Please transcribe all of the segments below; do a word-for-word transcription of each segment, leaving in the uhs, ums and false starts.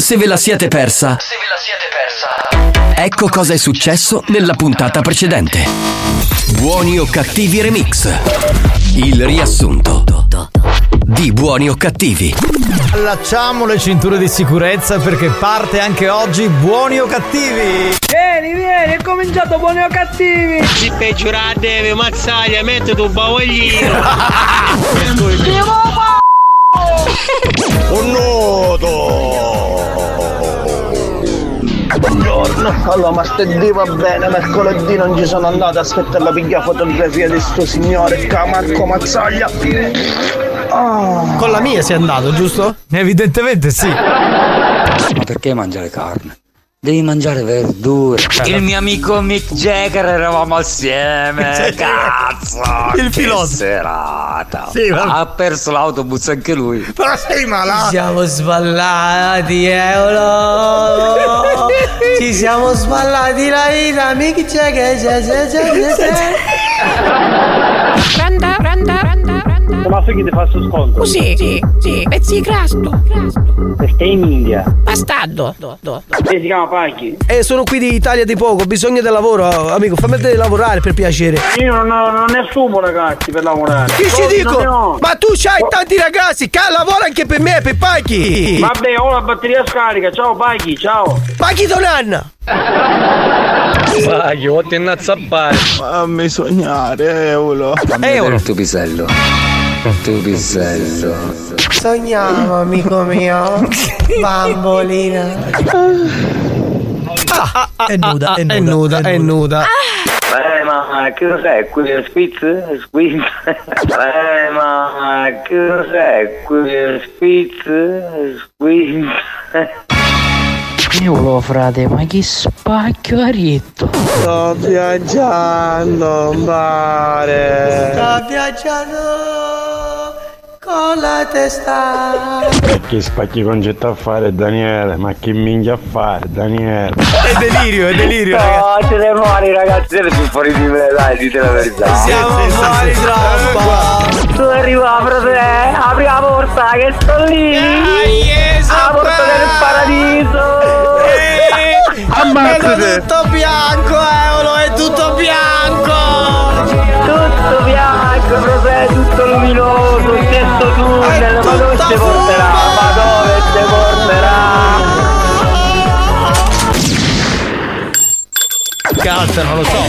se ve la siete persa, se ve la siete persa, ecco cosa è successo nella puntata precedente. Buoni o cattivi remix. Il riassunto di Buoni o cattivi. Allacciamo le cinture di sicurezza perché parte anche oggi Buoni o cattivi. Vieni, vieni, è cominciato Buoni o cattivi. Si peggiora deve mazzaglia, metti tu bavoglino. Un nudo. Buongiorno, allora ma ste va bene, mercoledì non ci sono andato, aspetta la piglia fotografia di sto signore, Marco Mazzaglia. Oh. Con la mia sei andato, giusto? Evidentemente sì. Ma perché mangiare carne? Devi mangiare verdure. Il mio amico Mick Jagger eravamo assieme. Cazzo! Il filosofo. Serata. Sì, ma... ha perso l'autobus anche lui. Però sei malato. Ci siamo sballati, Eolo. Ci siamo sballati la vita, Mick Jagger. Pranda, pranda, pranda. Ma figli ti fa sto sconto? Oh, sì, sì, sì, pezzi di crasto. Perché in India? Bastardo. Do, do, do. E si chiama Paghi? Eh, sono qui di Italia di poco, ho bisogno del lavoro, amico, fammi lavorare per piacere. Io non, non ne assumo ragazzi per lavorare. Che ci dico? Ma tu c'hai tanti ragazzi, che lavora anche per me, per Paghi. Vabbè, ho la batteria scarica, ciao Paghi, ciao. Paghi Donanna. Paghi, ho ti innazzapare. Fammi sognare, Eolo. Eolo. Tu pisello. Tu pisello. Sogniamo, amico mio. Bambolina. Ah, ah, ah, è nuda, è nuda, è nuda, è nuda. Eh ma che cos'è qui? Spitz? Spitz? Eh ma che cos'è qui? Spitz? Spitz? Eolo, frate, ma che spacchio ha ritto? Sto viaggiando, mare. Sto viaggiando con la testa. Ma che spacchi concetto a fare Daniele? Ma che minchia a fare Daniele? È delirio, è delirio. No, siete fuori ragazzi, siete più fuori di me, dai, dite la verità. Siamo sì, sì, fuori sì, sì. troppo. Tu arriva, frate, apri la porta che sto lì. La porta del paradiso. È tutto bianco, Eolo, è tutto bianco. Tutto bianco, frate, tutto luminoso, stesso tunnel, ma dove ti porterà? Ma dove ti porterà? Cazzo, non lo so.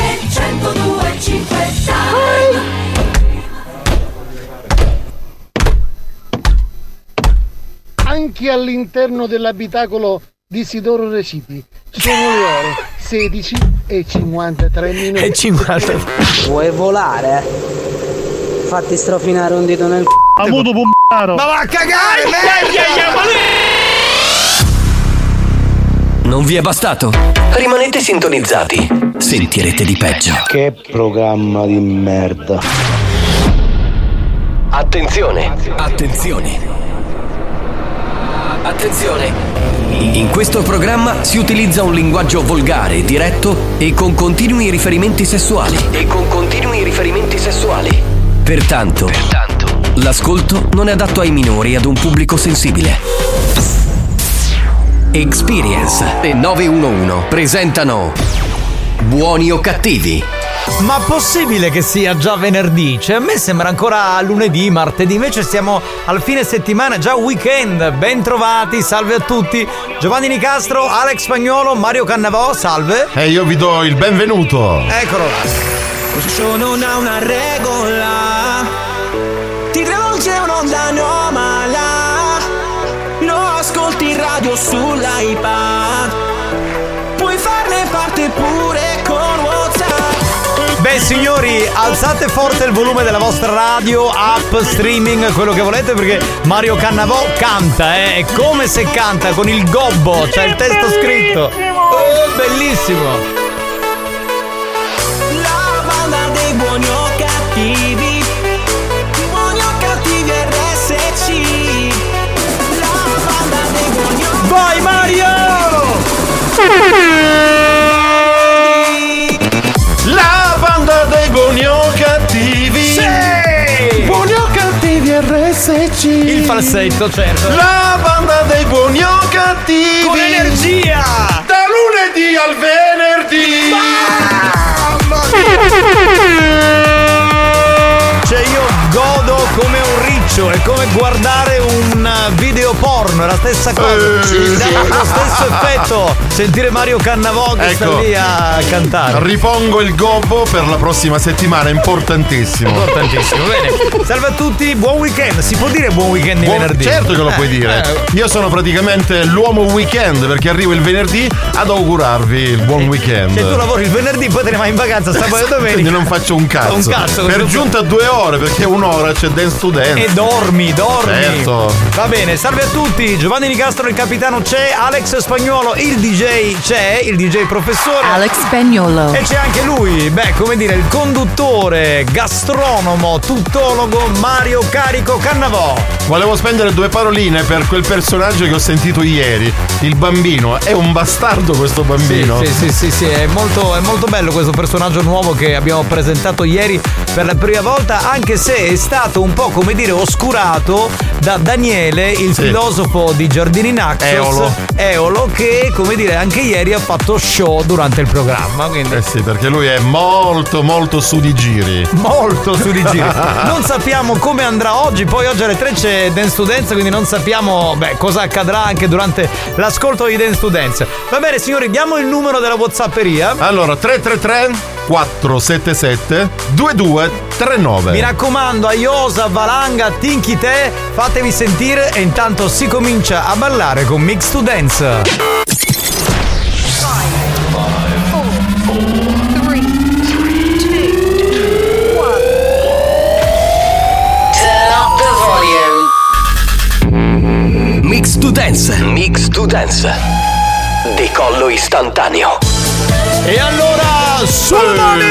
Anche all'interno dell'abitacolo di Isidoro Reciti sono le ore sedici e cinquantatré minuti. E cinquanta. Vuoi volare? Fatti strofinare un dito nel c***o. Avuto pomparo. Ma va a cagare, Non vi è bastato? Rimanete sintonizzati. Sentirete di peggio. Che programma di merda. Attenzione, attenzione. Attenzione! In questo programma si utilizza un linguaggio volgare, diretto e con continui riferimenti sessuali. E con continui riferimenti sessuali. Pertanto, Pertanto, l'ascolto non è adatto ai minori e ad un pubblico sensibile. Experience e nove uno uno presentano Buoni o cattivi? Ma possibile che sia già venerdì? Cioè a me sembra ancora lunedì, martedì, invece siamo al fine settimana, già weekend. Ben trovati, salve a tutti. Giovanni Nicastro, Alex Spagnolo, Mario Cannavò, salve. E eh, io vi do il benvenuto. Eccolo là. Questo show non ha una regola, ti travolge un'onda anomala, lo ascolti in radio sull'iPad, puoi farne parte pure con WhatsApp. Beh signori, alzate forte il volume della vostra radio, app, streaming, quello che volete, perché Mario Cannavò canta, eh, è come se canta con il gobbo, c'è il testo scritto. Oh, bellissimo. La banda dei buoni o cattivi, buoni o cattivi R S C. La banda dei buoni o Vai Mario! La banda dei buoni o cattivi. Sì! Buoni o cattivi R S C. Il falsetto, certo. La banda dei buoni o cattivi. è come guardare un video porno, è la stessa cosa. Sì, sì. Lo stesso effetto. Sentire Mario Cannavò che ecco, sta lì a cantare. Ripongo il gobbo per la prossima settimana, importantissimo. Importantissimo, bene. Salve a tutti, buon weekend. Si può dire buon weekend di buon, venerdì? Certo che lo eh, puoi dire. Eh. Io sono praticamente l'uomo weekend perché arrivo il venerdì ad augurarvi il buon weekend. Se tu lavori il venerdì poi te ne vai in vacanza sabato e domenica. Quindi non faccio un cazzo. Un cazzo per giunta due ore perché un'ora c'è dance to dance. E dormi, dormi. Certo. Va bene, salve a tutti. Giovanni Nicastro, il capitano c'è. Alex Spagnuolo, il D J c'è. Il D J professore Alex Spagnuolo. E c'è anche lui, beh, come dire, il conduttore, gastronomo, tuttologo Mario Carico Cannavò. Volevo spendere due paroline per quel personaggio che ho sentito ieri. Il bambino. È un bastardo questo bambino. Sì, sì, sì, sì, sì. È molto, è molto bello questo personaggio nuovo che abbiamo presentato ieri per la prima volta, anche se è stato un po', come dire, oscurato da Daniele, il sì. filosofo di Giardini Naxos, Eolo. Eolo, che, come dire, anche ieri ha fatto show durante il programma. Quindi... Eh sì, perché lui è molto, molto su di giri. Molto su di giri. Non sappiamo come andrà oggi, poi oggi alle tre c'è Dance to Dance, quindi non sappiamo beh, cosa accadrà anche durante l'ascolto di Dance to Dance. Va bene signori, diamo il numero della WhatsApperia. Allora, tre tre tre quattro sette sette due due tre nove. Mi raccomando, a Iosa, Valanga, Tinky Te, fatevi sentire e intanto si comincia a ballare con Mix to Dance. Mix to Dance. Mix to Dance. Decollo istantaneo. E allora, sulle mani!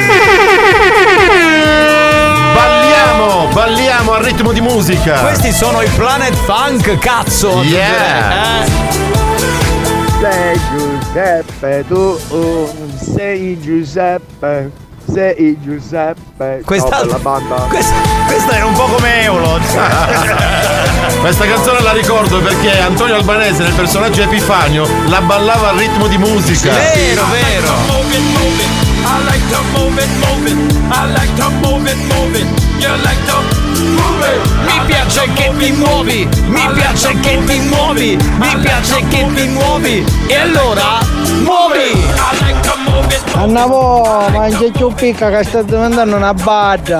Balliamo, balliamo al ritmo di musica. Questi sono i Planet Funk, cazzo. Yeah. Eh? Sei Giuseppe, tu sei Giuseppe. Sei Giuseppe. Questa, no, banda. Questa, questa era un po' come Eolo. Questa canzone la ricordo perché Antonio Albanese nel personaggio Epifanio la ballava al ritmo di musica. Vero, vero. I like to move it, move it. I like to move it, move it. You like to move it. Mi piace che ti muovi, mi piace che ti muovi, mi piace che ti muovi. E allora, muovi! Annavo, mangia più picca che sta diventando una badda.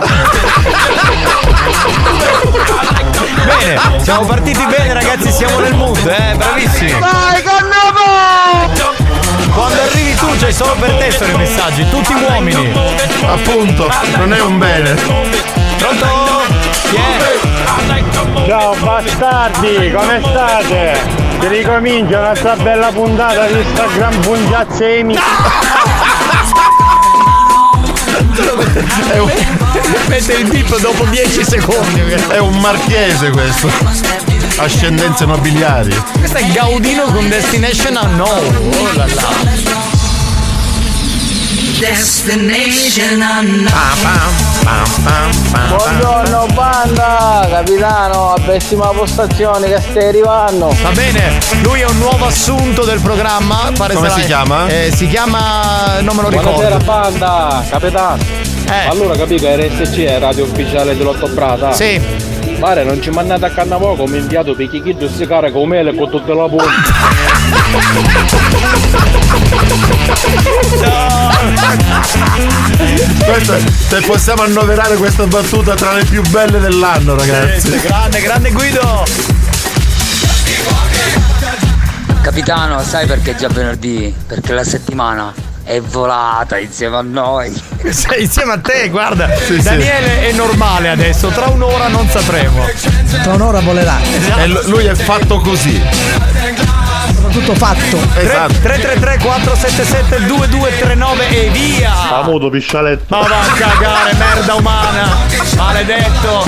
Bene, siamo partiti bene ragazzi, siamo nel mood, eh, bravissimi. Vai, Cannavo! Quando arrivi tu c'hai solo per te sono i messaggi, tutti uomini. Appunto, non è un bene. Pronto? Yeah. Ciao bastardi, come state? Ti ricomincia un'altra bella puntata di Instagram Pungiazzemi. È un... Mette il bip dopo dieci secondi. È un marchese questo. Ascendenze nobiliari. Questo è Gaudino con Destination Unknown. Oh là là. Destination Unknown. Buongiorno banda, capitano, a pessima postazione che stai arrivando. Va bene, lui è un nuovo assunto del programma. Pare Come sarà, si chiama? Eh, si chiama. non me lo ricordo. Buonasera banda, capitano. Eh. Allora capito che R S C è radio ufficiale dell'Ottobrata? Sì. Pare non ci mandate a Cannavò come inviato per chi chi si carica come mele con tutte la punta. Questa, se possiamo annoverare questa battuta tra le più belle dell'anno, ragazzi. Sì, grande, grande Guido. Capitano, sai perché è già venerdì? Perché la settimana è volata insieme a noi. Sei insieme a te, guarda. Sì, Daniele sì. È normale adesso, tra un'ora non sapremo. Tra un'ora volerà. Esatto. E lui è fatto così. Tutto fatto. Esatto. tre tre tre quattro sette sette due due tre nove e via. Famoso piscialetto. Ma va a cagare, merda umana. Maledetto.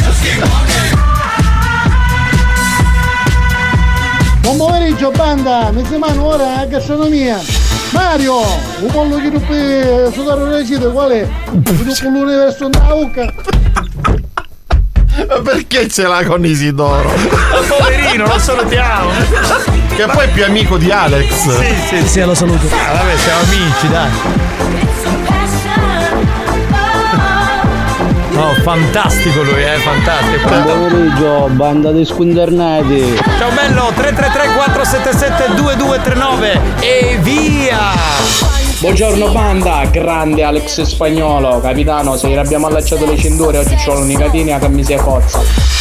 Buon pomeriggio banda, mi sembra ora a gastronomia. Mario, un pollo che tu puoi sudare un recito, qual è? Tutto l'universo andauca. Ma perché ce l'ha con Isidoro? Poverino, lo salutiamo. Che poi è più amico di Alex. Sì, sì, sì, lo saluto. Ah, vabbè, siamo amici, dai. Oh, fantastico lui, eh, fantastico. Buon pomeriggio, banda di squinternati. Ciao bello, tre tre tre quattro sette sette due due tre nove e via! Buongiorno banda, grande Alex Spagnolo, capitano, se abbiamo allacciato le cinture oggi c'ho l'unicatini che mi si è cozza.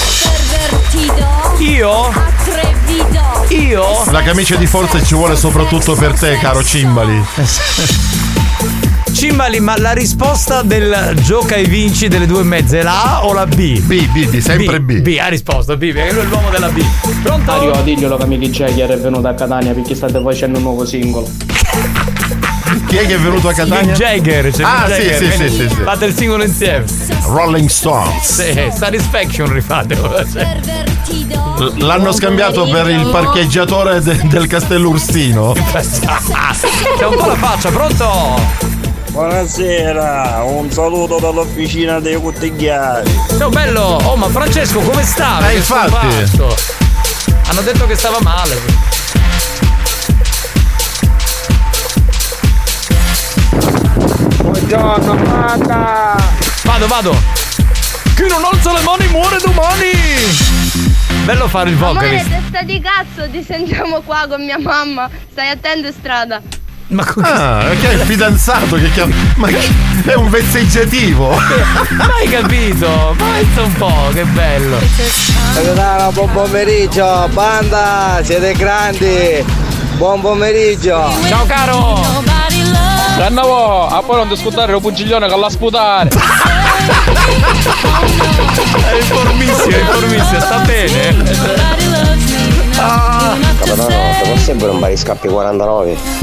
Io? Io? La camicia di forza ci vuole soprattutto per te, caro Cimbali. Cimbali, ma la risposta del gioca e vinci delle due e mezza è la A o la B? B, B, B, sempre B. B, B ha risposto, B, perché lui è l'uomo della B. Pronto? Mario, diglielo che Michi Jagger è venuto a Catania perché state facendo un nuovo singolo. Chi è che è venuto a Catania? Mick Jagger, cioè Ah, Mick sì, Jagger, sì, sì, sì, sì. fate il singolo insieme. Rolling Stones. Sì, Satisfaction rifate. L- L'hanno scambiato per il parcheggiatore de- del Castello Ursino. C'è un po' la faccia, pronto? Buonasera, un saluto dall'officina dei cottigliari. Ciao bello, oh ma Francesco come sta? Eh, infatti. Hanno detto che stava male. Buongiorno, banda! Vado, vado! Chi non alza le mani muore domani! Bello fare il vocalist. Amore, testa di cazzo, ti sentiamo qua con mia mamma. Stai attento in strada. Ma come? Ah, perché è il fidanzato che chiama. Ma che... è un vezzeggiativo! Hai capito? Pensa un po', che bello! Capitano, buon pomeriggio, banda, siete grandi! Buon pomeriggio! Ciao caro! Cannavo, a poi non ti scudare un pugiglione con la sputare! È informissimo, è informissimo, sta bene? Ah. Capitano, ti può sempre un bariscappi quarantanove?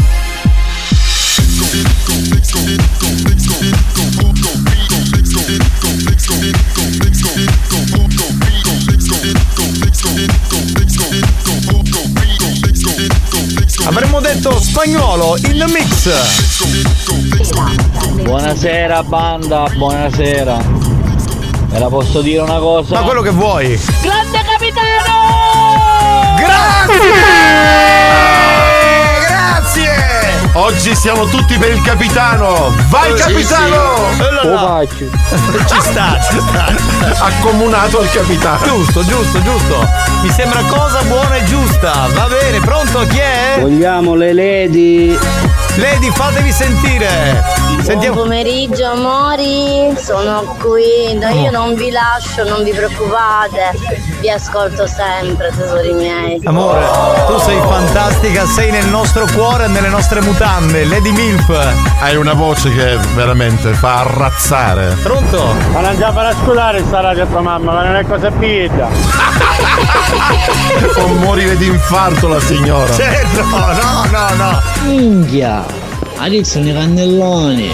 Avremmo detto Spagnolo in the mix. Buonasera banda, buonasera. Me la posso dire una cosa? Ma quello che vuoi. Grande capitano! Grazie! Grazie! Oggi siamo tutti per il capitano! Vai Sì, capitano! sì. Oh, Ci sta, ci sta. Accomunato il capitano. Giusto, giusto, giusto. Mi sembra cosa buona e giusta. Va bene, pronto? Chi è? Vogliamo le lady. Lady, fatevi sentire. Sentiamo. Buon pomeriggio amori, sono qui, no, io non vi lascio, non vi preoccupate, vi ascolto sempre tesori miei. Amore, tu sei fantastica, sei nel nostro cuore e nelle nostre mutande, Lady Milf. Hai una voce che veramente fa arrazzare. Pronto? Ma non già farà scusare sta radio a tua mamma, ma non è cosa piglia. Può morire di infarto la signora. Certo, no, no, no. Minchia, adesso nei cannelloni.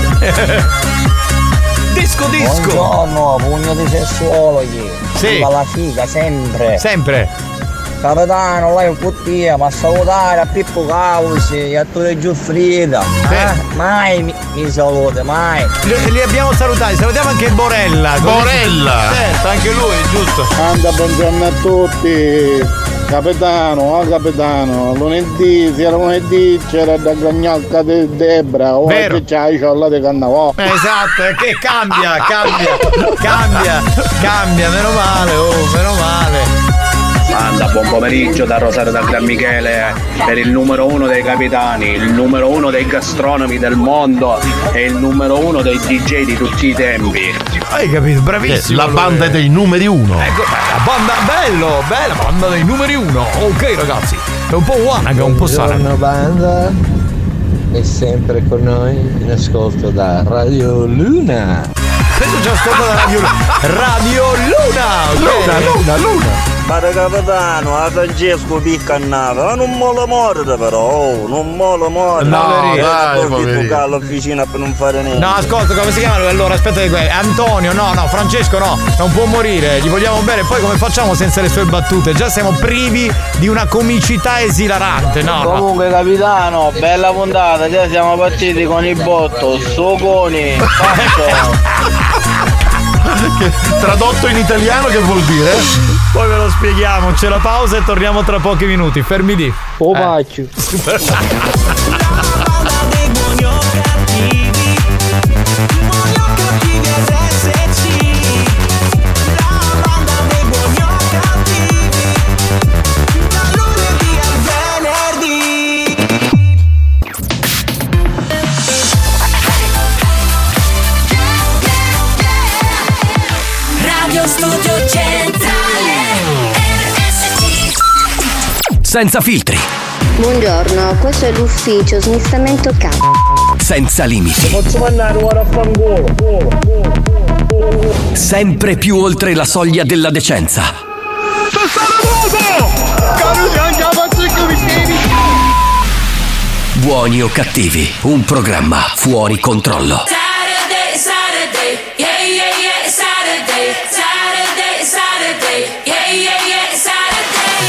Disco, disco. Buongiorno, pugno di sessuologi. Sì. La figa, sempre. Sempre. Capitano, lei è un puttino, ma salutare a Pippo Causi e a Tore Giuffrida. Eh? Mai mi, mi salute, mai. Li, li abbiamo salutati, salutiamo anche Borella. Borella! Certo, anche lui, giusto. Anda, buongiorno a tutti. Capitano, oh capitano, lunedì, se era lunedì c'era da Gagnalca di Debra, o Vero. c'è la ciolla di Cannavò. Esatto, è che cambia, cambia, cambia, cambia, meno male, oh, meno male. Manda, buon pomeriggio da Rosario da Gran Michele per il numero uno dei capitani, il numero uno dei gastronomi del mondo e il numero uno dei D J di tutti i tempi. Hai capito, bravissimo. La banda lui. dei numeri uno. Ecco, la banda, bello, bella banda dei numeri uno. Ok ragazzi, è un po' Wanaga, un po' Sara. Buongiorno banda, è sempre con noi in ascolto da Radio Luna. Questo ci ascolta da Radio Luna. Radio Luna, ok? Luna, Luna, Luna. Ma da capitano, a Francesco picca a nave, ma non mola morte però, oh, non mola morte. No, Eh, dai, poi poverino. tu all'officina per non fare niente. No, ascolta, come si chiama lui? Allora, aspetta di que- Antonio, no, no, Francesco no, non può morire, gli vogliamo bene, poi come facciamo senza le sue battute? Già siamo privi di una comicità esilarante, no, no. Comunque capitano, bella puntata, già siamo partiti con il botto, Soconi, Che, tradotto in italiano che vuol dire? Poi ve lo spieghiamo, c'è la pausa e torniamo tra pochi minuti, fermi lì. Oh paccio. Buoni o cattivi, buoni o cattivi R S C. senza filtri. Buongiorno, questo è l'ufficio smistamento capo. Senza limiti. Posso mandare ora a fangolo. Sempre più oltre la soglia della decenza. Buoni o cattivi, un programma fuori controllo. Saturday, Saturday, yeah, yeah, yeah, Saturday, Saturday, Saturday, yeah, yeah, yeah, Saturday,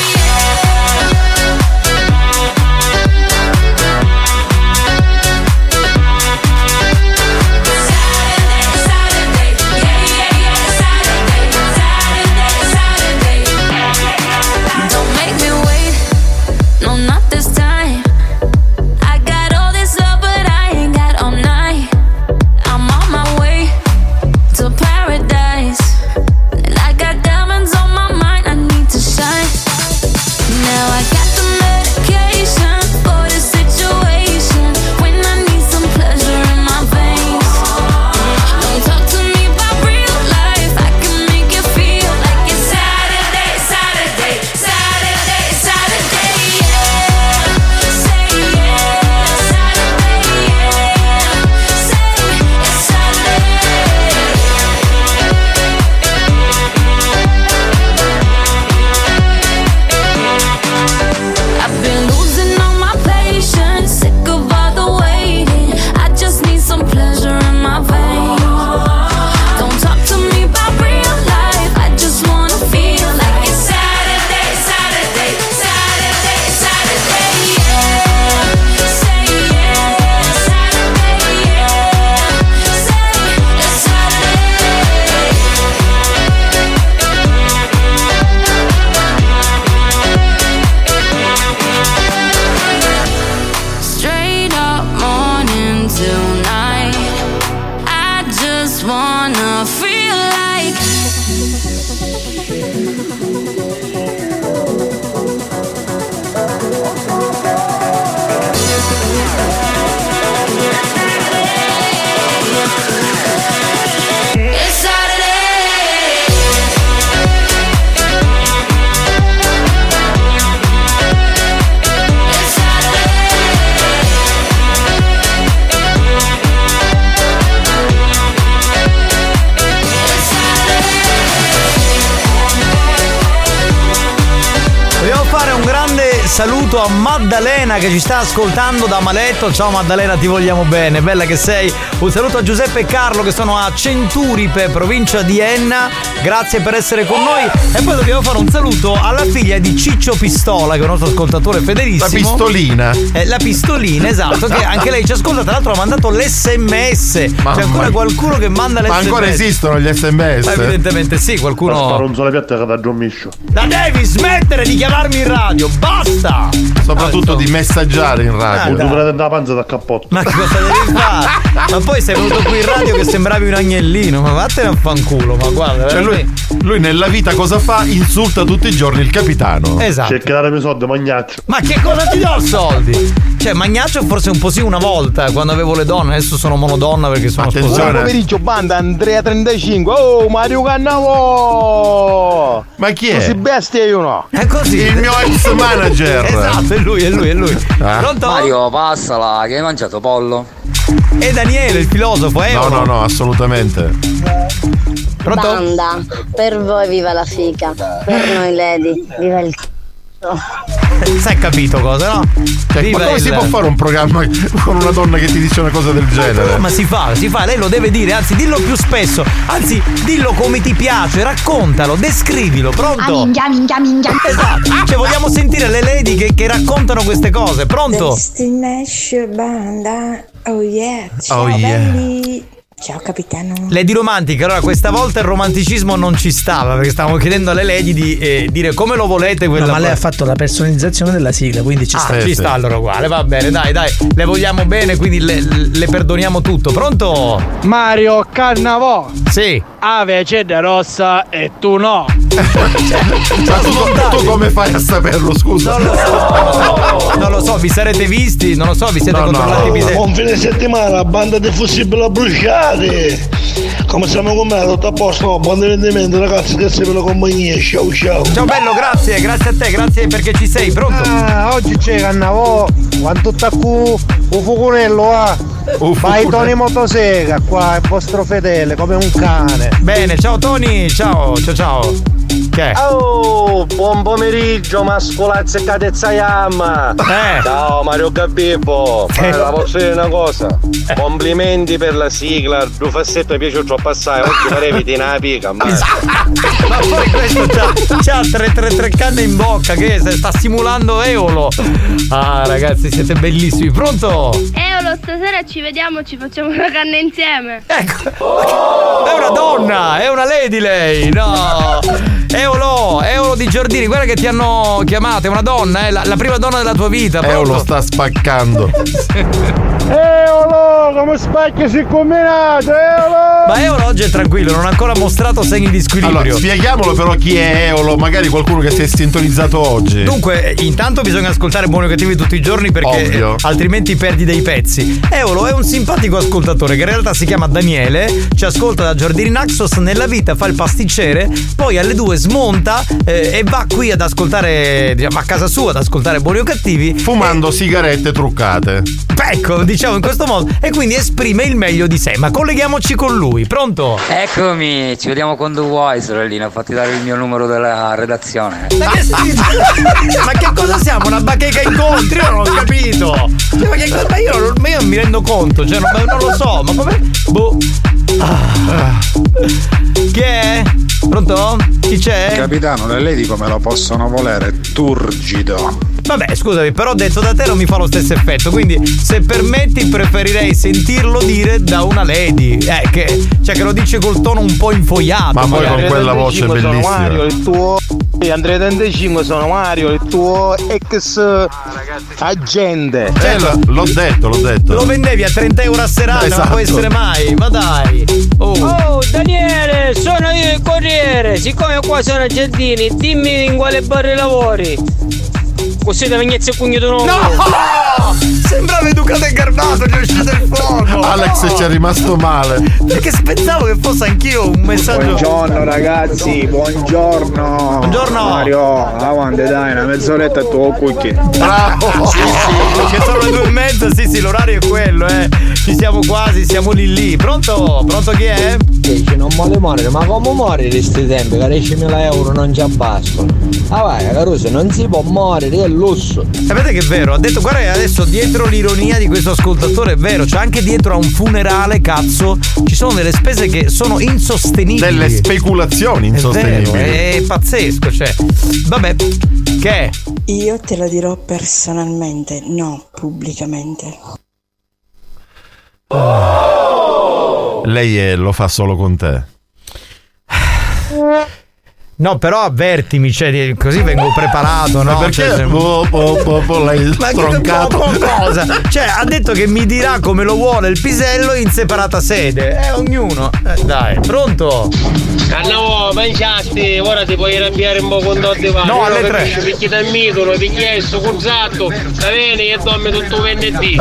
Saturday, yeah, yeah, yeah, Saturday, Saturday, Saturday. Don't make me wait, no, not this time. I got all this love, but I ain't got all night. I'm on my way to paradise, and I got diamonds on my mind. I need to shine. Now I got the medication for the situation when I need some pleasure in my veins. Don't talk to me about real life. I can make you feel like it's Saturday, Saturday, Saturday, Saturday. Yeah, say yeah, Saturday. Yeah, say it's Saturday. I've been losing all my patience, sick of all the waiting. I just need some pleasure in my veins. Don't talk to me about real life. I just wanna feel like it's Saturday, Saturday, Saturday, Saturday. Yeah, say yeah, Saturday. Yeah, say it's straight up morning till night. I just wanna feel like it's Saturday. It's Vogliamo fare un grande saluto a Maddalena che ci sta ascoltando da Maletto. Ciao Maddalena, ti vogliamo bene, bella che sei. Un saluto a Giuseppe e Carlo che sono a Centuripe, provincia di Enna. Grazie per essere con noi. E poi dobbiamo fare un saluto alla figlia di Ciccio Pistola, che è un nostro ascoltatore fedelissimo. La pistolina. Eh, la pistolina, esatto, che anche lei ci ascolta. Tra l'altro ha mandato l'esse emme esse. C'è ancora qualcuno che manda l'esse emme esse. Ma ancora esistono gli esse emme esse? Ma evidentemente sì, qualcuno. Sparo un solo piatto che da Giommiscio. La devi smettere di chiamarmi in radio, basta! Soprattutto di messaggiare in radio. Vuoi prendere la panza da cappotto? Ma che cosa devi fare? Ma poi sei venuto qui in radio che sembravi un agnellino, ma vattene a fanculo, ma guarda. Cioè lui, lui nella vita cosa fa? Insulta tutti i giorni il capitano. Esatto. Cerca di darmi soldi, magnaccio. Ma che cosa ti do soldi? Cioè, magnaccio forse un po' sì una volta, quando avevo le donne, adesso sono monodonna perché sono Buon sposato. pomeriggio, banda Andrea trentacinque. Oh, Mario Cannavo! Ma chi è? Tu sei bestia io no? È così. Il mio ex manager. Esatto, è lui, è lui, è lui. Ah. Pronto? Mario, passala, che hai mangiato pollo? E Daniele, il filosofo, eh? No, no, no, assolutamente. Pronto? Banda, per voi viva la fica, per noi lady viva il c***o. Sai capito cosa, no? Cioè, ma come il... si può fare un programma con una donna che ti dice una cosa del genere? Ma si fa, si fa, lei lo deve dire, anzi dillo più spesso, anzi dillo come ti piace, raccontalo, descrivilo, pronto? Ah, minchia, minchia, minchia. Esatto, cioè vogliamo sentire le lady che, che raccontano queste cose, pronto? Destination banda, oh yeah, ciao Oh yeah. belli. Ciao capitano. Lady romantica, allora questa volta il romanticismo non ci stava perché stavamo chiedendo alle lady di eh, dire come lo volete quella. No, ma lei ha fatto la personalizzazione della sigla, quindi ci ah, sta. ci Sì, sta sì. allora uguale, va bene, dai, dai, le vogliamo bene, quindi le, le perdoniamo tutto. Pronto? Mario Cannavò. Sì. Ave cedde rossa e tu no. Ma tu, tu come fai a saperlo, scusa? Non lo so, non lo so, vi sarete visti, non lo so, vi siete No, controllati. no. vi siete- Buon fine settimana, banda di fussibili bruciati. Come siamo con me, tutto a posto, buon divertimento ragazzi, grazie per la compagnia, ciao ciao. Ciao bello, grazie, grazie a te, grazie perché ci sei, pronto? Ah, oggi c'è Cannavò, quanto sta cu un fucunello ah. Vai Tony Motosega, qua è vostro fedele, come un cane. Bene, ciao Tony, ciao, ciao ciao. Che? Oh, buon pomeriggio, mascolazzi e catezzaiamma. Eh. Ciao Mario Gabibbo. Eh. Ma posso dire una cosa? Complimenti per la sigla, due fassetto mi piace troppo assai, oggi farevi di una pica, ma. Ma poi questo c'ha, c'ha tre, tre, tre canne in bocca, che sta simulando Eolo. Ah ragazzi, siete bellissimi, pronto? Eolo, stasera ci vediamo, ci facciamo una canna insieme. Ecco. È una donna, è una lady lei, no. Eolo, Eolo di Giordini, guarda che ti hanno chiamato, è una donna, è la, la prima donna della tua vita. Eolo sta spaccando. Eolo, come spacchi si combinato, Eolo! Ma Eolo oggi è tranquillo, non ha ancora mostrato segni di squilibrio. Allora, spieghiamolo però chi è Eolo, magari qualcuno che si è sintonizzato oggi. Dunque, intanto bisogna ascoltare Buoni o Cattivi tutti i giorni perché Ovvio. altrimenti perdi dei pezzi. Eolo è un simpatico ascoltatore che in realtà si chiama Daniele, ci ascolta da Giordini Naxos, nella vita fa il pasticcere, poi alle due smonta eh, e va qui ad ascoltare, diciamo, a casa sua ad ascoltare Buoni o Cattivi. Fumando e... sigarette truccate. Ecco, diciamo in questo modo. E quindi esprime il meglio di sé. Ma colleghiamoci con lui, pronto? Eccomi, ci vediamo quando vuoi, sorellina. Fatti dare il mio numero della redazione. Ma che, ma che cosa siamo? Una bacheca incontri? Io non ho capito. Cioè, ma, che, ma io, non, io non mi rendo conto, cioè non, non lo so, ma come. Boh. Ah. Chi è? Pronto? Chi c'è? Capitano, le lady come lo possono volere? Turgido. Vabbè, scusami, però detto da te non mi fa lo stesso effetto, quindi se permetti preferirei sentirlo dire da una lady. Eh, che, cioè che lo dice col tono un po' infoiato. Ma poi con quella voce bellissima. Sono Mario, il tuo Andrea trentacinque, sono Mario, il tuo ex agente. Eh, l- l'ho detto, l'ho detto. Lo vendevi a trenta euro a serata, esatto. Non può essere mai, ma dai. Oh. Oh Daniele, sono io il corriere, siccome qua sono a Giardini, dimmi in quale bar lavori. Così da Vegnezia e Cugno nuovo. No! Sembrava educato e garbato, gli è uscito il fuoco. Alex no! ci è rimasto male. Perché pensavo che fosse anch'io un messaggio. Buongiorno ragazzi, buongiorno. Buongiorno Mario, avanti dai, una mezz'oretta tu tuo cucchi. Bravo. Sì, sì, che sono le due e mezza, sì, sì, l'orario è quello, eh. Ci siamo quasi, siamo lì lì. Pronto? Pronto chi è? Dice non vuole morire, ma come morire in questi tempi? Che diecimila euro non ci abbastano. Ah vai, Caruso, non si può morire, è lusso. Sapete che è vero? Ha detto, guarda adesso dietro l'ironia di questo ascoltatore è vero, cioè anche dietro a un funerale, cazzo, ci sono delle spese che sono insostenibili. Delle speculazioni insostenibili. È vero, è pazzesco, cioè. Vabbè, che è? Io te la dirò personalmente, no pubblicamente. Oh. Lei è, lo fa solo con te. No, però avvertimi, cioè, così vengo preparato, no? Ma perché? Cioè, se... po, po, po, po, l'hai ma stroncato. Ma che cosa? Cioè, ha detto che mi dirà come lo vuole il pisello in separata sede. Eh, ognuno. Eh, dai, pronto? Cannavo, mangiasti, ora ti puoi arrabbiare un po' con Dotti Vari. No, alle tre. Picchi da mitolo, picchi esso, curzato, va bene, io dormo tutto venerdì.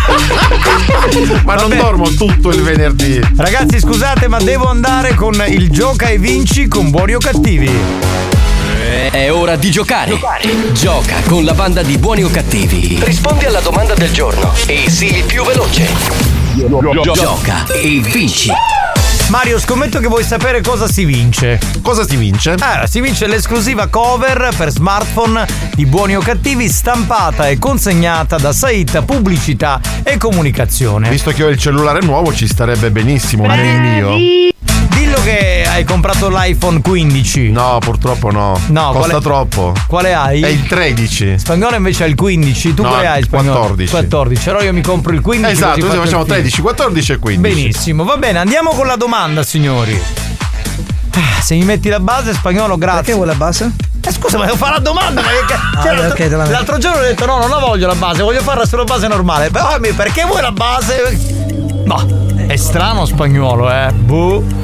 Ma non dormo tutto il venerdì. Ragazzi, scusate, ma devo andare con il gioca e vinci con Buoni o Cattivi. È ora di giocare. giocare. Gioca con la banda di Buoni o Cattivi. Rispondi alla domanda del giorno e sii il più veloce. Gioca e vinci. Mario, scommetto che vuoi sapere cosa si vince. Cosa si vince? Ah, si vince l'esclusiva cover per smartphone di Buoni o Cattivi, stampata e consegnata da Saita Pubblicità e Comunicazione. Visto che ho il cellulare nuovo, ci starebbe benissimo nel mio. Dillo che hai comprato l'iPhone quindici. No, purtroppo no. No, costa quale... troppo. Quale hai? È il tredici. Spagnolo invece ha il quindici. Tu no, quale hai? Il spagnolo? quattordici. quattordici. Allora io mi compro il quindici. Esatto, così facciamo tredici, quattordici e quindici. Benissimo, va bene, andiamo con la domanda, signori. Se mi metti la base, Spagnolo, grazie. Perché vuoi la base? Eh, scusa, ma devo fare la domanda. Ma che... ah, cioè, beh, l'altro, okay, l'altro giorno ho detto no, non la voglio la base, voglio farla sulla base normale. Però perché vuoi la base? No, è strano Spagnolo, eh. Boh.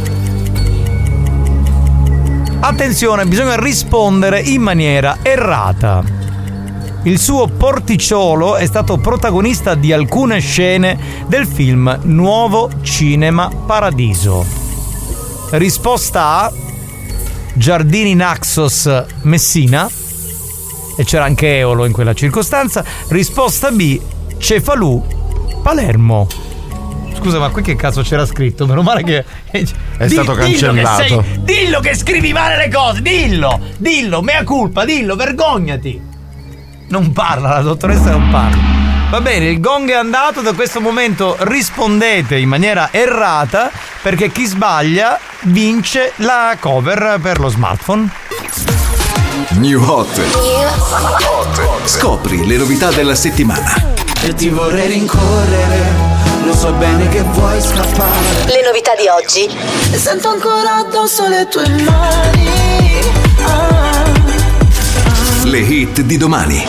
Attenzione, bisogna rispondere in maniera errata. Il suo porticciolo è stato protagonista di alcune scene del film Nuovo Cinema Paradiso. Risposta A, Giardini Naxos Messina, e c'era anche Eolo in quella circostanza. Risposta B, Cefalù Palermo. Scusa, ma qui che cazzo c'era scritto? Meno male che è Di, stato cancellato. Dillo che, sei, dillo che scrivi male le cose, dillo, dillo, mea culpa, dillo, vergognati. Non parla, la dottoressa non parla. Va bene, il gong è andato, da questo momento rispondete in maniera errata, perché chi sbaglia vince la cover per lo smartphone. New Hot. Scopri le novità della settimana. E ti vorrei rincorrere, lo so bene che vuoi scappare. Le novità di oggi. E sento ancora addosso le tue mani. Ah. Le hit di domani.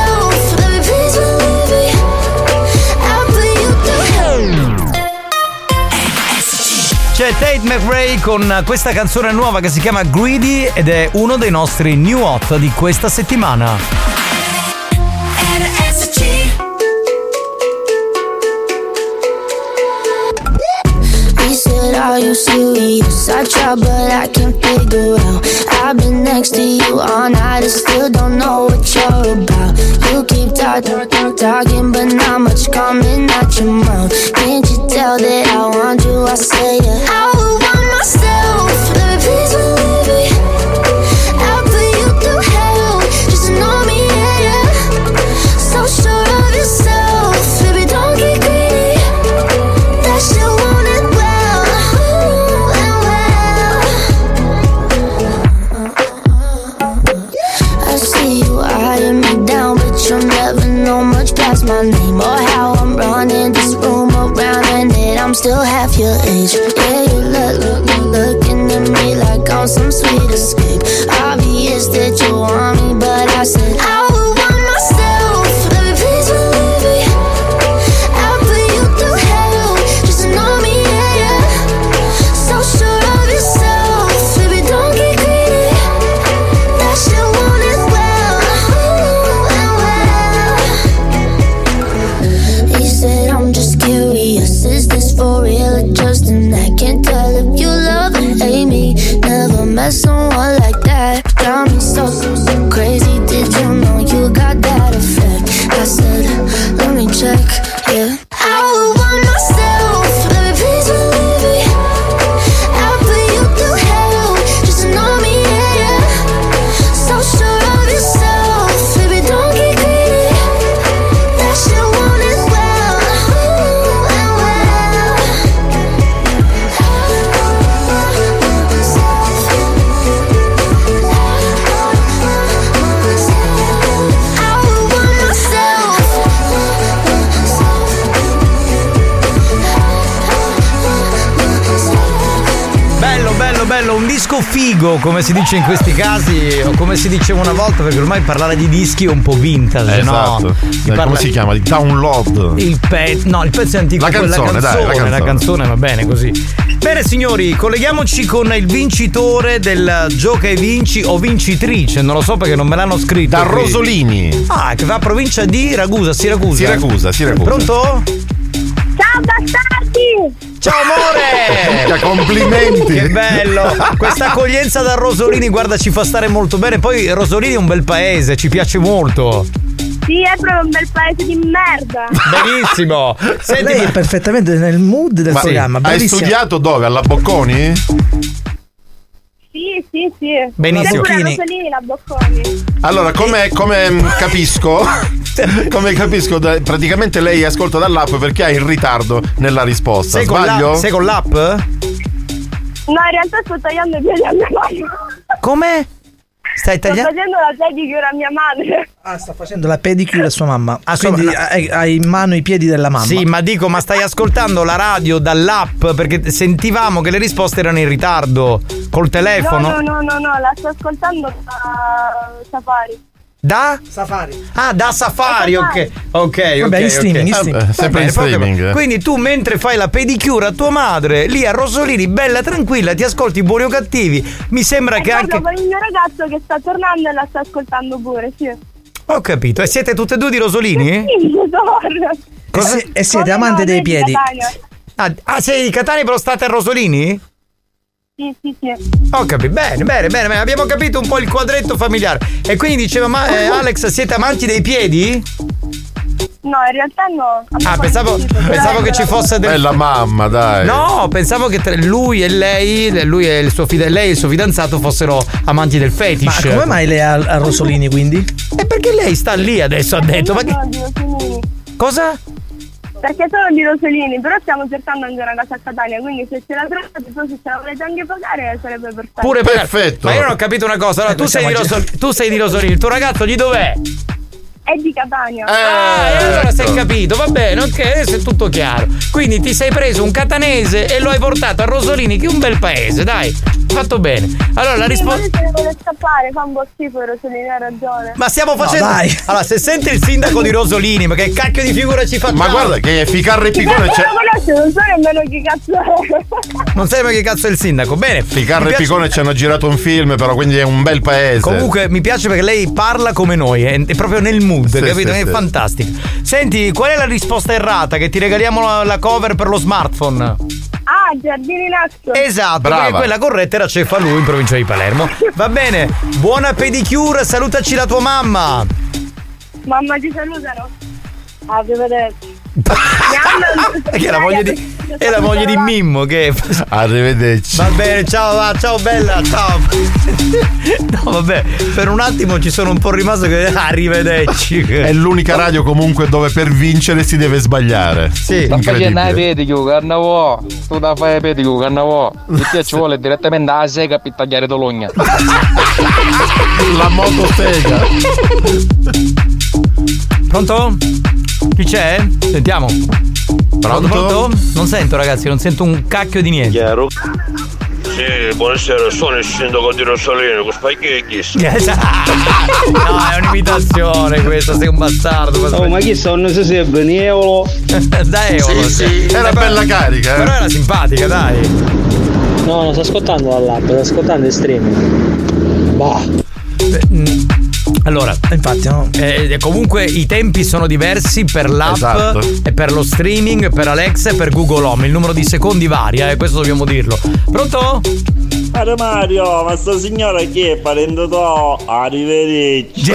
C'è Tate McRae con questa canzone nuova che si chiama Greedy ed è uno dei nostri new hot di questa settimana. Are you serious? I try but I can't figure out. I've been next to you all night and still don't know what you're about. You keep talking, talking but not much coming out your mouth. Can't you tell that I want you? I say yeah. I would want myself, baby, please believe me. I'll put you through hell, just to know me, yeah, yeah. So sure of yourself, baby, don't get greedy. That shit won't end well. You'll never know much past my name or how I'm running this room around, and that I'm still half your age. Yeah, you look, look, look, looking at me like I'm some sweet escape. Obvious that you want me, but I said I would want myself. Baby, please believe me. I'll put you through hell just to know me, yeah, yeah. So sure of yourself, baby, don't get greedy. That shit won't end well. I'm just curious, is this for real or just an act? Can't tell if you love or hate me. Never met someone like that. Got me so, so, so crazy. Did you know you got that effect? I said, let me check, yeah. I would want myself, baby, please believe me. I'll put you through hell, just to know me, yeah, yeah. So sure of yourself, baby, don't get greedy. That shit won't end well. Bello, un disco figo, come si dice in questi casi, o come si diceva una volta, perché ormai parlare di dischi è un po' vintage, eh, no? Esatto. Dai, parla... come si chiama? Di download. Il pezzo, no, il pezzo è antico. La canzone, la canzone, dai, la canzone. La canzone va bene così. Bene signori, colleghiamoci con il vincitore del Gioca e Vinci o vincitrice, non lo so perché non me l'hanno scritto. Da qui. Rosolini. Ah, che va a provincia di Ragusa, Siracusa. Siracusa, Siracusa. Pronto? Ciao bastardi! Ciao amore! Complimenti! Che bello! Questa accoglienza da Rosolini, guarda, ci fa stare molto bene. Poi Rosolini è un bel paese, ci piace molto. Sì, è proprio un bel paese di merda. Benissimo! Senti, lei è perfettamente nel mood del Ma programma. hai Bravissima. studiato dove? Alla Bocconi? Sì, sì, sì. Benissimo. C'è pure Rosolini, la Bocconi. Allora, come, come capisco, come capisco, da- praticamente lei ascolta dall'app perché ha in ritardo nella risposta. Sei con, Sbaglio? la- sei con l'app? No, in realtà sto tagliando i piedi a mia mamma. Come? Stai Sto tagliando? facendo la pedicure a mia madre. Ah, sta facendo la pedicure a sua mamma. Ah, Quindi so- hai, hai in mano i piedi della mamma. Sì, ma dico, ma stai ascoltando la radio dall'app? Perché sentivamo che le risposte erano in ritardo. Col telefono? No, no, no, no, no, la sto ascoltando da Safari. Da? Safari. Ah, da Safari, ok. Ok, Vabbè, ok. in streaming, in ok. streaming. Eh, sempre Va in bene, streaming. Quindi tu mentre fai la pedicure a tua madre, lì a Rosolini, bella tranquilla, ti ascolti buoni o cattivi. Mi sembra E che torno anche... con il mio ragazzo che sta tornando e la sta ascoltando pure, sì. Ho capito. E siete tutte e due di Rosolini? Sì, tesoro. E, se- e siete Come amanti no, dei vedi, piedi. Catania. Ah, ah, sei di Catania però state a Rosolini? Sì, sì, sì. Ho capito, bene, bene, bene, bene, abbiamo capito un po' il quadretto familiare. E quindi diceva, ma eh, Alex, siete amanti dei piedi? No, in realtà no. Ah, pensavo, pensavo che ci fosse del... Bella mamma, dai. No, pensavo che tra lui e lei, lui e il suo fida- lei e il suo fidanzato fossero amanti del fetish. Ma come mai lei ha a Rosolini quindi? E perché lei sta lì adesso, ha detto, ma che... Cosa? Perché sono di Rosolini, però stiamo cercando anche una casa a Catania, quindi se ce la trovate, poi se ce la volete anche pagare sarebbe perfetto. Pure perfetto. Ma io non ho capito una cosa, allora, tu, sei di Rosol- tu sei di Rosolini, il tuo ragazzo di dov'è? È di Catania. Ah, e allora si è capito, va bene, ok, adesso è tutto chiaro. Quindi ti sei preso un catanese e lo hai portato a Rosolini, che è un bel paese, dai, fatto bene. Allora la risposta... Se ne vuole scappare, fa un po' schifo Rosolini, ha ragione. Ma stiamo facendo... No, dai. Allora, se sente il sindaco di Rosolini, ma che cacchio di figura ci facciamo? Ma guarda che Ficarra e Picone c'è... c'è. Non lo conosce, non so nemmeno chi cazzo è. Non sai mai che cazzo è il sindaco, bene. Ficarra e piace... Picone ci hanno girato un film, però quindi è un bel paese. Comunque mi piace perché lei parla come noi, è, è proprio nel mood, sì, capito? Sì, è sì. fantastico. Senti, qual è la risposta errata? Che ti regaliamo la, la cover per lo smartphone? Ah, Giardini Naxo. Esatto, Brava. perché quella corretta era Cefalù in provincia di Palermo. Va bene, buona pedicure, salutaci la tua mamma. Mamma ti salutano. Arrivederci. Che è la moglie di, è la moglie di Mimmo che... Arrivederci. Va bene, ciao, va, ciao bella, ciao. No, vabbè, per un attimo ci sono un po' rimasto che arrivederci. È l'unica radio comunque dove per vincere si deve sbagliare. Sì, sta facendo i pedicure, carnavò. Tu da fai i pedicure, carnavò. Il te ci vuole direttamente alla sega per tagliare dologna. La motosega. Pronto? Chi c'è? Sentiamo. Pronto? Pronto? Non sento ragazzi, non sento un cacchio di niente. Chiaro? Sì, buonasera, sono il sindaco di Rosolino con spaghetti. No, è un'imitazione questa, sei un bastardo. Oh, ma chi sono? Non so se è Benievolo. Da Eolo. Sì, sì. Era bella carica, eh. Però era simpatica, dai. No, non sto ascoltando dall'app, sto ascoltando in streaming. Bah. Allora, infatti no. eh, comunque i tempi sono diversi per l'app, esatto. E per lo streaming, per Alexa e per Google Home. Il numero di secondi varia, e eh, questo dobbiamo dirlo. Pronto? Mario Mario, ma sta signora chi è? Parendo to? Arrivederci.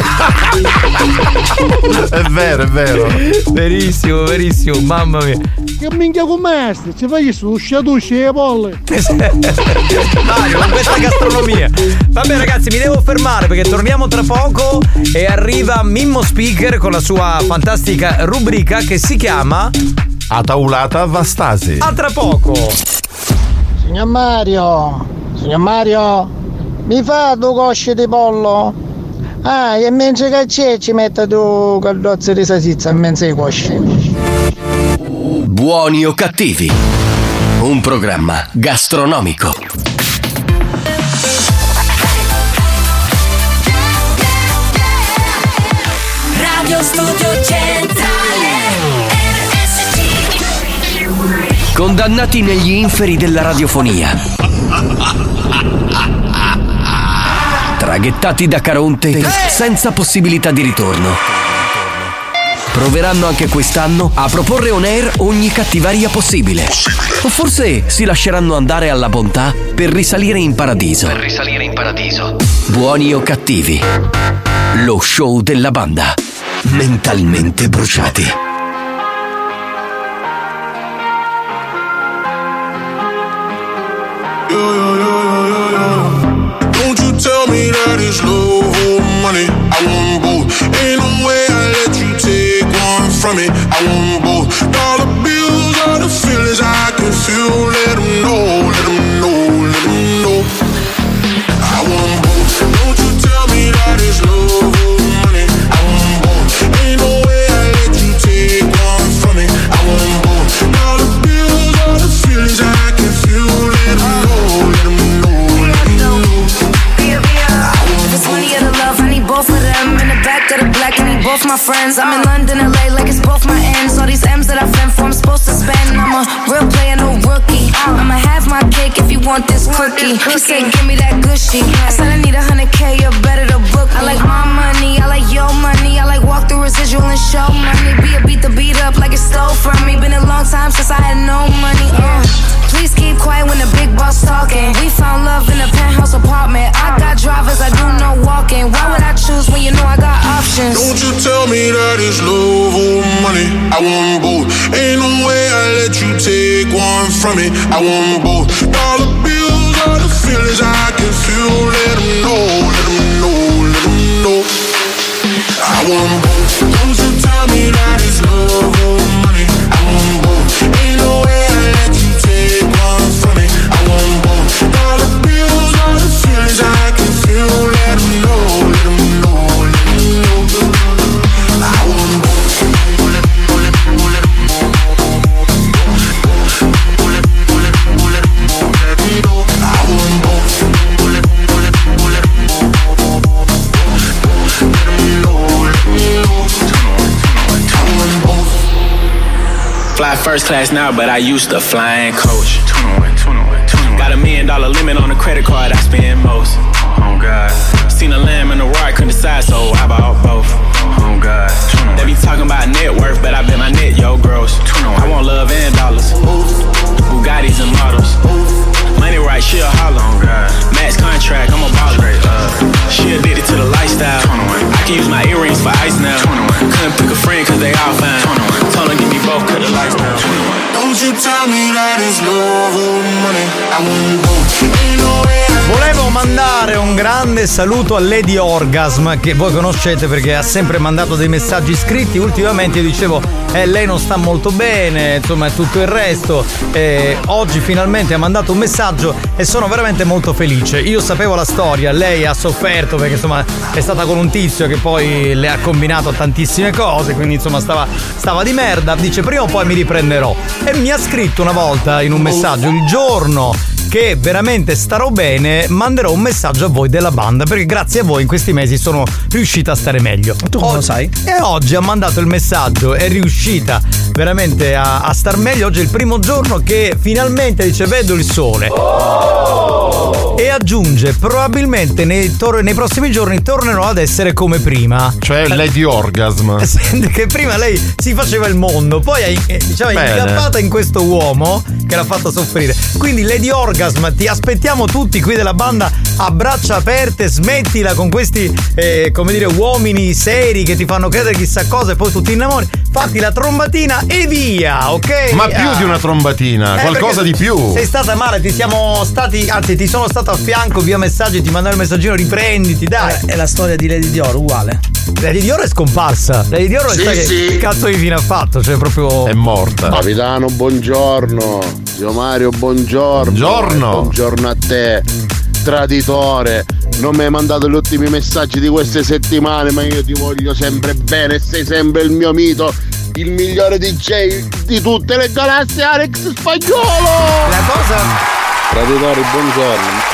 È vero, è vero. Verissimo, verissimo, mamma mia. Che minchia commercio, ci fai su sciatusci e polle. Mario, con questa gastronomia. Vabbè ragazzi, mi devo fermare perché torniamo tra poco e arriva Mimmo Speaker con la sua fantastica rubrica che si chiama Ataulata Vastasi. A tra poco. Signor Mario, signor Mario, mi fa due cosce di pollo? Ah, e mentre che c'è ci mette due caldozze di salsiccia in mezzo ai cosci. Buoni o cattivi? Un programma gastronomico. Radio Studio Centrale R S C. Condannati negli inferi della radiofonia. Traghettati da Caronte senza possibilità di ritorno. Proveranno anche quest'anno a proporre on air ogni cattiveria possibile. O forse si lasceranno andare alla bontà per risalire in paradiso. Per risalire in paradiso. Buoni o cattivi? Lo show della banda. Mentalmente bruciati. Don't you tell me that it's love or money. I want both. Ain't no way I let you take one from me. I want both. Dollar bills are the feelings I can feel. Let them know, let them know, let them know. I want both. Don't you tell me that it's love or money. I want both. Ain't no way I let you take one from me. I want both. Dollar bills are the feelings I can feel. Let them know, let them know, let them know. Just wanna get a love, I need both of them. In the back of the black, I need both my friends. I'm in London, L A, like it's both my ends. All these M's that I fend for, I'm supposed to spend. I'm a real player, no rookie. I'ma have my cake if you want this cookie. He said, give me that gushy. I said, I need a hundred K, you're better to book me. I like my money, I like your money. I like walk through residual and show money. Be a beat the beat up like it stole from me. Been a long time since I had no money. Uh, please keep quiet when the big boss talking. We found is love or money. I want both. Ain't no way I let you take one from me. I want both. Dollar bills are the feelings I can feel. Let them know, let them know, let them know. I want both. Don't you tell me that it's love or money. I want both. Ain't no way I let you take one from me. I want both. Dollar bills are the feelings I can feel. Let them know, let them know, let them know. I want both. Fly first class now, but I used to fly in coach. Got a million dollar limit on the credit card I spend most. Oh God. Seen a lamb and a roar, couldn't decide, so I bought both. Oh God. They be talking about net worth, but I bet my net yo gross. I want love and dollars. Bugattis and models. Money right, she a holler. Oh God. Max contract, I'm a baller. Uh, she addicted to the lifestyle. I can use my earrings for ice now. Couldn't pick a friend cause they all fine. Told her give me both cause the lifestyle. Don't you tell me that it's love or money. I want both. Ain't no way. Volevo mandare un grande saluto a Lady Orgasm, che voi conoscete perché ha sempre mandato dei messaggi scritti. Ultimamente io dicevo eh, lei non sta molto bene, insomma tutto il resto. eh, Oggi finalmente ha mandato un messaggio e sono veramente molto felice. Io sapevo la storia, lei ha sofferto perché insomma è stata con un tizio che poi le ha combinato tantissime cose, quindi insomma stava, stava di merda. Dice prima o poi mi riprenderò, e mi ha scritto una volta in un messaggio: il giorno che veramente starò bene manderò un messaggio a voi della banda, perché grazie a voi in questi mesi sono riuscita a stare meglio. Tu come lo sai? E oggi ha mandato il messaggio, è riuscita veramente a, a star meglio. Oggi è il primo giorno che finalmente dice vedo il sole. Oh! E aggiunge probabilmente nei, tor- nei prossimi giorni tornerò ad essere come prima. Cioè Lady Orgasm. Sente che prima lei si faceva il mondo, poi è, diciamo, è incappata in questo uomo che l'ha fatta soffrire. Quindi Lady Orgasm, ti aspettiamo tutti qui della banda a braccia aperte. Smettila con questi eh, come dire uomini seri che ti fanno credere chissà cosa e poi tu ti innamori. Fatti la trombatina e via, ok? Ma più ah. di una trombatina, eh, qualcosa di più. Sei stata male, ti siamo stati, anzi ti sono stato a fianco via messaggio, ti mandavo il messaggino, riprenditi, dai. Eh, è la storia di Lady Dior, uguale. Lady Dior è scomparsa. Lady Dior sì, sai sì. che cazzo di fine ha fatto? Cioè proprio è morta. Capitano, buongiorno. Zio Mario, buongiorno. Buongiorno. Buongiorno a te. Traditore, non mi hai mandato gli ultimi messaggi di queste settimane, ma io ti voglio sempre bene, sei sempre il mio mito, il migliore D J di tutte le galassie, Alex Spagnolo. La cosa Traditori, buongiorno.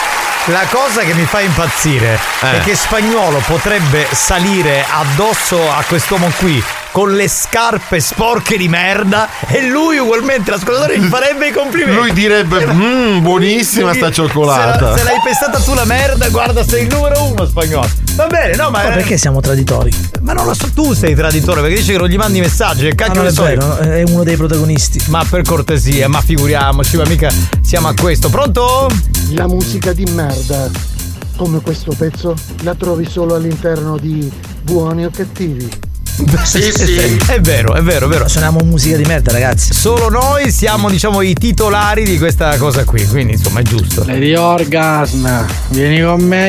La cosa che mi fa impazzire eh. è che Spagnolo potrebbe salire addosso a quest'uomo qui con le scarpe sporche di merda e lui ugualmente, l'ascoltatore, gli farebbe i complimenti. Lui direbbe mmm, buonissima sta cioccolata. Se, se l'hai pestata tu la merda, guarda, sei il numero uno, Spagnolo. Va bene, no, ma, ma perché siamo traditori? Ma non lo so, tu sei traditore perché dici che non gli mandi messaggi. Che cacchio non ne è so vero, è uno dei protagonisti. Ma per cortesia, ma figuriamoci, ma mica siamo a questo. Pronto? La musica di merda, come questo pezzo, la trovi solo all'interno di Buoni o Cattivi. Sì, sì. È vero, è vero, è vero. Suoniamo musica di merda, ragazzi. Solo noi siamo, diciamo, i titolari di questa cosa qui, quindi insomma è giusto. Lady Orgasm, vieni con me a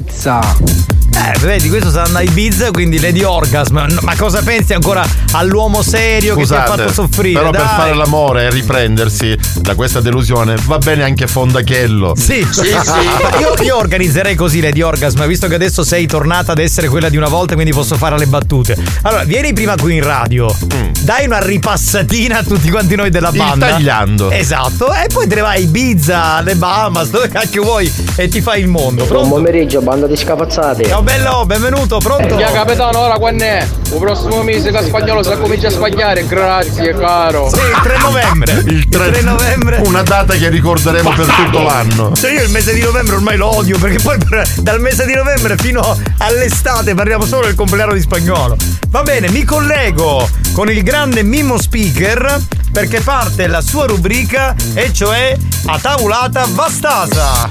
Ibiza. Eh, vedi, questo sta andando a Ibiza, quindi Lady Orgasm. Ma cosa pensi ancora all'uomo serio? Scusate, che ti ha fatto soffrire? Però dai. Per fare l'amore e riprendersi da questa delusione va bene anche Fondachello. Sì, sì, sì. Io, io organizzerei così Lady Orgasm, visto che adesso sei tornata ad essere quella di una volta, quindi posso fare le battute. Allora, vieni prima qui in radio, mm. dai una ripassatina a tutti quanti noi della banda. Tagliando. Esatto, e poi te ne vai a Ibiza, le Bahamas, dove cacchio vuoi e ti fai il mondo. Pronto? Buon pomeriggio, banda di scapazzati. Ciao bello, benvenuto, pronto? Ya capitano, ora quando è? Il prossimo mese che Spagnolo sa comincia a spagliare, grazie caro. Sì, il tre novembre. Il tre, il tre novembre. Una data che ricorderemo per tutto l'anno. Cioè io il mese di novembre ormai lo odio, perché poi per, dal mese di novembre fino all'estate parliamo solo del compleanno di Spagnolo. Va bene, mi collego con il grande Mimmo Speaker perché parte la sua rubrica, e cioè a tavolata Vastasa.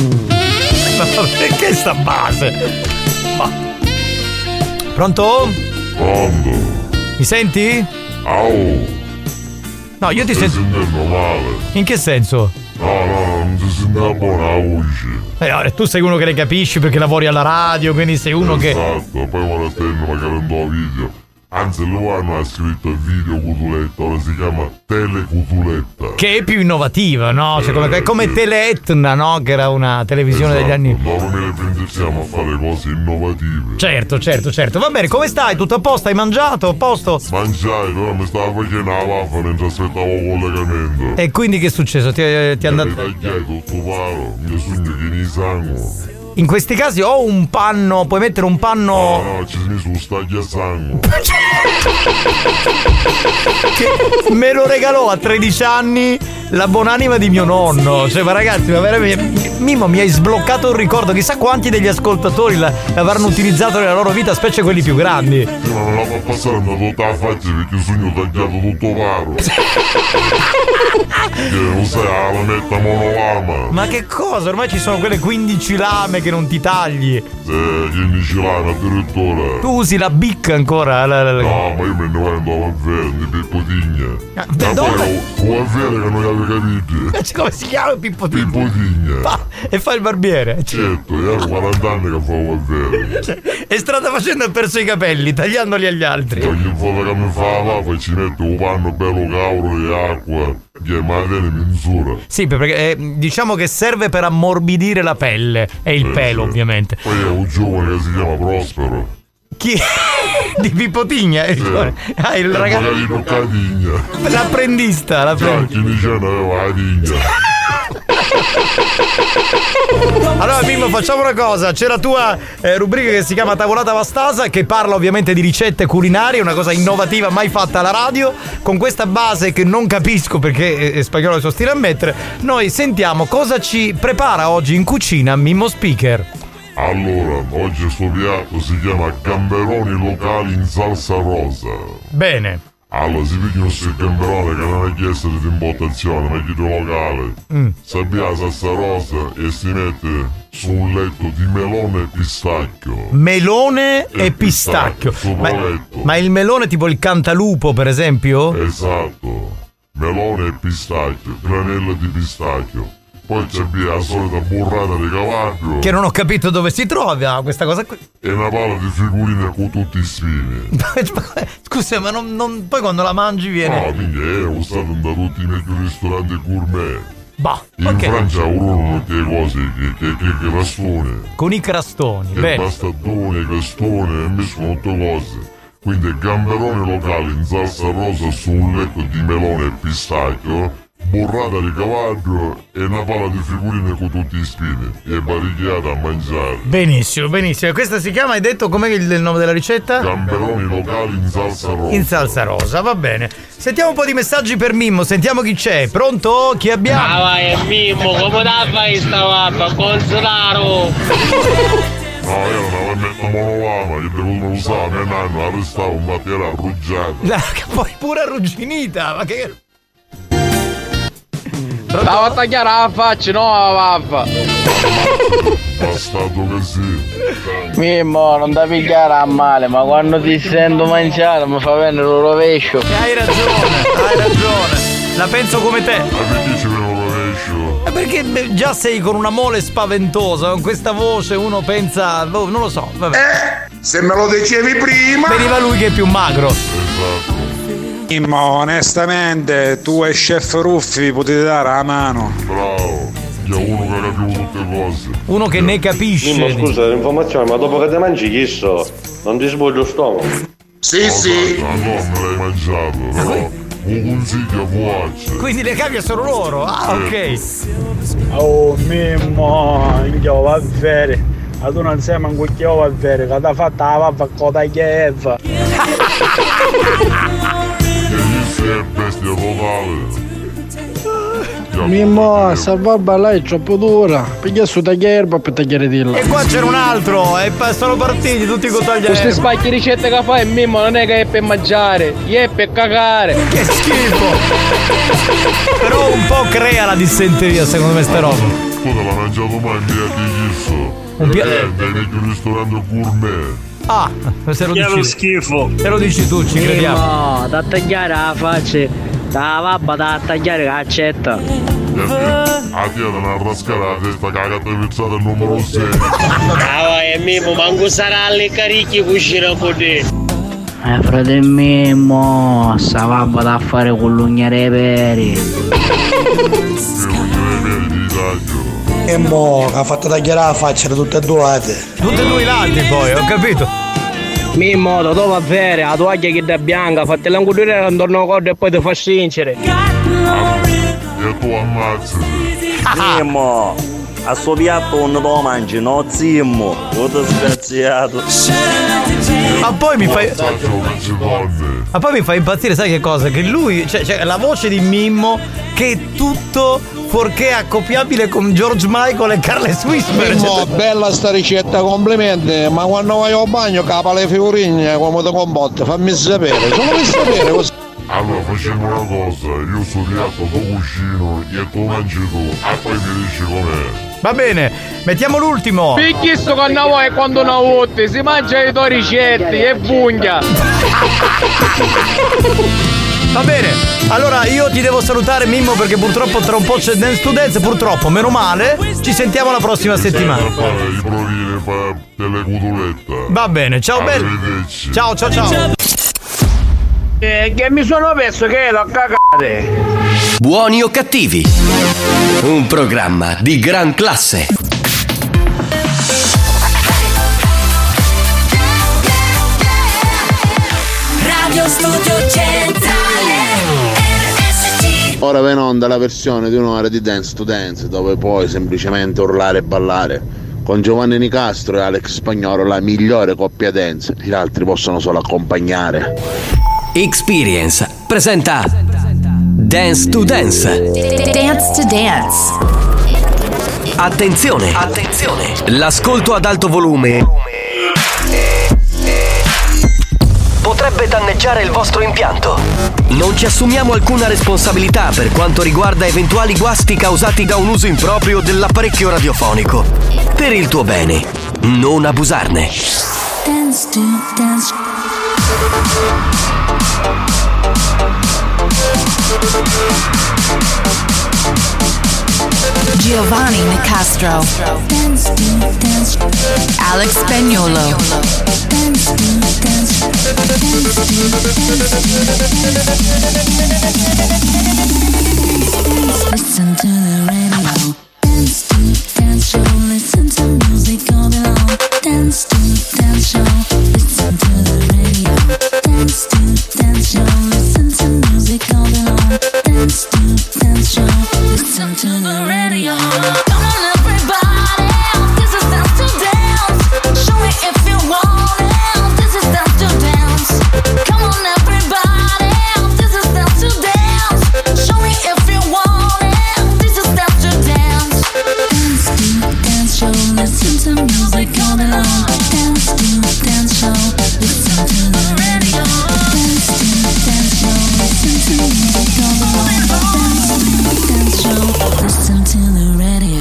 Ma perché sta base? Ma... Pronto? Pronto? Mi senti? Au. No, io ti Stai sento. sentendo male. In che senso? No, no, no, non ti sento buona la voce. Eh, ora, tu sei uno che ne capisci perché lavori alla radio, quindi sei uno che. Esatto, poi quando tengo magari un tuo video. Anzi, lui hanno scritto video cutuletta, ora si chiama telecutuletta. Che è più innovativa, no? Cioè, come, è come Teleetna, no? Che era una televisione Esatto, degli anni. dopo me ne pensiamo a fare cose innovative. Certo, certo, certo. Va bene, come stai? Tutto a posto? Hai mangiato? A posto? Mangiai, però mi stava facendo la vaffa mentre aspettavo il collegamento. E quindi che è successo? Ti, ti è andato. Mi tagliai tutto paro, mi sogno che ne sangue. In questi casi ho un panno, puoi mettere un panno. No, no, ci si su staglia sangue. Che me lo regalò a tredici anni la buonanima di mio nonno. Cioè, ma ragazzi, ma veramente. Mimmo, mi hai sbloccato un ricordo. Chissà quanti degli ascoltatori l'avranno utilizzato nella loro vita, specie quelli più grandi. Sì, ma non la fa passare andando tutta la faccia perché sogno tagliato tutto paro. Che non sai, la lametta monolama. Ma che cosa? Ormai ci sono quelle quindici lame che non ti tagli. Eh, quindici lame addirittura. Tu usi la bicca ancora? La, la, la... No, ma io me ne vado a vedere, di Pippotigna. Ah, ma dove? poi vuoi vedere che non avevi capito? Come si chiama Pippotigna? Pippotigna. Fa, e fa il barbiere. Certo, io ero quaranta anni che favo a vedere. Cioè, e strada facendo ha perso i capelli, tagliandoli agli altri. Ogni volta che mi fa la vaffa ci metto un panno bello cavolo di acqua. Che magari misura. Sì, perché eh, diciamo che serve per ammorbidire la pelle. E il Eh, pelo, sì. ovviamente. Poi è un giovane che si chiama Prospero. Chi? Di Pippotigna? Sì. Ah, il E ragazzo. magari non cadigna. L'apprendista, Già, l'apprendista. chi dice ne aveva la digna. Allora Mimmo, facciamo una cosa. C'è la tua eh, rubrica che si chiama Tavolata Vastasa, che parla ovviamente di ricette culinarie, una cosa innovativa mai fatta alla radio. Con questa base che non capisco perché eh, Spagnolo si ostina a mettere, noi sentiamo cosa ci prepara oggi in cucina Mimmo Speaker. Allora, oggi questo piatto si chiama gamberoni locali in salsa rosa. Bene. Allora, si piglia questo gamberone che non è chiesto di importazione, ma è chiesto locale. Mm. Si abbia la salsa rosa e si mette su un letto di melone e pistacchio. Melone e, E pistacchio. pistacchio, Ma, sopra letto. ma il melone tipo il cantalupo, per esempio? Esatto. Melone e pistacchio, granella di pistacchio. Poi c'è via la solita burrata di cavallo. Che non ho capito dove si trova questa cosa qui. E una palla di figurine con tutti i spini. Scusa, ma non, non- poi quando la mangi viene. No, minchia, è usato da tutti i migliori ristoranti gourmet. Bah, In ok. Francia uno che cose che, che, che, che crastone. Con i crastoni, Che bene. bastardone, crastone e mescono tutte cose. Quindi gamberone locale in salsa rosa su un letto di melone e pistacchio, burrata di cavallo e una palla di figurine con tutti i spini. E barigliata a mangiare. Benissimo, benissimo. Questa si chiama, hai detto com'è il, il nome della ricetta? Gamberoni locali in salsa rosa. In salsa rosa, va bene. Sentiamo un po' di messaggi per Mimmo, sentiamo chi c'è. Pronto? Chi abbiamo? Ah vai, è Mimmo, come la fai sta vappa? Con Solaro! No, io non la metto monolama, io devo usare mio nonno, arrestavo un matera arruggiata. La, poi pure arrugginita, ma che. Stavo a tagliare la faccia, no la vaffa. Bastardo così. Mimmo, non da pigliare a male, ma quando ti sento mangiare mi fa venire lo rovescio. Hai ragione, hai ragione. La penso come te. Ma perché ci vedo lo rovescio? Eh, Perché beh, già sei con una mole spaventosa, con questa voce uno pensa. boh, non lo so, vabbè. Eh, se me lo dicevi prima. Veniva lui che è più magro. Esatto. Ma onestamente tu e Chef Ruffi potete dare la mano. Bravo. Io uno che capivo tutte cose. Uno che ne capisce. Mimmo, scusa l'informazione, ma dopo che ti mangi chisso, non ti sbogli lo stomaco? Sì, sì. No, no, me l'hai mangiato, però. Un consiglio a vuoce. Quindi le cambia solo loro. Ah, ok. Oh Mimmo, io va bene. Ma tu non sei manco che va bene, che ti ha fatto la vaffa con la chiesa. Che io sei bestia totale. Mimmo, salva lei è troppo dura. Perché su tagliare per tagliare di là. E qua c'era un altro, e pa- sono partiti tutti con tagliare. Queste spacchi ricette che fai, Mimmo, non è che è per mangiare, è per cagare. Che schifo. Però un po' crea la dissenteria, secondo me, sta roba. Tu te l'hai mangiato mai in via di Chisso? Un pia- Eh, nei migliori ristoranti gourmet. Ah, se lo Che è dici lo schifo. Se lo dici tu, ci crediamo. No, da tagliare la faccia. Da babba da tagliare l'accetta. A te da una rascata la testa cagata pizzata il numero sei. Ah, e Mimmo, manco sarà alle carichi cucina con te. Eh, frate Mimmo, sta babba da fare con l'ugnere peri. E mo, che ha fatto tagliare la faccia da tutte e due lati. Tutte e due i lati poi, ho capito. Mimmo, da dove avere, la toaglia che è bianca, fatti l'angolare intorno al corpo e poi ti fa sincere. E tu ammazzi. Mimmo, a suo piatto non lo mangi, no zimmo. Tutto sgraziato. Ma poi mi fai. Ma poi mi fa impazzire, sai che cosa? Che lui, cioè, cioè la voce di Mimmo, che è tutto fuorché accoppiabile con George Michael e Carles Whisper. Mimmo, bella sta ricetta, complimenti, ma quando vai al bagno capa le figurine come ti comporti, fammi sapere, fammi sapere così. Allora facciamo una cosa, io sto piatto tu cucino e tu mangi tu, e poi mi dici com'è. Va bene, mettiamo l'ultimo. Picchi sto con voi e quando una volta si mangia le tue ricette e bugna. Va bene, allora io ti devo salutare Mimmo perché purtroppo tra un po' c'è Dance to Dance, purtroppo, meno male, ci sentiamo la prossima settimana. I provini fa delle cutulette. Va bene, ciao bello. Ciao ciao ciao. Eh, che mi sono perso che l'ho cagate. Buoni o cattivi? Un programma di gran classe. Radio Studio Centrale R S C. Ora va in onda la versione di un'ora di Dance to Dance, dove puoi semplicemente urlare e ballare. Con Giovanni Nicastro e Alex Spagnolo, la migliore coppia dance. Gli altri possono solo accompagnare. Experience presenta Dance to Dance. Dance to Dance. Attenzione, attenzione. L'ascolto ad alto volume potrebbe danneggiare il vostro impianto. Non ci assumiamo alcuna responsabilità per quanto riguarda eventuali guasti causati da un uso improprio dell'apparecchio radiofonico. Per il tuo bene, non abusarne. Dance to Dance. Giovanni Nicastro. Dance to Dance. Alex Spagnolo. Dance to Dance. Dance to Listen to the radio. Dance to Dance show. Listen to music all day long. Dance to Dance show. Listen to the radio. Dance to Dance show. Listen to music all day long. Dance to Dance show. Listen to the radio. Come on everybody, this is Dance to Dance. Show me if you want it. This is Dance to Dance. Come on everybody, this is Dance to Dance. Show me if you want it. This is Dance to Dance. Dance to Dance show. Listen to music all day long. Dance to Dance show. Listen to the radio. Dance to Dance show. Listen to music all day long. Dance to Dance show. Listen to the radio.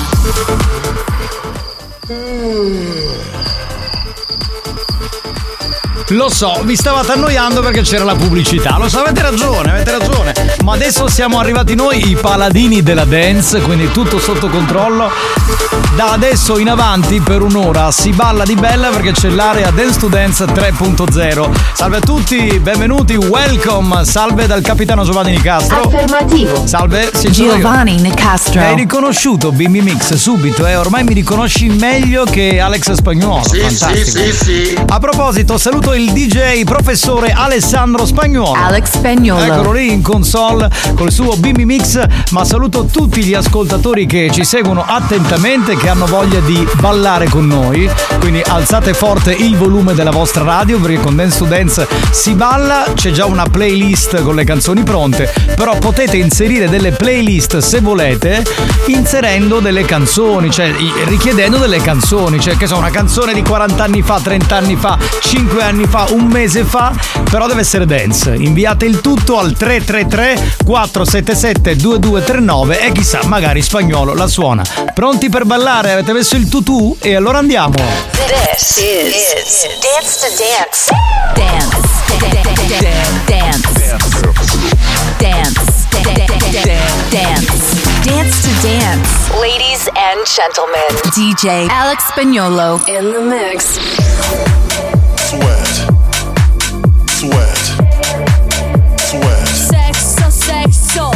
Lo so, vi stavate annoiando perché c'era la pubblicità. Lo so, avete ragione, avete ragione. Ma adesso siamo arrivati noi, i paladini della dance, quindi tutto sotto controllo. Da adesso in avanti per un'ora si balla di bella perché c'è l'area Dance to Dance tre punto zero. Salve a tutti, benvenuti, welcome. Salve dal capitano Giovanni Nicastro. Affermativo. Salve, Giovanni Nicastro. Hai riconosciuto Bimbi Mix subito, eh? Ormai mi riconosci meglio che Alex Spagnolo. Sì, fantastico. sì, sì, sì. A proposito, saluto il D J professore Alessandro Spagnolo. Alex Spagnolo. Eccolo lì in console col suo Bimbi Mix, ma saluto tutti gli ascoltatori che ci seguono attentamente, che hanno voglia di ballare con noi, quindi alzate forte il volume della vostra radio perché con Dance to Dance si balla, c'è già una playlist con le canzoni pronte, però potete inserire delle playlist se volete, inserendo delle canzoni, cioè richiedendo delle canzoni, cioè che so, una canzone di quaranta anni fa, trenta anni fa, cinque anni fa, un mese fa, però deve essere dance. Inviate il tutto al tre tre tre quattro sette sette due due tre nove e chissà, magari Spagnuolo la suona. Pronti per ballare? Avete messo il tutù? E allora andiamo. This is Dance to Dance. Dance. Dance. Dance. Dance. Dance to Dance. Ladies and gentlemen, D J Alex Spagnuolo in the mix. Sweat. Sweat. Sweat. Sexo, sexo.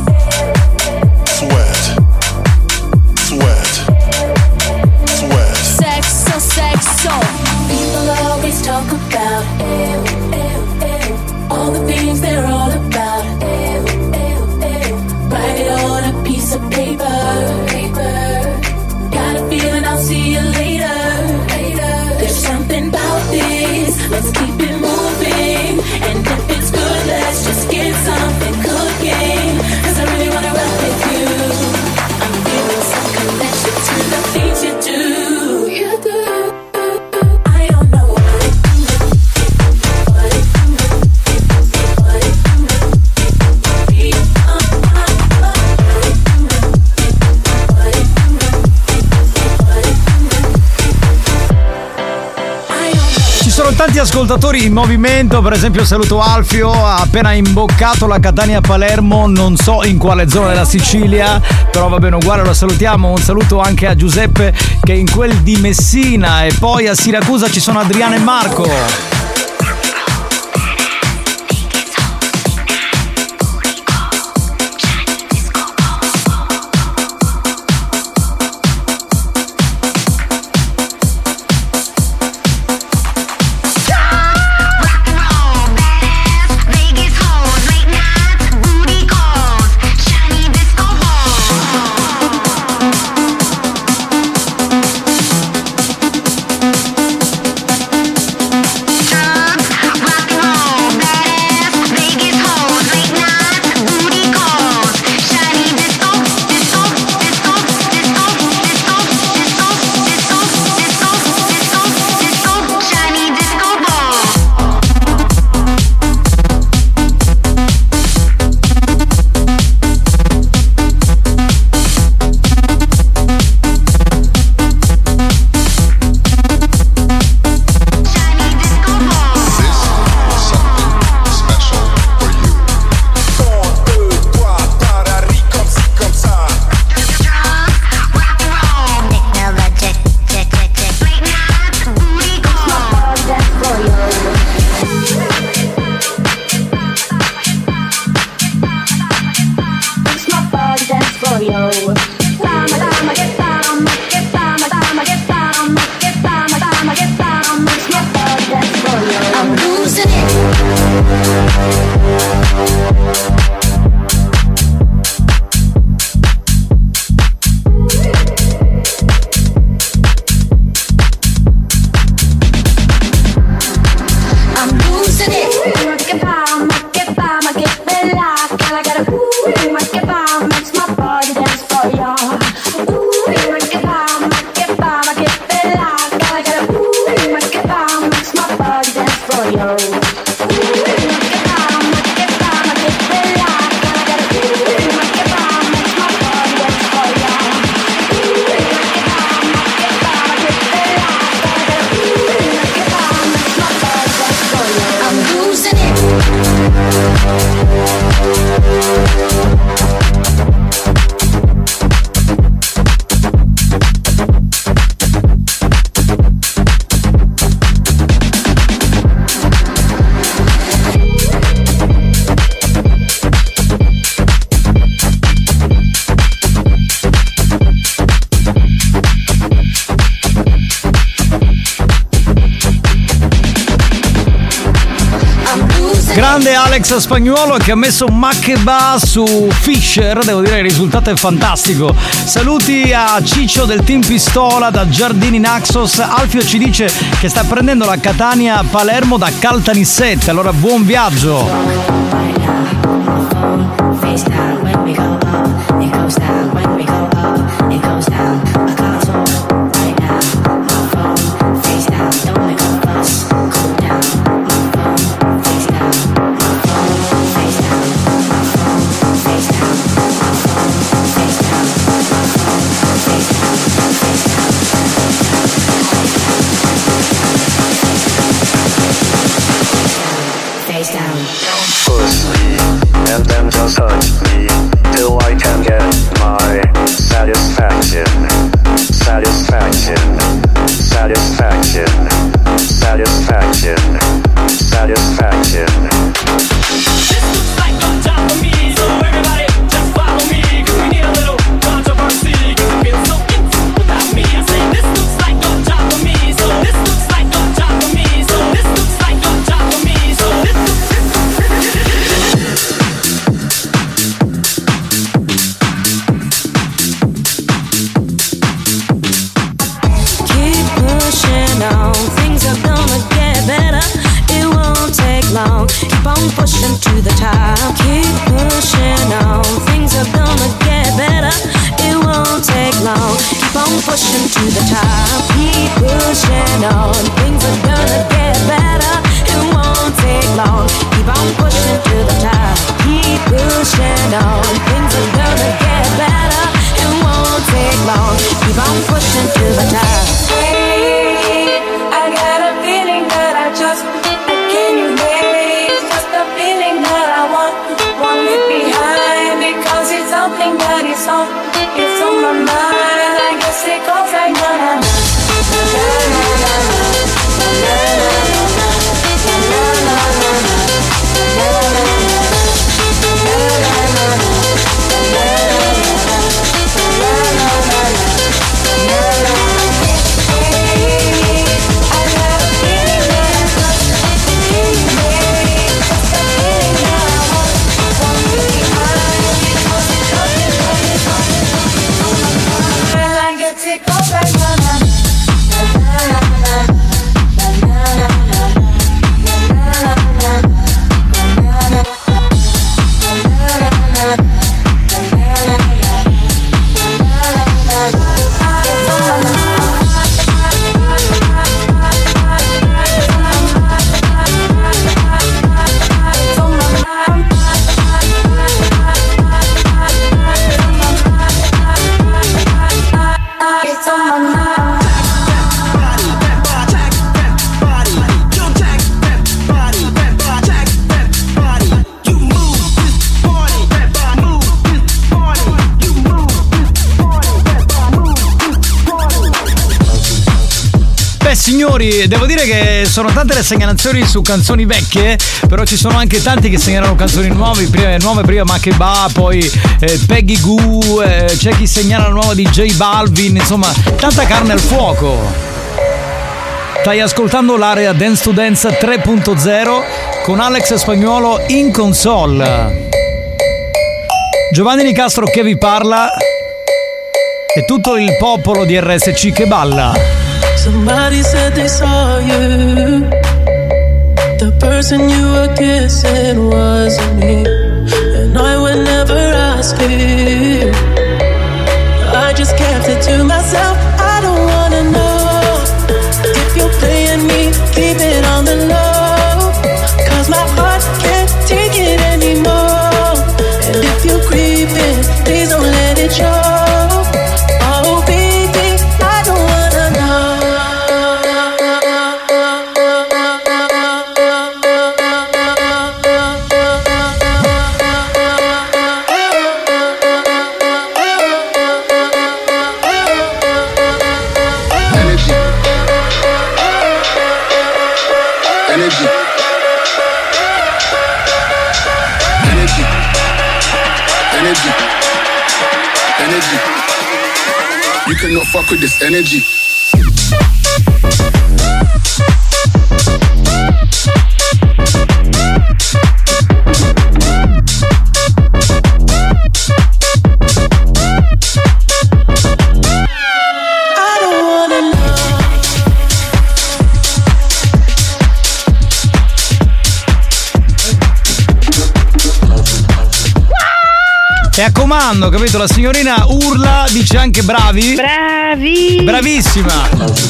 Sweat. Sweat. Sweat. Sexo, sexo. People always talk about ew, ew, ew. All the things they're all about. Ew, ew, ew. Write it on a piece of paper. Paper. Got a feeling I'll see you later. Later. There's something about this. Let's keep it moving. And if it's good, let's just get something cooking. 'Cause I really wanna rock with you. I'm feeling some connection to the things you do. You do. I don't know what it what it what it Ci sono tanti ascoltatori in movimento, per esempio saluto Alfio, ha appena imboccato la Catania-Palermo, non so in quale zona della Sicilia, però va bene uguale, lo salutiamo. Un saluto anche a Giuseppe che è in quel di Messina, e poi a Siracusa ci sono Adriano e Marco. Grande Alex Spagnuolo che ha messo Makeba su Fisher, devo dire il risultato è fantastico. Saluti a Ciccio del Team Pistola da Giardini Naxos. Alfio ci dice che sta prendendo la Catania Palermo da Caltanissette, allora buon viaggio. pussy, and then just touch me till I can get my satisfaction, satisfaction, satisfaction, satisfaction, satisfaction. This looks like on top of me, so everybody just follow me. 'Cause we need a little controversy. 'Cause it feels so empty without me. I say this looks like on top of me, so this looks like on top of me, so this looks like on top of me, so this looks. Keep pushing on, things are gonna get better. It won't take long. Keep on pushing to the top. Keep pushing on, things are gonna get better. It won't take long. Keep on pushing to the top. Keep pushing on, things are gonna get better. It won't take long. Keep on pushing to the top. Keep pushing on, things are gonna get better. It won't take long. Keep on pushing to the top. Hey, I got a feeling that I just can you wait? It's just a feeling that I want, want it behind because it's something that is on, it's on my mind. I guess it goes like na na na na na na na na Signori, devo dire che sono tante le segnalazioni su canzoni vecchie, però ci sono anche tanti che segnalano canzoni nuove, prima, nuove prima Makeba, poi eh, Peggy Goo, eh, c'è chi segnala la nuova di J Balvin, insomma, tanta carne al fuoco. Stai ascoltando l'area Dance to Dance tre punto zero con Alex Spagnuolo in console. Giovanni Nicastro che vi parla e tutto il popolo di R S C che balla. Somebody said they saw you. The person you were kissing wasn't me, and I would never ask you. I just kept it to myself. I don't wanna know if you're playing me. Keep it on the low, 'cause my heart can't take it anymore. And if you're creeping, please don't let it show. Oh baby, I don't wanna know. Energy. Energy. Energy. Energy. You cannot fuck with this energy. E a comando, capito? La signorina urla, dice anche bravi. Bravi. Bravissima.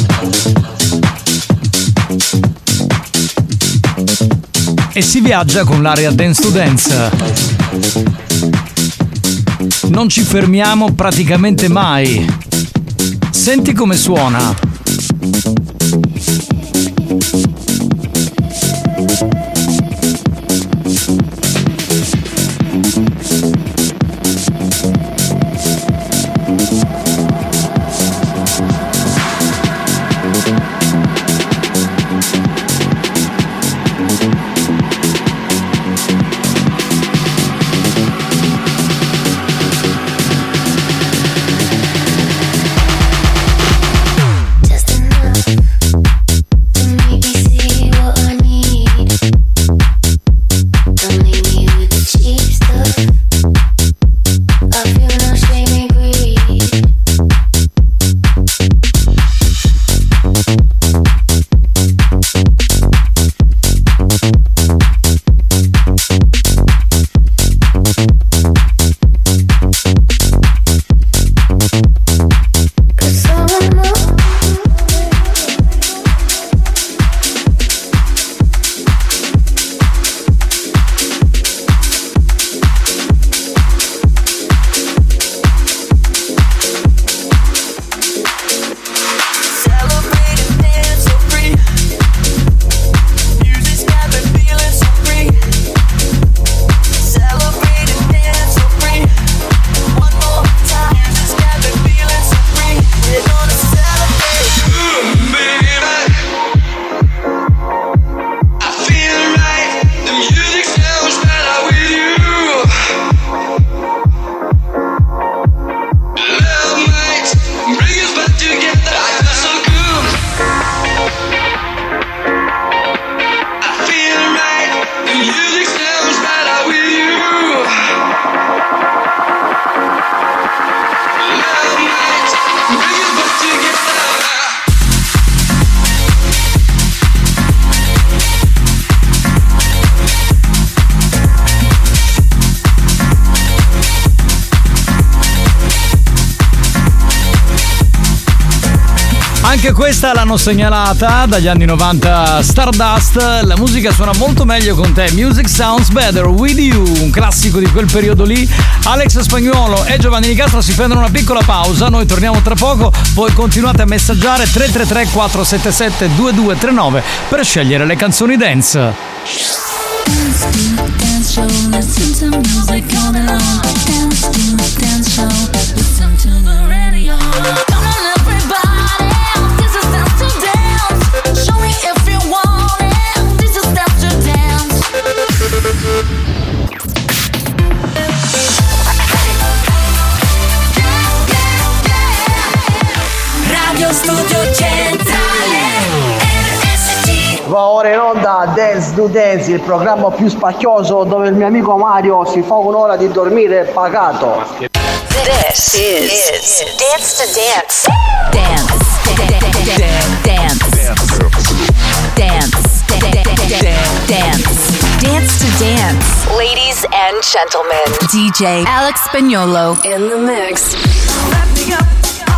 E si viaggia con l'area Dance to Dance. Non ci fermiamo praticamente mai. Senti come suona. Anche questa l'hanno segnalata dagli anni novanta Stardust. La musica suona molto meglio con te. Music sounds better with you, un classico di quel periodo lì. Alex Spagnuolo e Giovanni Nicastro si prendono una piccola pausa. Noi torniamo tra poco. Voi continuate a messaggiare tre tre tre quattro sette sette due due tre nove per scegliere le canzoni dance. Dance show, listen to music all day long. Dance to dance show, listen to the radio. Come on everybody, this is dance to dance. Show me if you want it, this is dance to dance. Radio Studio Centrale. Va ora in onda Dance to Dance, il programma più spacchioso dove il mio amico Mario si fa un'ora di dormire pagato. This is Dance to Dance. Dance. Dance. Dance. Dance. Dance to Dance. Ladies and gentlemen, D J Alex Spagnuolo in the mix. Wrap me up.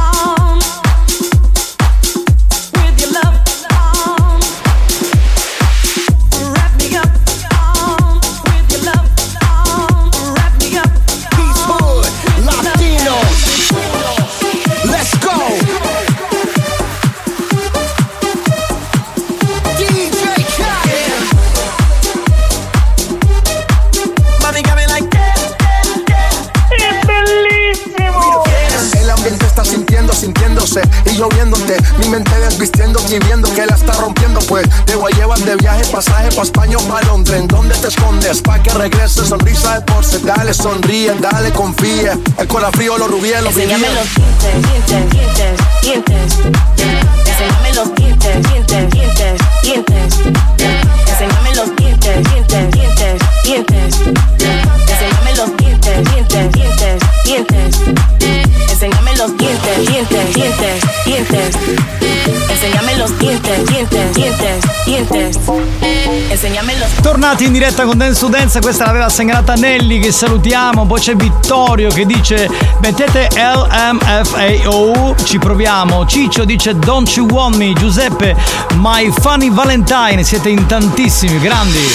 Y yo viéndote, mi mente desvistiendo y viendo que la está rompiendo. Pues te voy a llevar de viaje, pasaje pa' España o pa' Londres. ¿En dónde te escondes? Pa' que regreses, sonrisa de porce. Dale, sonríe, dale, confíe. El corazón frío, los rubíes, los Enséñame los dientes, dientes, dientes, dientes. Enséñame los dientes, dientes, dientes, dientes. Enséñame los dientes, dientes, dientes, dientes. Enséñame los dientes, dientes, dientes, dientes. Enséñame los dientes, dientes, dientes, dientes. Enséñame los dientes, dientes, dientes, dientes. Enséñame los. Tornati in diretta con Dance to Dance, questa l'aveva segnalata Nelly, che salutiamo. Poi c'è Vittorio che dice mettete L M F A O, ci proviamo. Ciccio dice Don't You Want Me. Giuseppe, My Funny Valentine. Siete in tantissimi, grandi.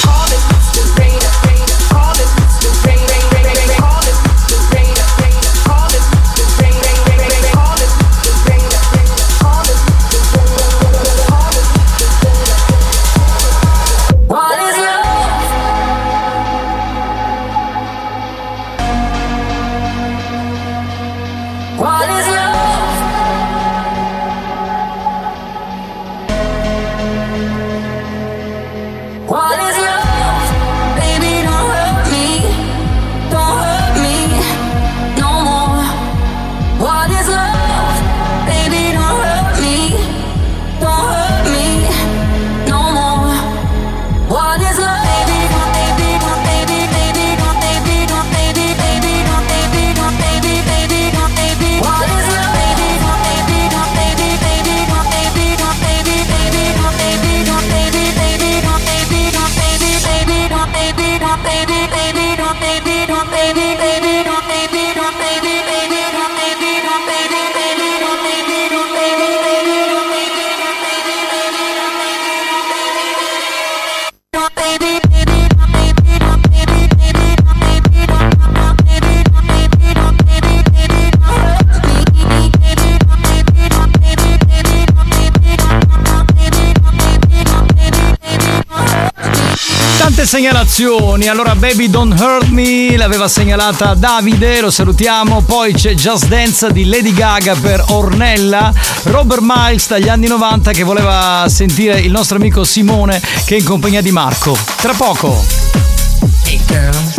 Segnalazioni. Allora Baby Don't Hurt Me l'aveva segnalata Davide, lo salutiamo. Poi c'è Just Dance di Lady Gaga per Ornella. Robert Miles dagli anni novanta che voleva sentire il nostro amico Simone che è in compagnia di Marco. Tra poco. Hey girls,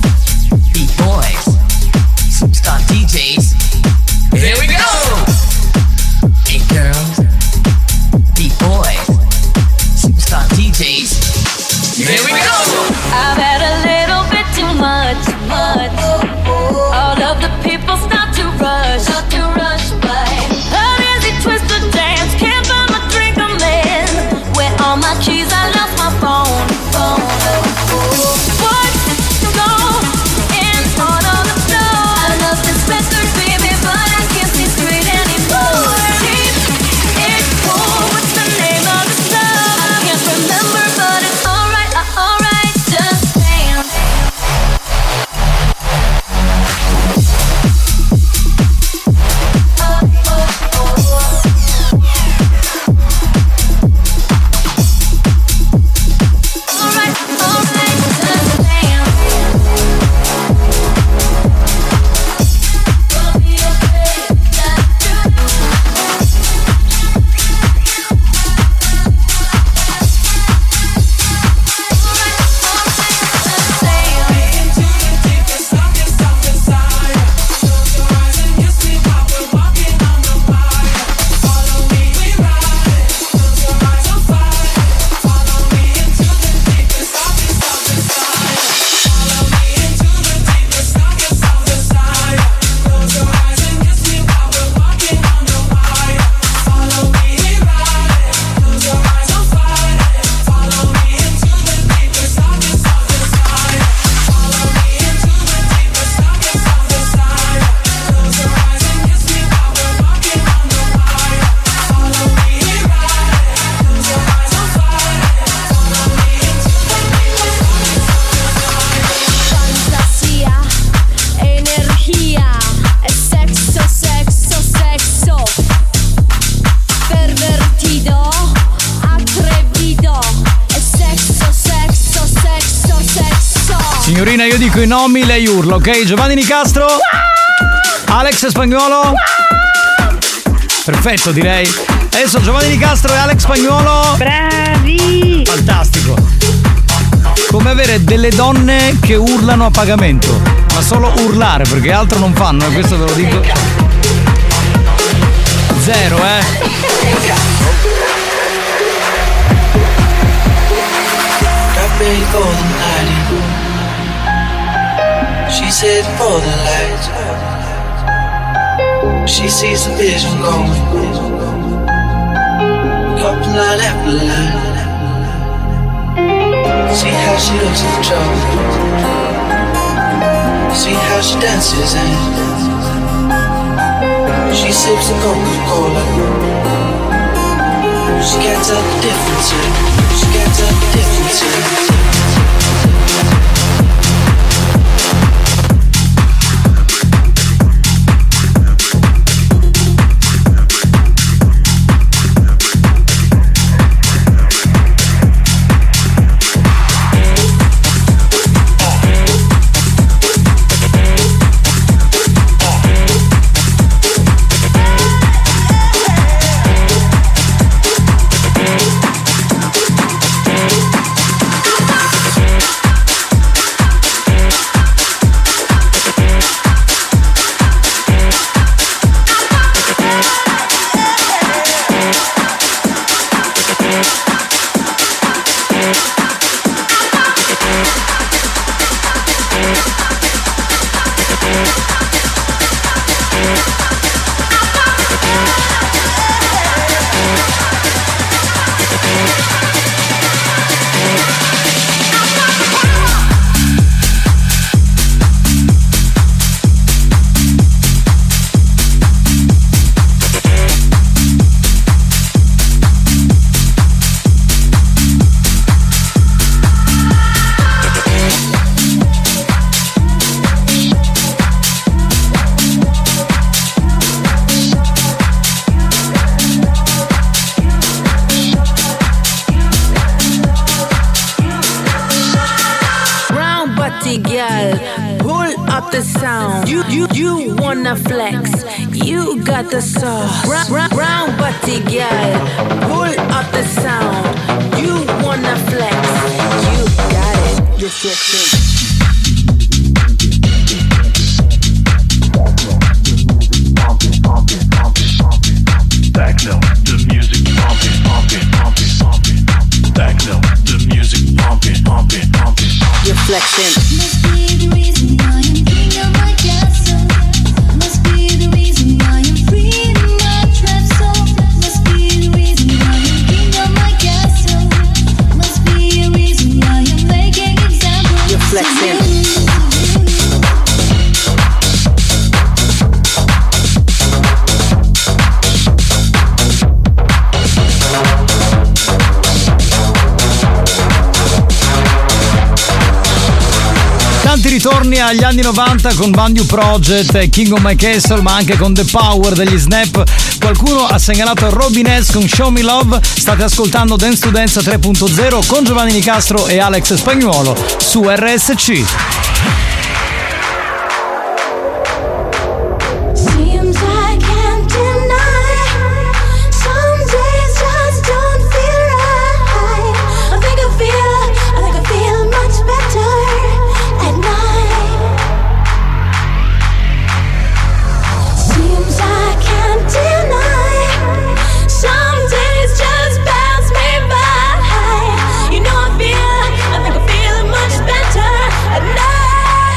beat boys, superstar D Js. Here we go. Hey girls, beat boys, superstar D Js. Here we go. I've had a little bit too much, much. All of the people start to rush, start to rush by. An easy twist to dance, can't buy my drink, I'm in. Where all my keys, I lost my phone, phone. What's Signorina, io dico i nomi, lei urla, ok? Giovanni Nicastro? Alex Spagnuolo? Perfetto, direi. Adesso Giovanni Nicastro e Alex Spagnuolo. Bravi! Fantastico. Come avere delle donne che urlano a pagamento, ma solo urlare, perché altro non fanno, e questo ve lo dico. Zero, eh. Ready for the night. She's heading for the light. She sees the vision going. Up line after line. See how she looks at the trouble. See how she dances and she sips the Coca-Cola. She can't tell the difference. She can't tell the difference. Ritorni agli anni novanta con Bandu Project e King of My Castle, ma anche con The Power degli Snap. Qualcuno ha segnalato Robin S con Show Me Love. State ascoltando Dance to Dance tre punto zero con Giovanni Nicastro e Alex Spagnuolo su R S C. I think I feel much better at night.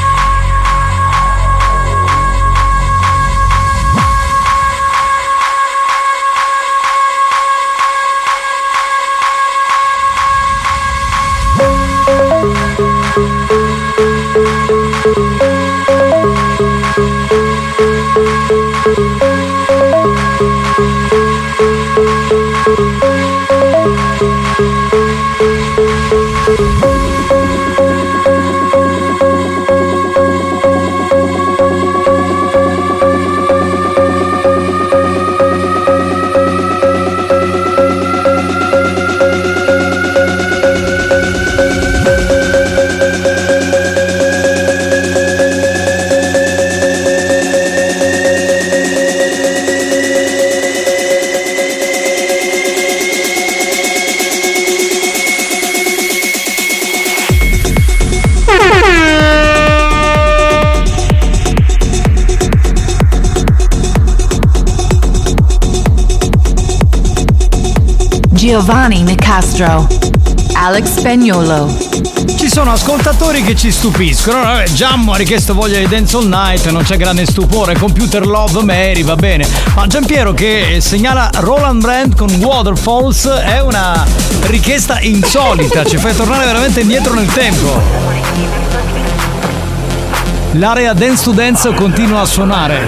Giovanni Nicastro, Alex Spagnuolo. Ci sono ascoltatori che ci stupiscono. Vabbè, Giammo ha richiesto voglia di Dance All Night, non c'è grande stupore. Computer Love Mary, va bene. Ma Giampiero che segnala Roland Brand con Waterfalls è una richiesta insolita, ci fai tornare veramente indietro nel tempo. L'area Dance to Dance continua a suonare.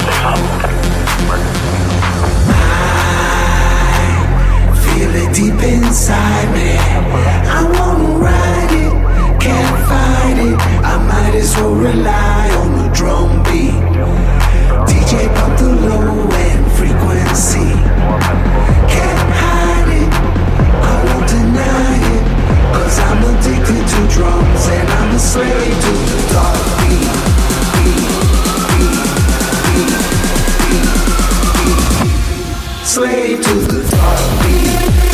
Feel it deep inside me. I wanna ride it, can't fight it. I might as well rely on the drum beat. D J pump the low end frequency. Can't hide it, I won't deny it. Cause I'm addicted to drums and I'm a slave to the dark beat. Beat, beat, beat, beat, beat. Slave to the dark beat.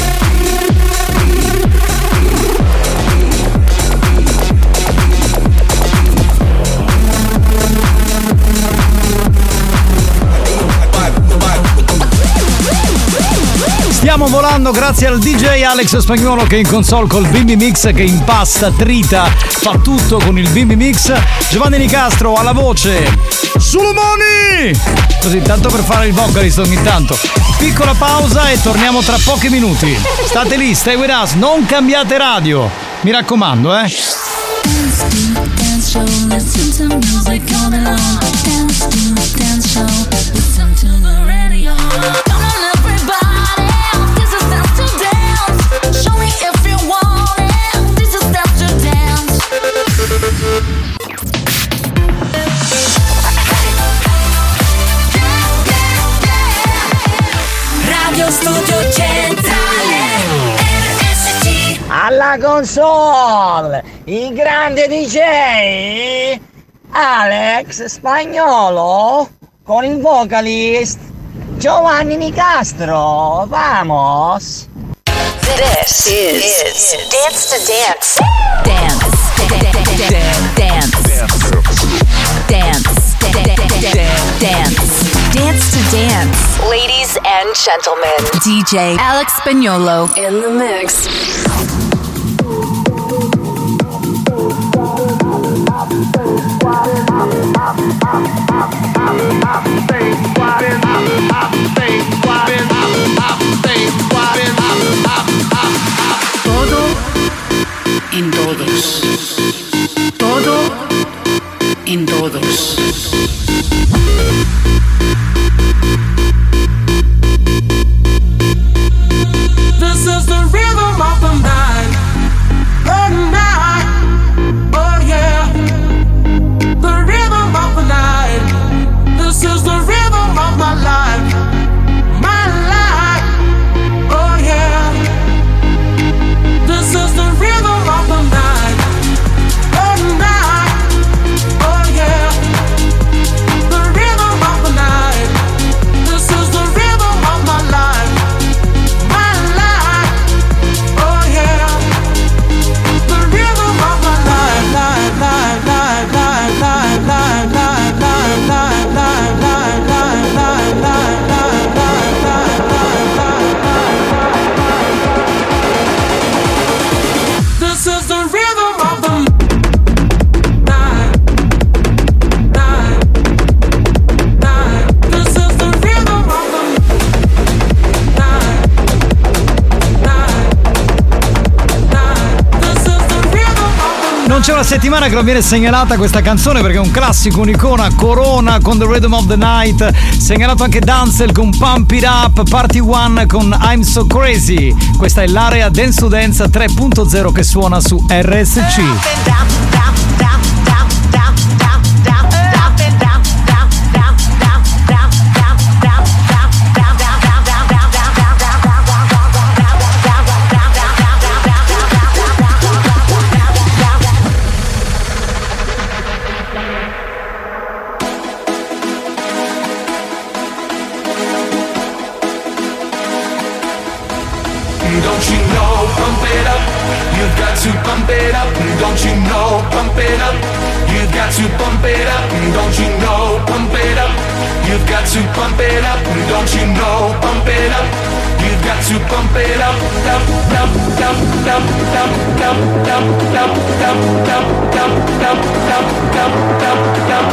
Stiamo volando grazie al D J Alex Spagnuolo che è in console col Bimbi Mix, che impasta, trita, fa tutto con il Bimbi Mix. Giovanni Nicastro alla voce. Sulle mani! Così tanto per fare il vocalist ogni tanto. Piccola pausa e torniamo tra pochi minuti. State lì, stay with us, non cambiate radio. Mi raccomando, eh. Dance show, listen to music all day long. Dance to dance show, listen to the radio. Come on everybody, this is dance to dance. Show me if you want it, this is dance to dance. Radio Studio Centrale R S C. Alla console, il grande D J Alex Spagnuolo con il vocalist Giovanni Nicastro. Vamos! This is, is Dance to Dance. Dance. Dance. Dance. Dance. Dance to Dance. Ladies and gentlemen, D J Alex Spagnuolo in the mix. Todo en todos. Todo en todos. This is the rhythm of the night. The night. Oh yeah. The rhythm of the night. This is the rhythm of my life. My life. Oh yeah. This is the rhythm of the night. The night. Oh yeah. The rhythm of the night. This is the rhythm of my life. My life. Oh yeah. The rhythm of my life. Life, life, life, life, life, life, life, life, life, life, life, life, life, life, life, life, life. This is the rhythm of the night. Night. Night. This is the rhythm of the night. Night. Night. This is the rhythm of the Non c'è una settimana che non viene segnalata questa canzone perché è un classico, un'icona. Corona con The Rhythm of the Night, segnalato anche Danzel con Pump It Up, Party One con I'm So Crazy. Questa è l'area Dance to Dance tre punto zero che suona su R S C. Don't you know, pump it up, you've got to pump it up. Don't you know, pump it up, you've got to pump it up. Don't you know, pump it up, you've got to pump it up. Don't you know, pump it up, You got to pump it up, up, up, up, up, up, up, up, up, up, up, up, up, up, up, up,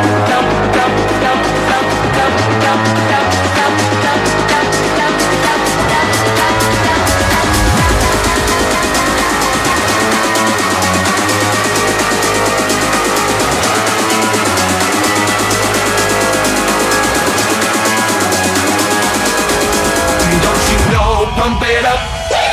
pump it up.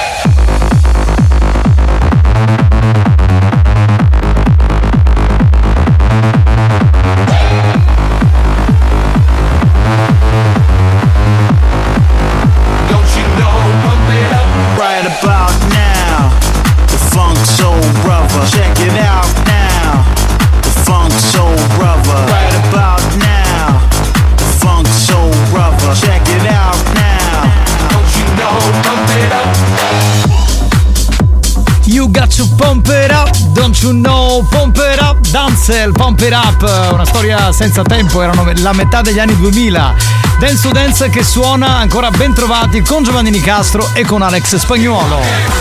Don't you know, pump it up. Right about now, the Funk Soul Brother. Check it out now, the Funk Soul Brother. Right about now, the Funk Soul Brother. Check it out now. You got to pump it up, don't you know, pump it up, Danzel, pump it up, una storia senza tempo, erano la metà degli anni duemila, Dance to Dance che suona ancora ben trovati con Giovanni Nicastro e con Alex Spagnuolo.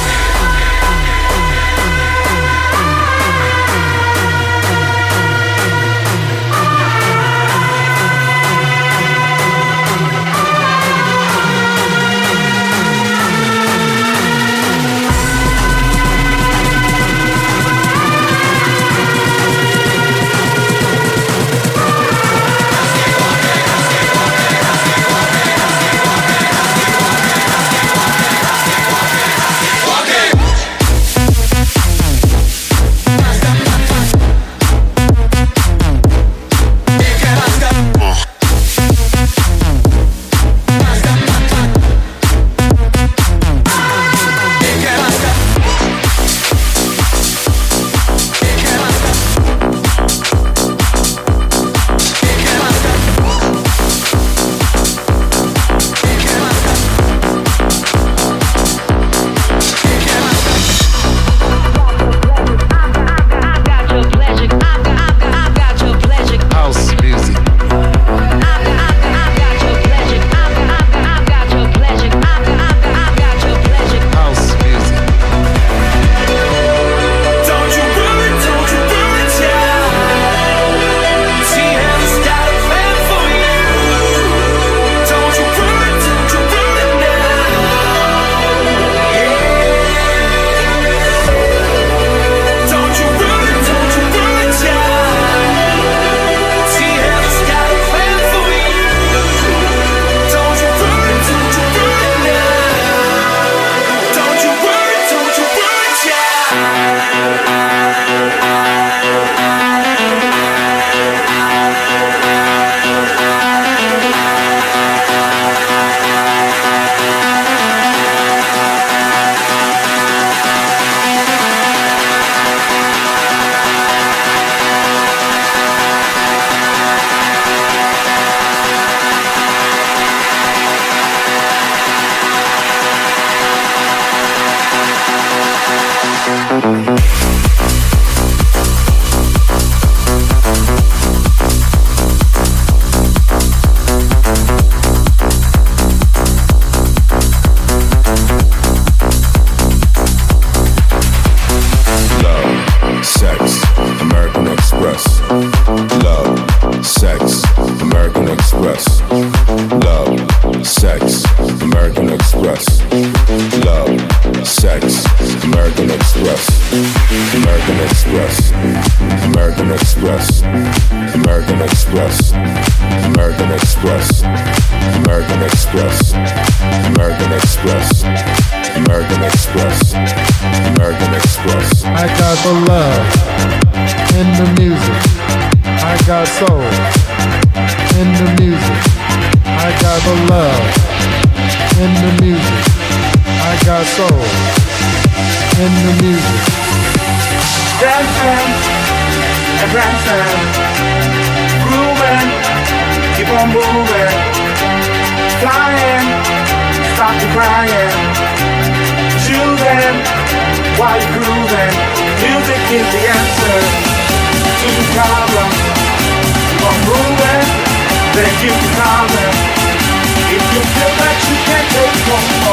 Then keep calling. If you feel that you can't take no more.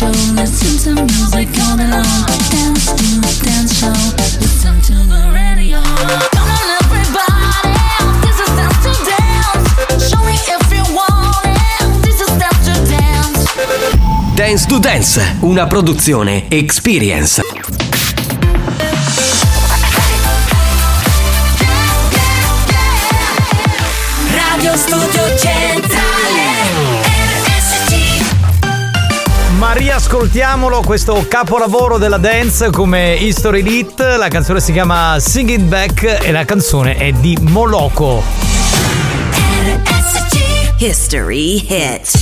show, listen to music all day long. Dance to the dance show, listen to the radio. Come on everybody, this is Dance to Dance. Show me if you want it, this is Dance to Dance. Dance to Dance, una produzione Experience. Radio Studio Centrale R S C. Ma riascoltiamolo questo capolavoro della dance come History Hit. La canzone si chiama Sing It Back e la canzone è di Moloko. R S C History Hit.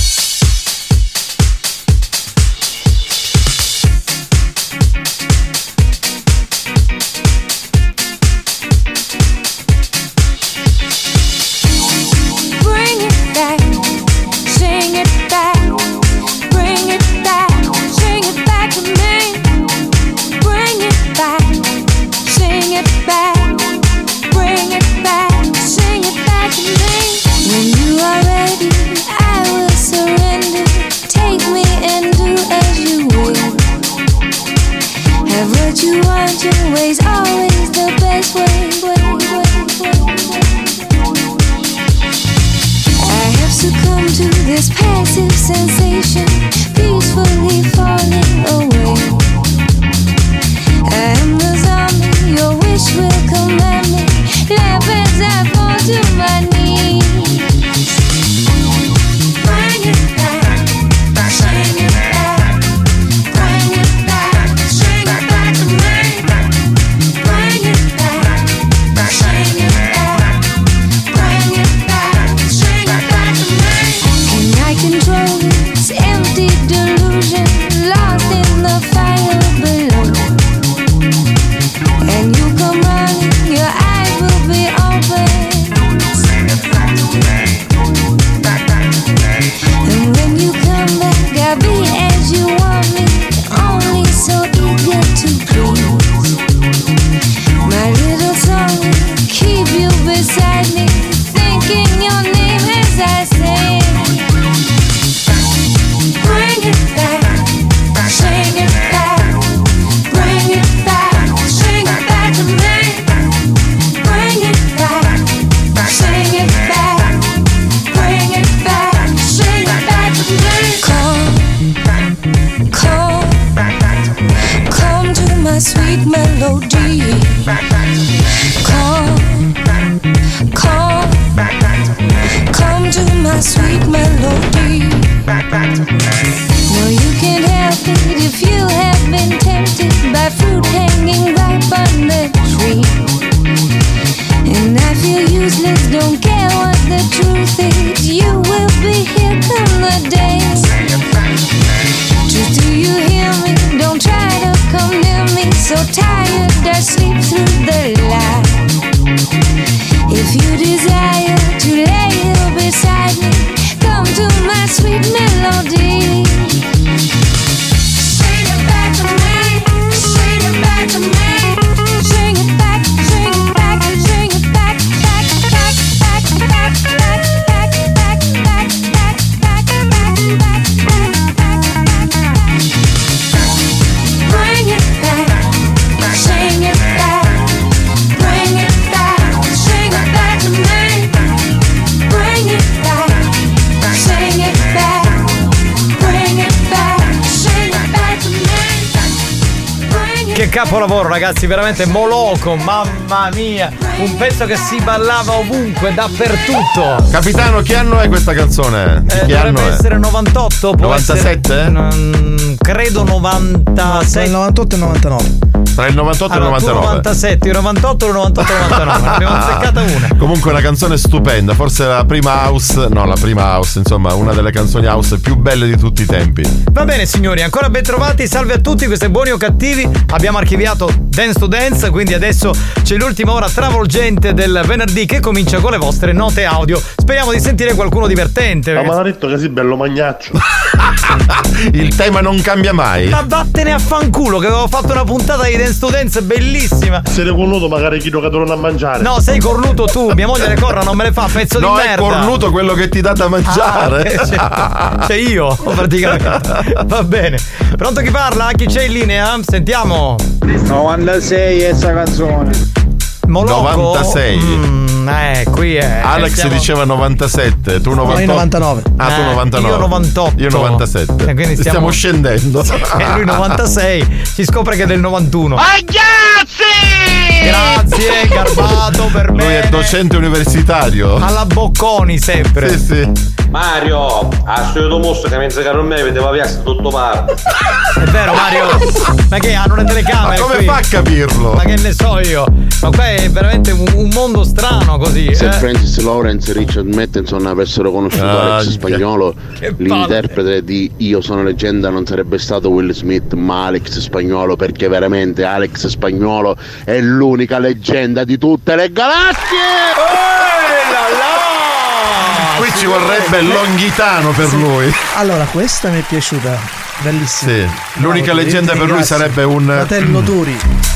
Capolavoro ragazzi, veramente Moloko, mamma mia, un pezzo che si ballava ovunque, dappertutto. Capitano, che anno è questa canzone? Eh, che dovrebbe anno essere è? novantaotto, novantasette? Non, credo novantasette. Tra il novantotto e il novantanove. Tra il novantotto allora, e il novantanove. Tu novantasette, il novantotto e il novantotto novantanove. Ne abbiamo azzeccata una. Comunque una canzone stupenda, forse la prima house, no la prima house, insomma una delle canzoni house più belle di tutti i tempi. Va bene signori, ancora ben trovati, salve a tutti, questi buoni o cattivi. Abbiamo archiviato Dance to Dance, quindi adesso c'è l'ultima ora travolgente del venerdì che comincia con le vostre note audio. Speriamo di sentire qualcuno divertente. Ma mi ha detto che sei bello magnaccio. Il tema non cambia mai. Ma vattene a fanculo che avevo fatto una puntata di Dance Dance to Dance bellissima. Sei cornuto magari chi lo torna a mangiare. No, sei cornuto tu, mia moglie le corna non me le fa, pezzo no, di merda. No, è cornuto quello che ti dà da mangiare. Ah, cioè, cioè io, praticamente. Va bene. Pronto chi parla? Chi c'è in linea? Sentiamo. novantasei è sta canzone. Moloco? novantasei. Mm, eh, qui è. Alex siamo... diceva novantasette, tu novantotto. No, io novantanove. Ah, tu eh, novantanove. Io novantotto. Io novantasette. E quindi stiamo stiamo, scendendo. E lui novantasei. Si scopre che è del novantuno. Ragazzi! Grazie, garbato per me. Lui è docente universitario. Alla Bocconi sempre. Sì, sì. Mario, a studio mostro che mentre che non me vedeva piazza tutto parte. È vero Mario? Ma che hanno le telecamere? Ma come qui? fa a capirlo? Ma che ne so io? Ma qua è veramente un, un mondo strano così. Se eh? Francis Lawrence e Richard Mattinson avessero conosciuto Ah, Alex Spagnolo, che l'interprete di Io sono leggenda non sarebbe stato Will Smith ma Alex Spagnolo, perché veramente Alex Spagnolo è l'unica leggenda di tutte le galassie. Oh, la la! Qui ci vorrebbe Longhitano per lui. Allora, questa mi è piaciuta. Bellissima. Sì. L'unica Bravo, leggenda per lui grazie. sarebbe un Fratello Turi.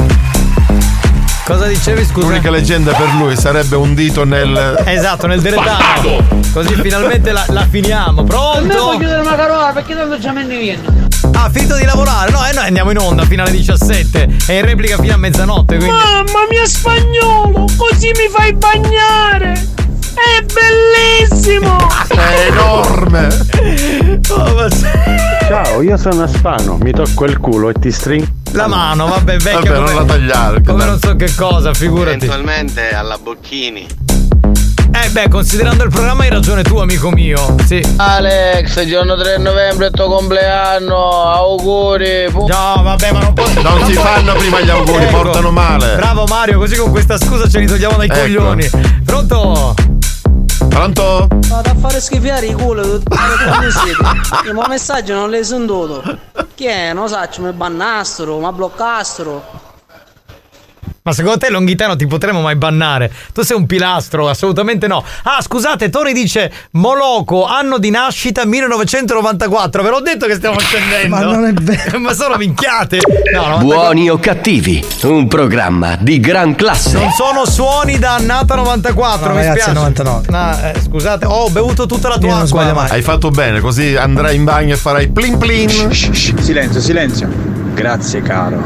Cosa dicevi, scusa? L'unica leggenda per lui sarebbe un dito nel. Esatto, nel deretano. Così finalmente la, la finiamo. A me Pronto? puoi chiudere una carola perché tanto già me ne viene. Ah, finito di lavorare? No, e noi andiamo in onda fino alle diciassette e in replica fino a mezzanotte, quindi. Mamma mia, Spagnolo, così mi fai bagnare. È bellissimo! È enorme! Oh, ma ciao, io sono Aspano, mi tocco il culo e ti stringo la mano, vabbè, vecchia. Vabbè, come, non la tagliare. come non so che cosa, figurati. Eventualmente alla Bocchini. Eh beh, considerando il programma hai ragione tu, amico mio. Sì. Alex, giorno tre novembre è il tuo compleanno, auguri. No, vabbè, ma non può. Non, non si può... fanno prima gli auguri, ecco. Portano male. Bravo Mario, così con questa scusa ce li togliamo dai ecco. coglioni. Pronto? Pronto? Vado a fare schifare i culo tutti i miei messaggi non li sentito. Chi è? Non so, mi bannastro, ma bloccastro. Ma secondo te Longhitano ti potremmo mai bannare? Tu sei un pilastro, assolutamente no. Ah, scusate, Tony dice Moloco, anno di nascita millenovecentonovantaquattro. Ve l'ho detto che stiamo scendendo. Ma non è vero. Ma sono minchiate. No, novantaquattro. Buoni o cattivi, un programma di gran classe. Non sono suoni da annata novantaquattro, no, mi ragazzi, spiace. novantanove. No, eh, scusate, ho bevuto tutta la tua Io non acqua. sbaglio mai. Hai fatto bene, così andrai in bagno e farai plin plin. Silenzio, silenzio. Grazie caro.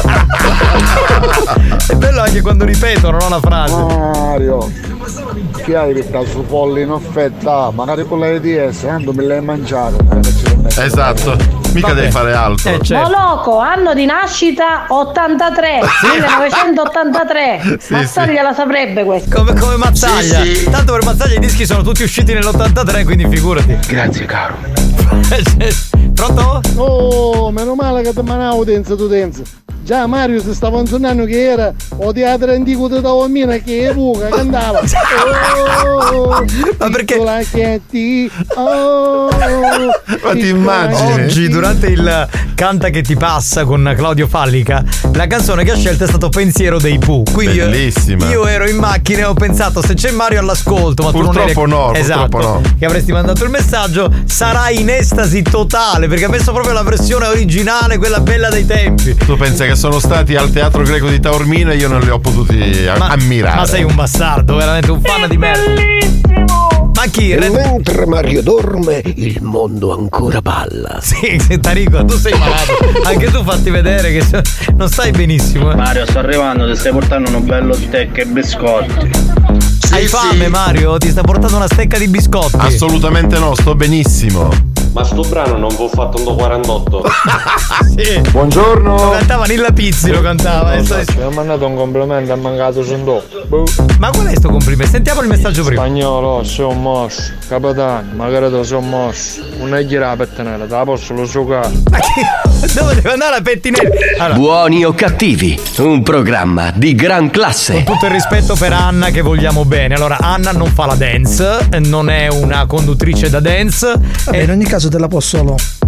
È bello anche quando ripetono, non la frase. Mario, chi hai visto su polli in offerta? Magari con la D S, tanto me l'hai mangiato. Esatto, mica Vabbè. devi fare altro. Eh, certo. Moloco, anno di nascita ottantatré, millenovecentottantatré. Sì, Mazzaglia sì. la saprebbe questo. Come, come Mazzaglia. Sì, sì. Tanto per Mazzaglia i dischi sono tutti usciti nell'ottantatré, quindi figurati. Grazie caro. Pronto? Oh, meno male che ti manavo utenza tu utenza. Già Mario si stava insegnando che era o teatro antico di Taormina che è buca, cantava. Oh, ma perché? Che ti, oh, ma ti immagini? Oggi durante il Canta che ti passa con Claudio Fallica, la canzone che ha scelto è stato Pensiero dei Pooh. Quindi bellissima. Io, io ero in macchina e ho pensato se c'è Mario all'ascolto, ma purtroppo tu non eri... no, esatto, purtroppo no. Che avresti mandato il messaggio, sarai in estasi totale perché ha messo proprio la versione originale, quella bella dei tempi. Tu pensi che sono stati al Teatro Greco di Taormina e io non li ho potuti a- ma, ammirare. Ma sei un bastardo, veramente un fan di merda. Bellissimo! Ma chi? E mentre Mario dorme, il mondo ancora balla. Sì, sì, Tarico, tu sei malato. Anche tu fatti vedere che non stai benissimo. Eh. Mario, sto arrivando, ti stai portando un bello steak e biscotti. Sì, Hai fame, sì. Mario? Ti sta portando una stecca di biscotti? Assolutamente no, sto benissimo. Ma sto brano non fu fatto un quarantotto. Sì. Buongiorno. Lo cantava Nilla Pizzi, lo cantava. No, no, mi ha mandato un complimento, ha mancato Sundò. Ma qual è sto complimento? Sentiamo il messaggio prima. Spagnolo, sono mosso. Capitano, magari tu sono mosso. Non gira la pettinella, te la posso lo giocare. Ma che... Dove deve andare la pettinella? Allora. Buoni o cattivi, un programma di gran classe. Con tutto il rispetto per Anna che vogliamo bene. Allora, Anna non fa la dance, non è una conduttrice da dance. Vabbè, e... in ogni caso te la può solo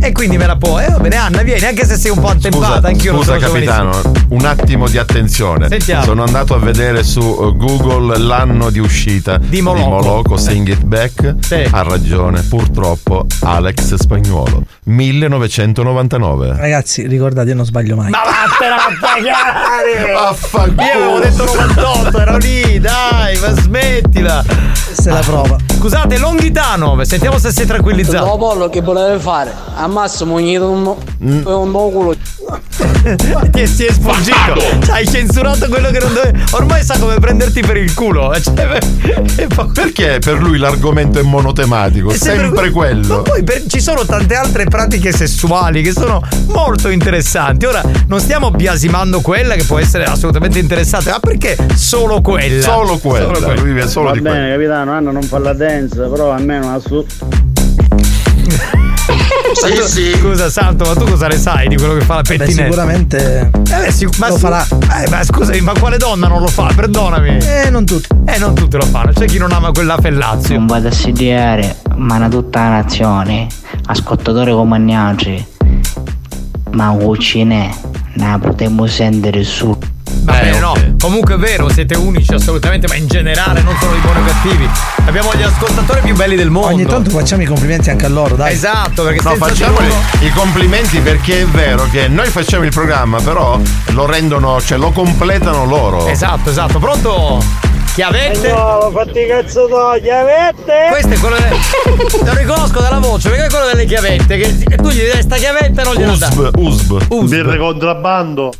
E quindi me la può. E eh, va bene, Anna, vieni, anche se sei un po' attempata. Scusa, anch'io scusa non so capitano, un attimo di attenzione. Sentiamo. Sono andato a vedere su Google l'anno di uscita di Moloco, di Moloco Sing It Back. Sì. Ha ragione, purtroppo, Alex Spagnuolo, millenovecentonovantanove. Ragazzi, ricordate, io non sbaglio mai. Ma vattene a pagare! Vaffanculo! Io avevo detto novantotto, ero lì, dai, ma smettila! Questa è la prova. Scusate, Longhitano, sentiamo se sei tranquillizzato. No, Pollo, che voleva fare? Al massimo ogni un Mm. un nuovo culo. Ti si è sfuggito. Hai censurato quello che non dove. Ormai sa come prenderti per il culo. Cioè, e poi... Perché per lui l'argomento è monotematico? È sempre, sempre quello. Ma poi per... ci sono tante altre pratiche sessuali che sono molto interessanti. Ora non stiamo biasimando quella che può essere assolutamente interessante, ma perché solo quella? Solo quella. Solo quella. Lui vive solo Va di bene, quella. capitano, Anna non fa la dance, però almeno la su. Sì, tu, sì. Scusa Santo, ma tu cosa ne sai di quello che fa la pettinetta? Beh, sicuramente eh, beh, sic- ma lo su- farà. Eh, ma scusami, ma quale donna non lo fa? Perdonami. Eh, non tutti. Eh, non tutte lo fanno. C'è chi non ama quella fellazio. Non vado a assediare, ma una tutta la nazione, ascoltatore come gli altri, ma cucine, ne potremmo sentire su. Va bene, eh, no, okay. Comunque è vero, siete unici assolutamente, ma in generale, non solo i buoni o cattivi. Abbiamo gli ascoltatori più belli del mondo. Ogni tanto facciamo i complimenti anche a loro, dai. Esatto, perché no, senza facciamo loro... i complimenti, perché è vero che noi facciamo il programma, però lo rendono, cioè lo completano loro. Esatto, esatto. Pronto? Chiavette? No, fatti cazzo no, chiavette! Questo è quello del... Lo riconosco dalla voce, perché è quello delle chiavette. Che tu gli dai sta chiavetta e non gliela dai. Usb, usb. Usb. Birre contrabbando.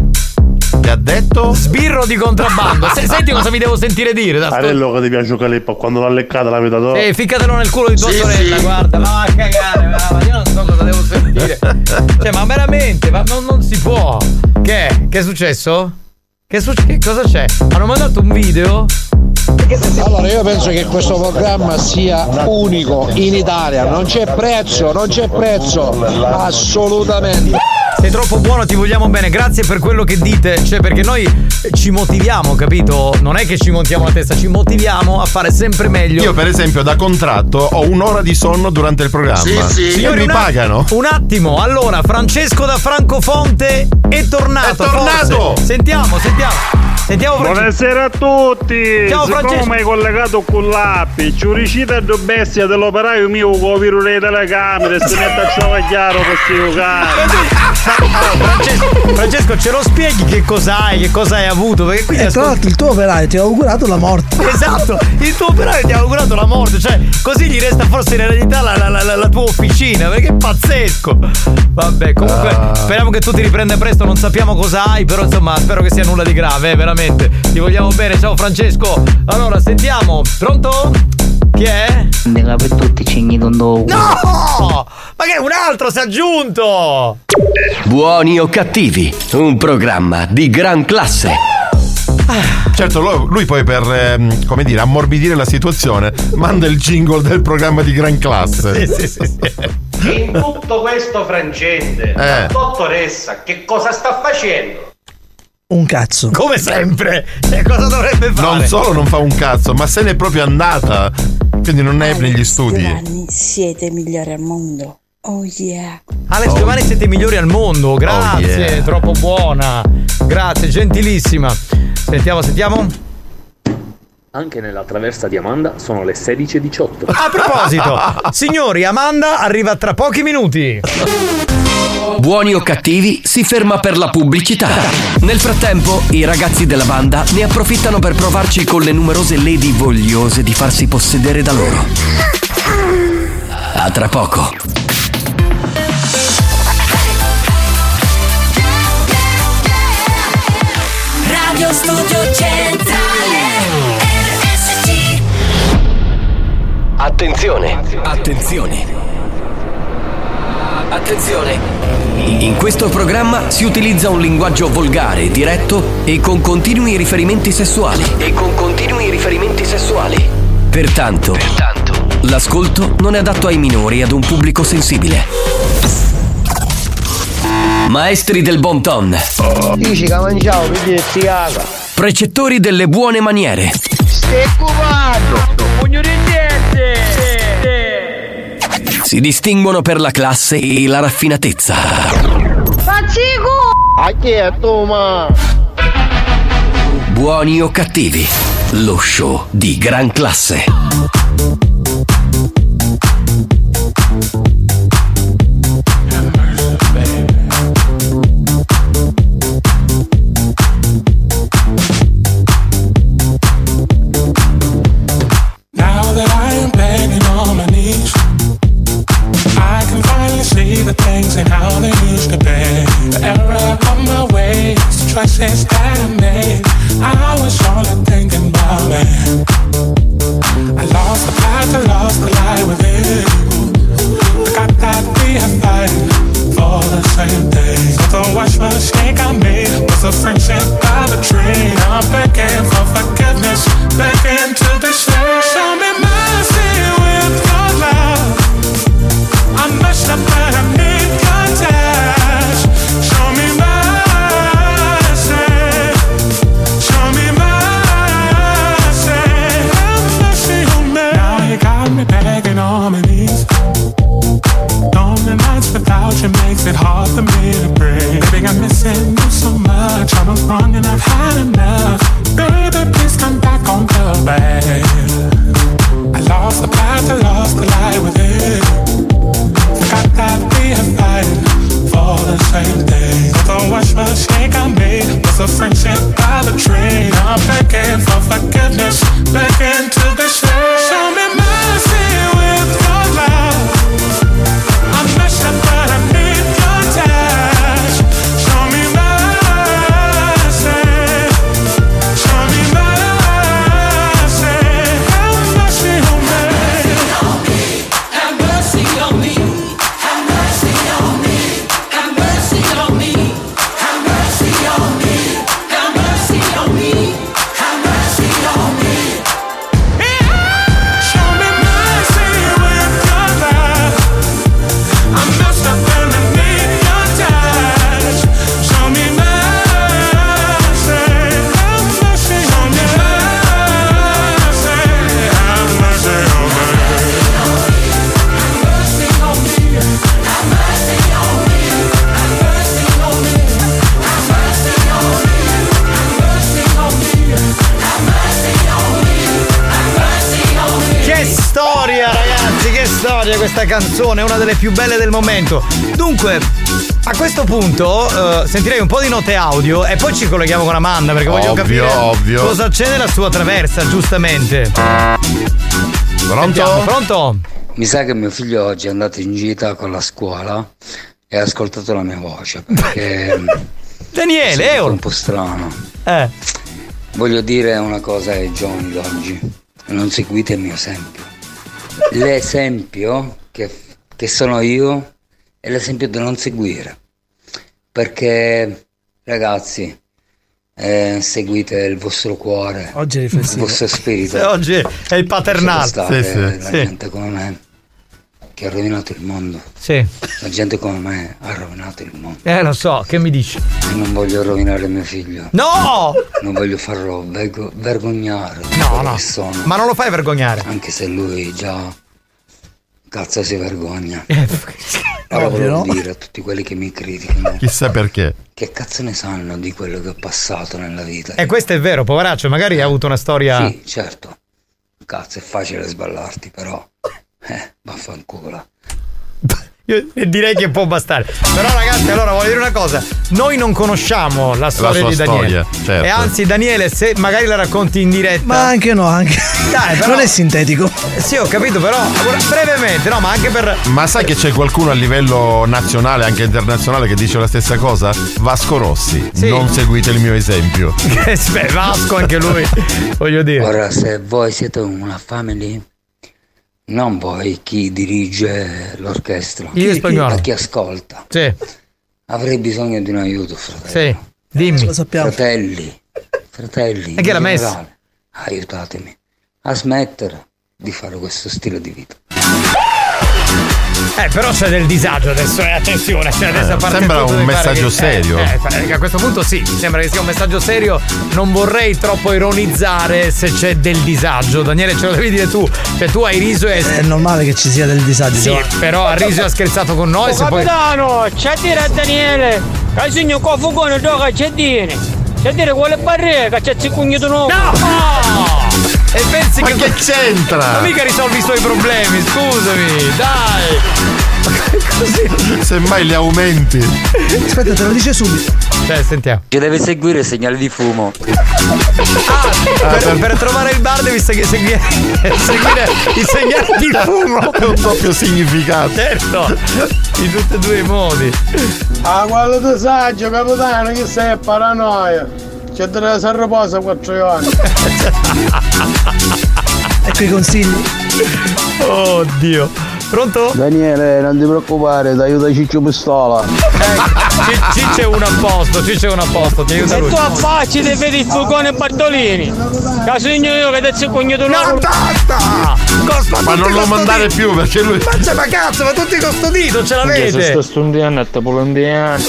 Ti ha detto? Sbirro di contrabbando. Se, senti cosa mi devo sentire dire. Da Arello che ti piace Caleppa, quando l'ha leccata la metà d'ora. Eh, ficcatelo nel culo di tua Sì, sorella, sì. guarda, ma va a cagare, ma, ma io non so cosa devo sentire. Cioè, ma veramente, ma non, non si può. Che è? Che è successo? Che, succe- che cosa c'è? Hanno mandato un video? Allora io penso che questo programma sia unico in Italia, non c'è prezzo, non c'è prezzo, assolutamente. Sei troppo buono, ti vogliamo bene, grazie per quello che dite, cioè perché noi ci motiviamo, capito? Non è che ci montiamo la testa, ci motiviamo a fare sempre meglio. Io per esempio da contratto ho un'ora di sonno durante il programma. Sì, sì. E Signori, mi un, pagano. Un attimo, allora Francesco da Francofonte è tornato. È tornato! Forse. Sentiamo, sentiamo. Sentiamo Francesco. Buonasera a tutti! Ciao, Siccome Francesco. mi hai collegato con l'appi, ci riuscite a due bestia dell'operaio mio con il virus delle telecamere e si mette a ciavagliare per sti Allora, Francesco, Francesco, ce lo spieghi che cosa hai, che cosa hai avuto? Perché qui E tra l'altro il tuo operaio ti ha augurato la morte. Esatto, il tuo operaio ti ha augurato la morte, cioè così gli resta forse in eredità la, la, la, la tua officina, perché è pazzesco. Vabbè, comunque Ah. speriamo che tu ti riprenda presto, non sappiamo cosa hai, però insomma spero che sia nulla di grave, eh, veramente. Ti vogliamo bene, ciao Francesco. Allora, sentiamo, pronto? Chi è? Dica per tutti cigni tondo. No! Ma che un altro si è aggiunto! Buoni o cattivi, un programma di gran classe. Certo, lo- lui poi per, ehm, come dire, ammorbidire la situazione manda il jingle del programma di gran classe. Sì, sì, sì, sì. In tutto questo frangente, la dottoressa che cosa sta facendo? Un cazzo. Come sempre. Cioè, cosa dovrebbe fare? Non solo non fa un cazzo, ma se n'è proprio andata. Quindi non è negli studi. Giovanni, siete migliori al mondo. Oh yeah. Alex Oh. Giovanni, siete i migliori al mondo. Grazie, Oh, yeah. troppo buona. Grazie, gentilissima. Sentiamo, sentiamo. Anche nella traversa di Amanda sono le sedici e diciotto. A proposito, signori, Amanda arriva tra pochi minuti. Buoni o cattivi si ferma per la pubblicità. Nel frattempo, i ragazzi della banda ne approfittano per provarci con le numerose lady vogliose di farsi possedere da loro. A tra poco. Radio Studio Centrale R S C. Attenzione, attenzione. Attenzione. In questo programma si utilizza un linguaggio volgare, diretto e con continui riferimenti sessuali. E con continui riferimenti sessuali. Pertanto, Pertanto, l'ascolto non è adatto ai minori e ad un pubblico sensibile. Maestri del bon ton. Dici che mangiavo, vedi sti caga. Precettori delle buone maniere. Stai cubando. Pugno di niente. si distinguono per la classe e la raffinatezza. Faccico! A chi è tu, ma? Buoni o cattivi, lo show di gran classe. Now that I am begging on my knees, I can finally see the things and how they used to be. The error of my ways, the choices that I made, I was only thinking about me. I lost the path, I lost the light within. I got that we are fighting for the same thing. So the worst mistake I made was a friendship by the tree. I'm begging for forgiveness, begging to be saved. Show me mercy with your love. I messed up and I need your touch. Show me mercy. Show me mercy. Have mercy on me. Now you got me begging on my knees. Lonely nights without you makes it hard for me to breathe. Baby, I'm missing you so much. I'm wrong and I've had enough. Baby, please come back on the bed. I lost the path, I lost the light within. Forgot that we are fighting for the same thing. The worst mistake I made was a friendship by the tree. I'm begging for forgiveness, begging to be saved. Show me mercy with your love. I messed up but I need your touch. Show me mercy. Show me mercy. Have mercy on me. Have mercy on me. Have mercy on me. Have mercy on me. Have mercy on me. Have mercy on me. Have mercy on me. Show me mercy with your love. I messed up and I need your touch. Show me mercy. Have mercy on me. Have mercy on me. Have mercy on me. Have mercy on me. Have mercy on me. Have mercy on me. Have mercy on me. Have mercy on me. Have mercy on me. Che storia, ragazzi, che storia questa canzone, è una delle più belle del momento. Dunque, a questo punto eh, sentirei un po' di note audio e poi ci colleghiamo con Amanda perché voglio Ovvio, capire ovvio. cosa c'è nella sua traversa, giustamente. Pronto? Sentiamo, pronto? Mi sa che mio figlio oggi è andato in gita con la scuola e ha ascoltato la mia voce perché Daniele, è eh, un po' strano. Eh. Voglio dire una cosa ai giovani d'oggi: non seguite il mio esempio. L'esempio che, che sono io è l'esempio di non seguire, perché ragazzi, eh, seguite il vostro cuore, Oggi è il riflessivo. vostro spirito. Se oggi è il paternale. Lasciate Sì, stare sì, la sì. gente come me che ha rovinato il mondo. Sì. La gente come me ha rovinato il mondo. Eh, lo so, che mi dici? E non voglio rovinare mio figlio. No! Non voglio farlo vergo- vergognare. di No, quello no. che sono. Ma non lo fai vergognare. Anche se lui già cazzo si vergogna. Eh, Ora ovvio, volevo no? dire a tutti quelli che mi criticano: Chissà perché. che cazzo ne sanno di quello che ho passato nella vita? E questo è vero, poveraccio, magari ha avuto una storia. Sì, certo. Cazzo, è facile sballarti, però. Eh, vaffanculo. Io direi che può bastare. Però ragazzi, allora voglio dire una cosa: noi non conosciamo la storia sua di Daniele. storia, certo. E anzi, Daniele, se magari la racconti in diretta. Ma anche no, anche. Dai, però- Non è sintetico. Sì, ho capito, però brevemente, no, ma anche per. Ma sai che c'è qualcuno a livello nazionale, anche internazionale, che dice la stessa cosa? Vasco Rossi, Sì. non seguite il mio esempio. Che beh, Vasco anche lui, voglio dire. Ora, se voi siete una family, non voi chi dirige l'orchestra, Io in spagnolo. ma chi ascolta. Sì. Avrei bisogno di un aiuto, fratello. Sì, dimmi. Fratelli, fratelli, E chi in l'ha messo? generale, aiutatemi a smettere di fare questo stile di vita. Eh, però c'è del disagio adesso, eh, attenzione, cioè adesso a parte sembra tutto un mi pare messaggio che- serio. Eh, eh, a questo punto sì, mi sembra che sia un messaggio serio. Non vorrei troppo ironizzare se c'è del disagio. Daniele, ce lo devi dire tu. Cioè, tu hai riso e. È normale che ci sia del disagio. Sì, però ha riso e ha scherzato con noi. Oh, se poi. capitano, c'è a dire a Daniele che segno con fugone doga c'è dire. C'è a dire quale barriera che c'è il cugnato nuovo. No! E pensi Ma che. che c'entra? Ma mica risolvi i suoi problemi, scusami, dai! Così. Semmai li aumenti. Aspetta, te lo dice subito. Cioè, sentiamo. Ci deve seguire il segnale di fumo. Ah, per, per trovare il bar devi segui- segui- seguire i segnali di fumo. È un doppio significato. Certo, in tutti e due i modi. Ah, quello di saggio, capitano, che sei paranoia. C'è da si riposa quattro anni. Ecco i consigli. Oddio. Pronto? Daniele, non ti preoccupare, ti aiuta Ciccio Pistola. Ci, ci c'è uno a posto, ci c'è uno a posto, ti aiuta Se lui. tu affacci ti vedi il fugone Bartolini. Che segno io che ti c'è il cugnato nuovo. No, basta! Costa Ma non lo mandare più perché lui. Ma c'è ma cazzo, ma tutti custodito, ce Se l'avete! sto stundiando a Tapolandiano.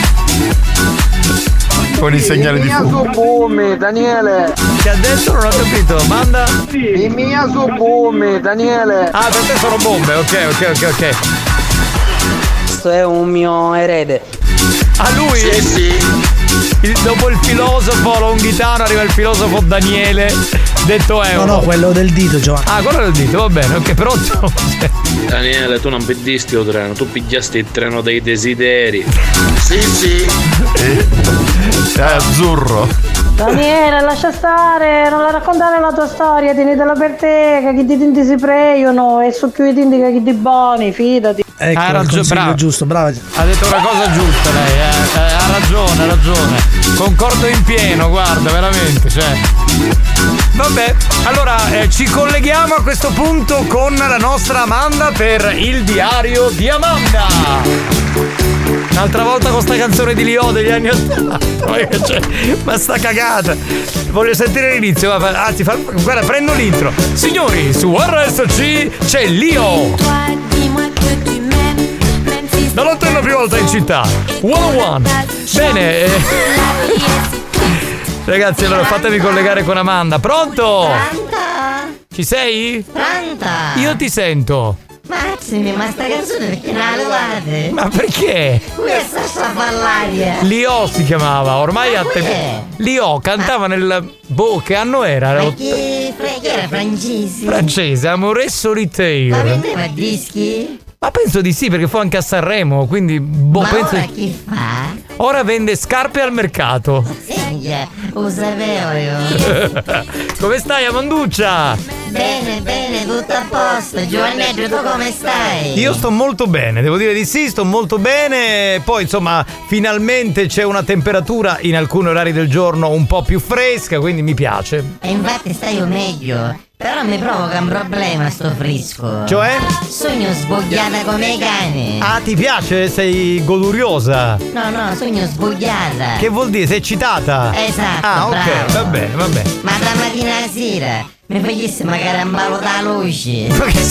Con i segnali di fumo. Boom, Daniele. Che ha detto? Non ho capito, manda? I mia su boom, Daniele. Ah, per te sono bombe, ok, ok, ok, ok. Questo è un mio erede. A lui? Sì, sì. Il- dopo il filosofo Longhitano arriva il filosofo Daniele, detto euro. No, no, quello del dito, Giovanni. Ah, quello del dito, va bene, ok, pronto. Daniele, tu non peddisti il treno, tu pigliasti il treno dei desideri. Sì, sì. È azzurro. Daniele, lascia stare, non la raccontare la tua storia, tienitela per te, che chi ti tinti si preiono e su chi ti tinti che chi ti buoni, fidati. Ecco, Ha il ragione, consiglio bravo. giusto, brava. Ha detto una cosa giusta lei, eh. Eh, ha ragione, ha ragione. Concordo in pieno, guarda, veramente, cioè. Vabbè, allora eh, ci colleghiamo a questo punto con la nostra Amanda per il diario di Amanda. Un'altra volta con sta canzone di Lio degli anni ottanta. Cioè, ma sta cagata. Voglio sentire l'inizio. va- Anzi, fa- guarda, prendo l'intro. Signori, su R S C c'è Lio. Dall'antenna più alta in città. centouno. Bene. eh. Ragazzi, allora fatemi collegare con Amanda. Pronto? Pronto? Ci sei? Pronto? Io ti sento. Massimi, ma sta canzone perché non la levate? Ma perché? Questa sta fallaria. Lio si chiamava, ormai a te. quelle? Lio cantava nel. Boh, che anno era? Ma chi, chi era francese? Francese, Amore Solitaire. Ma vendeva dischi? Ma penso di sì, perché fu anche a Sanremo, quindi boh, Ma penso. ora chi fa? Ora vende scarpe al mercato. Segna, lo sapevo io. Come stai, Amanduccia? Bene, bene, tutto a posto. Giovannetto, tu come stai? Io sto molto bene, devo dire di sì, sto molto bene. Poi insomma, finalmente c'è una temperatura in alcuni orari del giorno un po' più fresca, quindi mi piace. E infatti stai meglio. Però mi provoca un problema sto frisco. Cioè? Sogno sbugliata come i cani. Ah, ti piace? Sei goduriosa? No, no, sogno sbugliata. Che vuol dire? Sei eccitata? Esatto, Ah, ok, bravo. va bene, va bene. Ma da mattina a sera mi facessi magari un ballo da luce.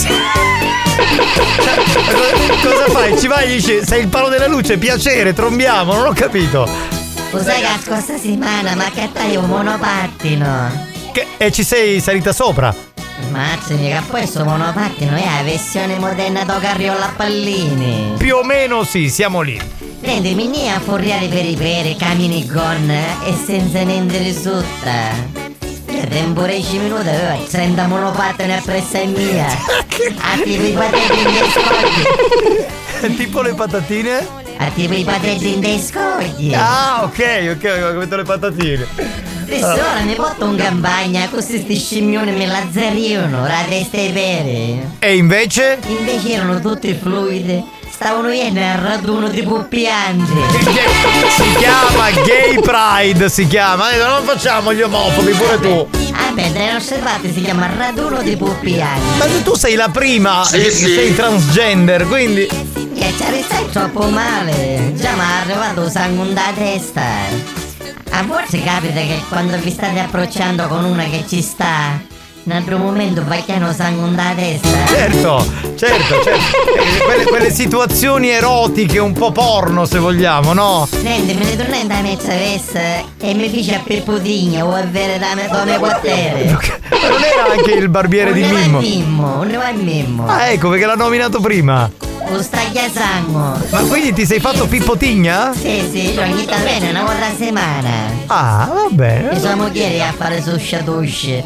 Cosa fai? Ci vai e dici sei il palo della luce, piacere, trombiamo, non ho capito. Lo sai che la scorsa settimana mi accattai un monopattino. Che, e ci sei salita sopra? Mazza, mica poi sto monopattino è la versione moderna do carriola a pallini. Più o meno sì, siamo lì. Prendi mini a forriare per i pere, cammini con e senza niente risulta. Che tempo dieci minuti, eh, trenta monopattini a pressa mia. Attivo i patetti in dei scogli. Tipo le patatine? Attivo i patetti in dei scogli. Ah, ok, ok, ho capito le patatine. Adesso ora mi porto in campagna, così sti scimmioni me la zerriano, la testa ai pere. E invece? Invece erano tutti fluidi. Stavano ieri al raduno di puppianti. Si chiama Gay Pride, si chiama. Eh, non facciamo gli omofobi, pure tu. Vabbè, dalle nostre parti si chiama raduno di puppianti. Ma se tu sei la prima Sì, che sì. sei transgender, quindi. Che ci ristai troppo male. Già mi è arrivato sangue da testa. A volte capita che quando vi state approcciando con una che ci sta, un altro momento bacchiano sangue da testa. Certo, certo, certo. Quelle, quelle situazioni erotiche, un po' porno se vogliamo, no? Senti, me ne tornai da mezza vesta e mi fece a per putigna o a vere da me come quartiere. Ma non era anche il barbiere di Mimmo? Mimmo, non è Mimmo. Ah, ecco, perché l'ha nominato prima. Un stagliasango. Ma quindi ti sei fatto Pippo Tigna? Sì, sì, ogni tanto bene, una volta a settimana. Ah, va bene. E sua moglie a fare susciatusce.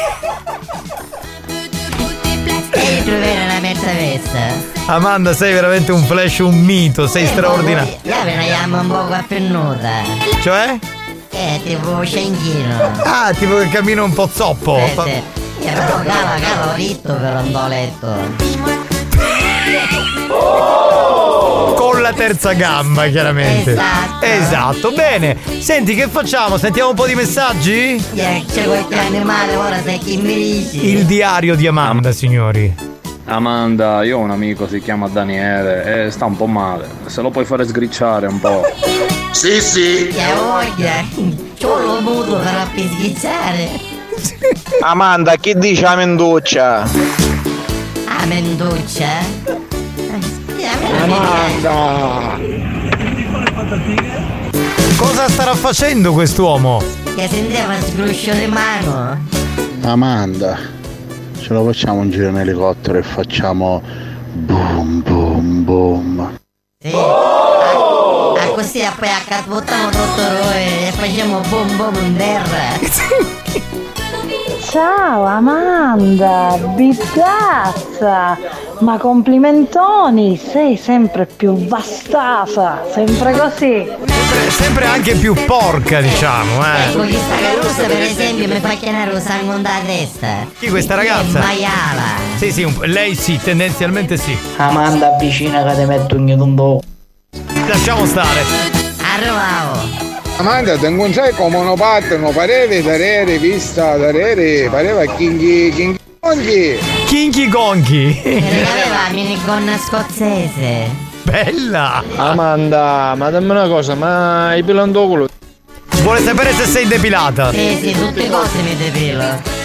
E trovare una mezza vesta. Amanda, sei veramente un flash, un mito, sei straordinario. Io me la chiamo un po' affernuta. Cioè? Eh, tipo scenchino. Ah, tipo che cammina un po' zoppo. Eh, sì. Io però cava, cava ritto per un letto. Con la terza gamba, chiaramente. Esatto. Esatto, bene. Senti, che facciamo? Sentiamo un po' di messaggi? Yeah, c'è qualche animale, ora sai chi mi dici. Il diario di Amanda, signori. Amanda, io ho un amico, si chiama Daniele e sta un po' male. Se lo puoi fare sgricciare un po'. Sì, sì. Che voglia. C'ho lo muto per sghizzare. Amanda, chi dice a menduccia? A menduccia? Amanda! Cosa starà facendo quest'uomo? Che sentiva sgruscio di mano. Amanda, ce lo facciamo un giro in elicottero e facciamo boom boom boom. Sì. Oh! A, a così poi accapottiamo tutto noi e facciamo boom boom in terra. Ciao Amanda, bizzazza, ma complimentoni, sei sempre più vastasa, sempre così. Sempre, sempre anche più porca, diciamo, eh. Ecco, questa carusa per esempio mi fa chiamare un sangue da testa. Chi, questa ragazza? È maiala. Sì, sì, un, lei sì, tendenzialmente sì. Amanda avvicina che ti metto un po'. Lasciamo stare. Arrivavo. Amanda, tengo un sai come uno parte, non pareva darere, vista darere, pareva Kinky Kinky Gonchi. Kinky Gonchi. Aveva la minigonna scozzese. Bella. Amanda, ma dammi una cosa, ma hai pilanto culo? Vuole sapere se sei depilata? Sì, sì, tutte cose mi depilo.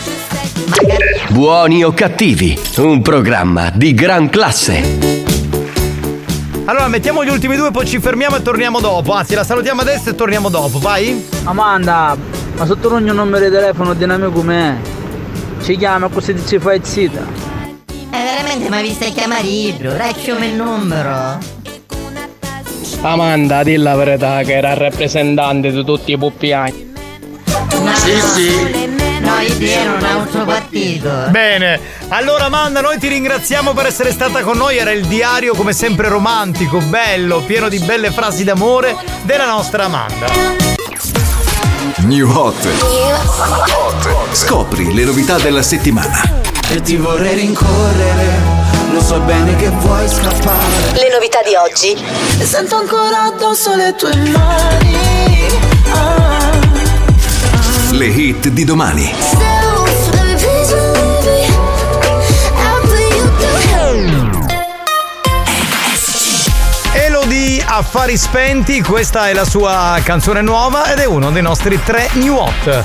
Buoni o cattivi, un programma di gran classe. Allora mettiamo gli ultimi due, poi ci fermiamo e torniamo dopo. Anzi, la salutiamo adesso e torniamo dopo, vai? Amanda, ma sottolineo un numero di telefono di un amico me. Ci chiama così ci fai zitta. Eh, veramente mi hai visto chiamare Ibro, lasciami il numero. Amanda, di la verità che era il rappresentante di tutti i puppiani. No, sì, no, sì. No, io ero un altro partito. Bene, allora Amanda, noi ti ringraziamo per essere stata con noi. Era il diario come sempre romantico, bello, pieno di belle frasi d'amore della nostra Amanda. New Hot. Scopri le novità della settimana. E ti vorrei rincorrere, lo so bene che vuoi scappare. Le novità di oggi. Sento ancora addosso le tue mani. Ah. Le hit di domani. Elodie, Affari spenti, questa è la sua canzone nuova ed è uno dei nostri tre new hot.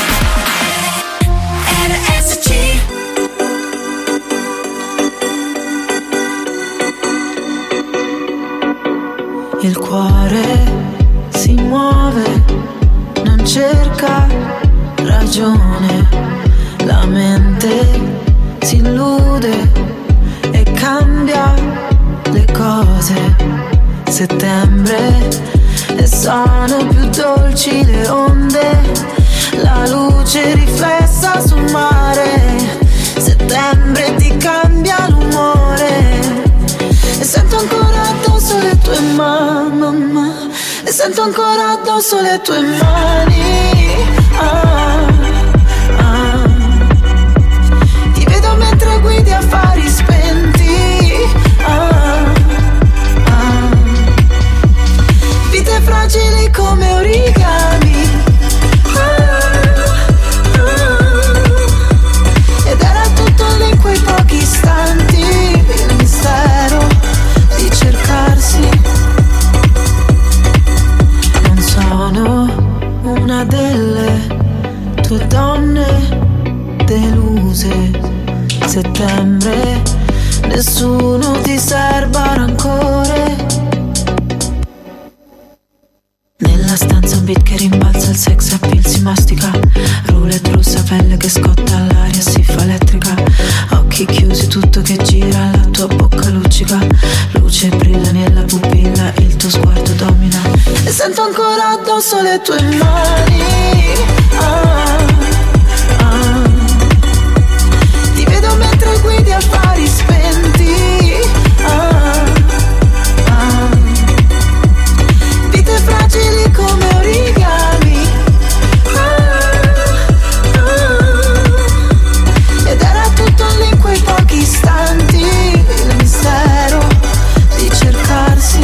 Il cuore si muove, non cerca ragione, la mente si illude e cambia le cose. Settembre e sono più dolci le onde, la luce riflessa sul mare. Settembre ti cambia l'umore e sento ancora addosso le tue mani, e sento ancora addosso le tue mani. Ah, ah. Ti vedo mentre guidi affari spenti. Ah, ah. Vite fragili come origami. Ah, ah. Ed era tutto lì in quei pochi istanti, il mistero di cercarsi. Non sono una delle tue donne deluse. Settembre, nessuno ti serba rancore. Nella stanza un beat che rimbalza, il sex appeal si mastica. Roulette rossa, pelle che scotta, l'aria si fa elettrica. Occhi chiusi, tutto che gira, la tua bocca luccica. Luce brilla nella pupilla, il tuo sguardo domina. E sento ancora addosso le tue mani. Ah, ah. Ti vedo mentre guidi affari spenti. Ah, ah. Vite fragili come origami. Ah, ah. Ed era tutto lì in quei pochi istanti. Il mistero di cercarsi.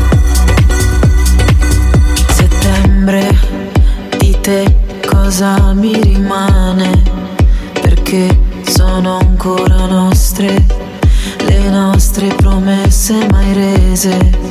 Settembre, di te cosa mi rimane? Perché sono ancora nostre le nostre promesse mai rese.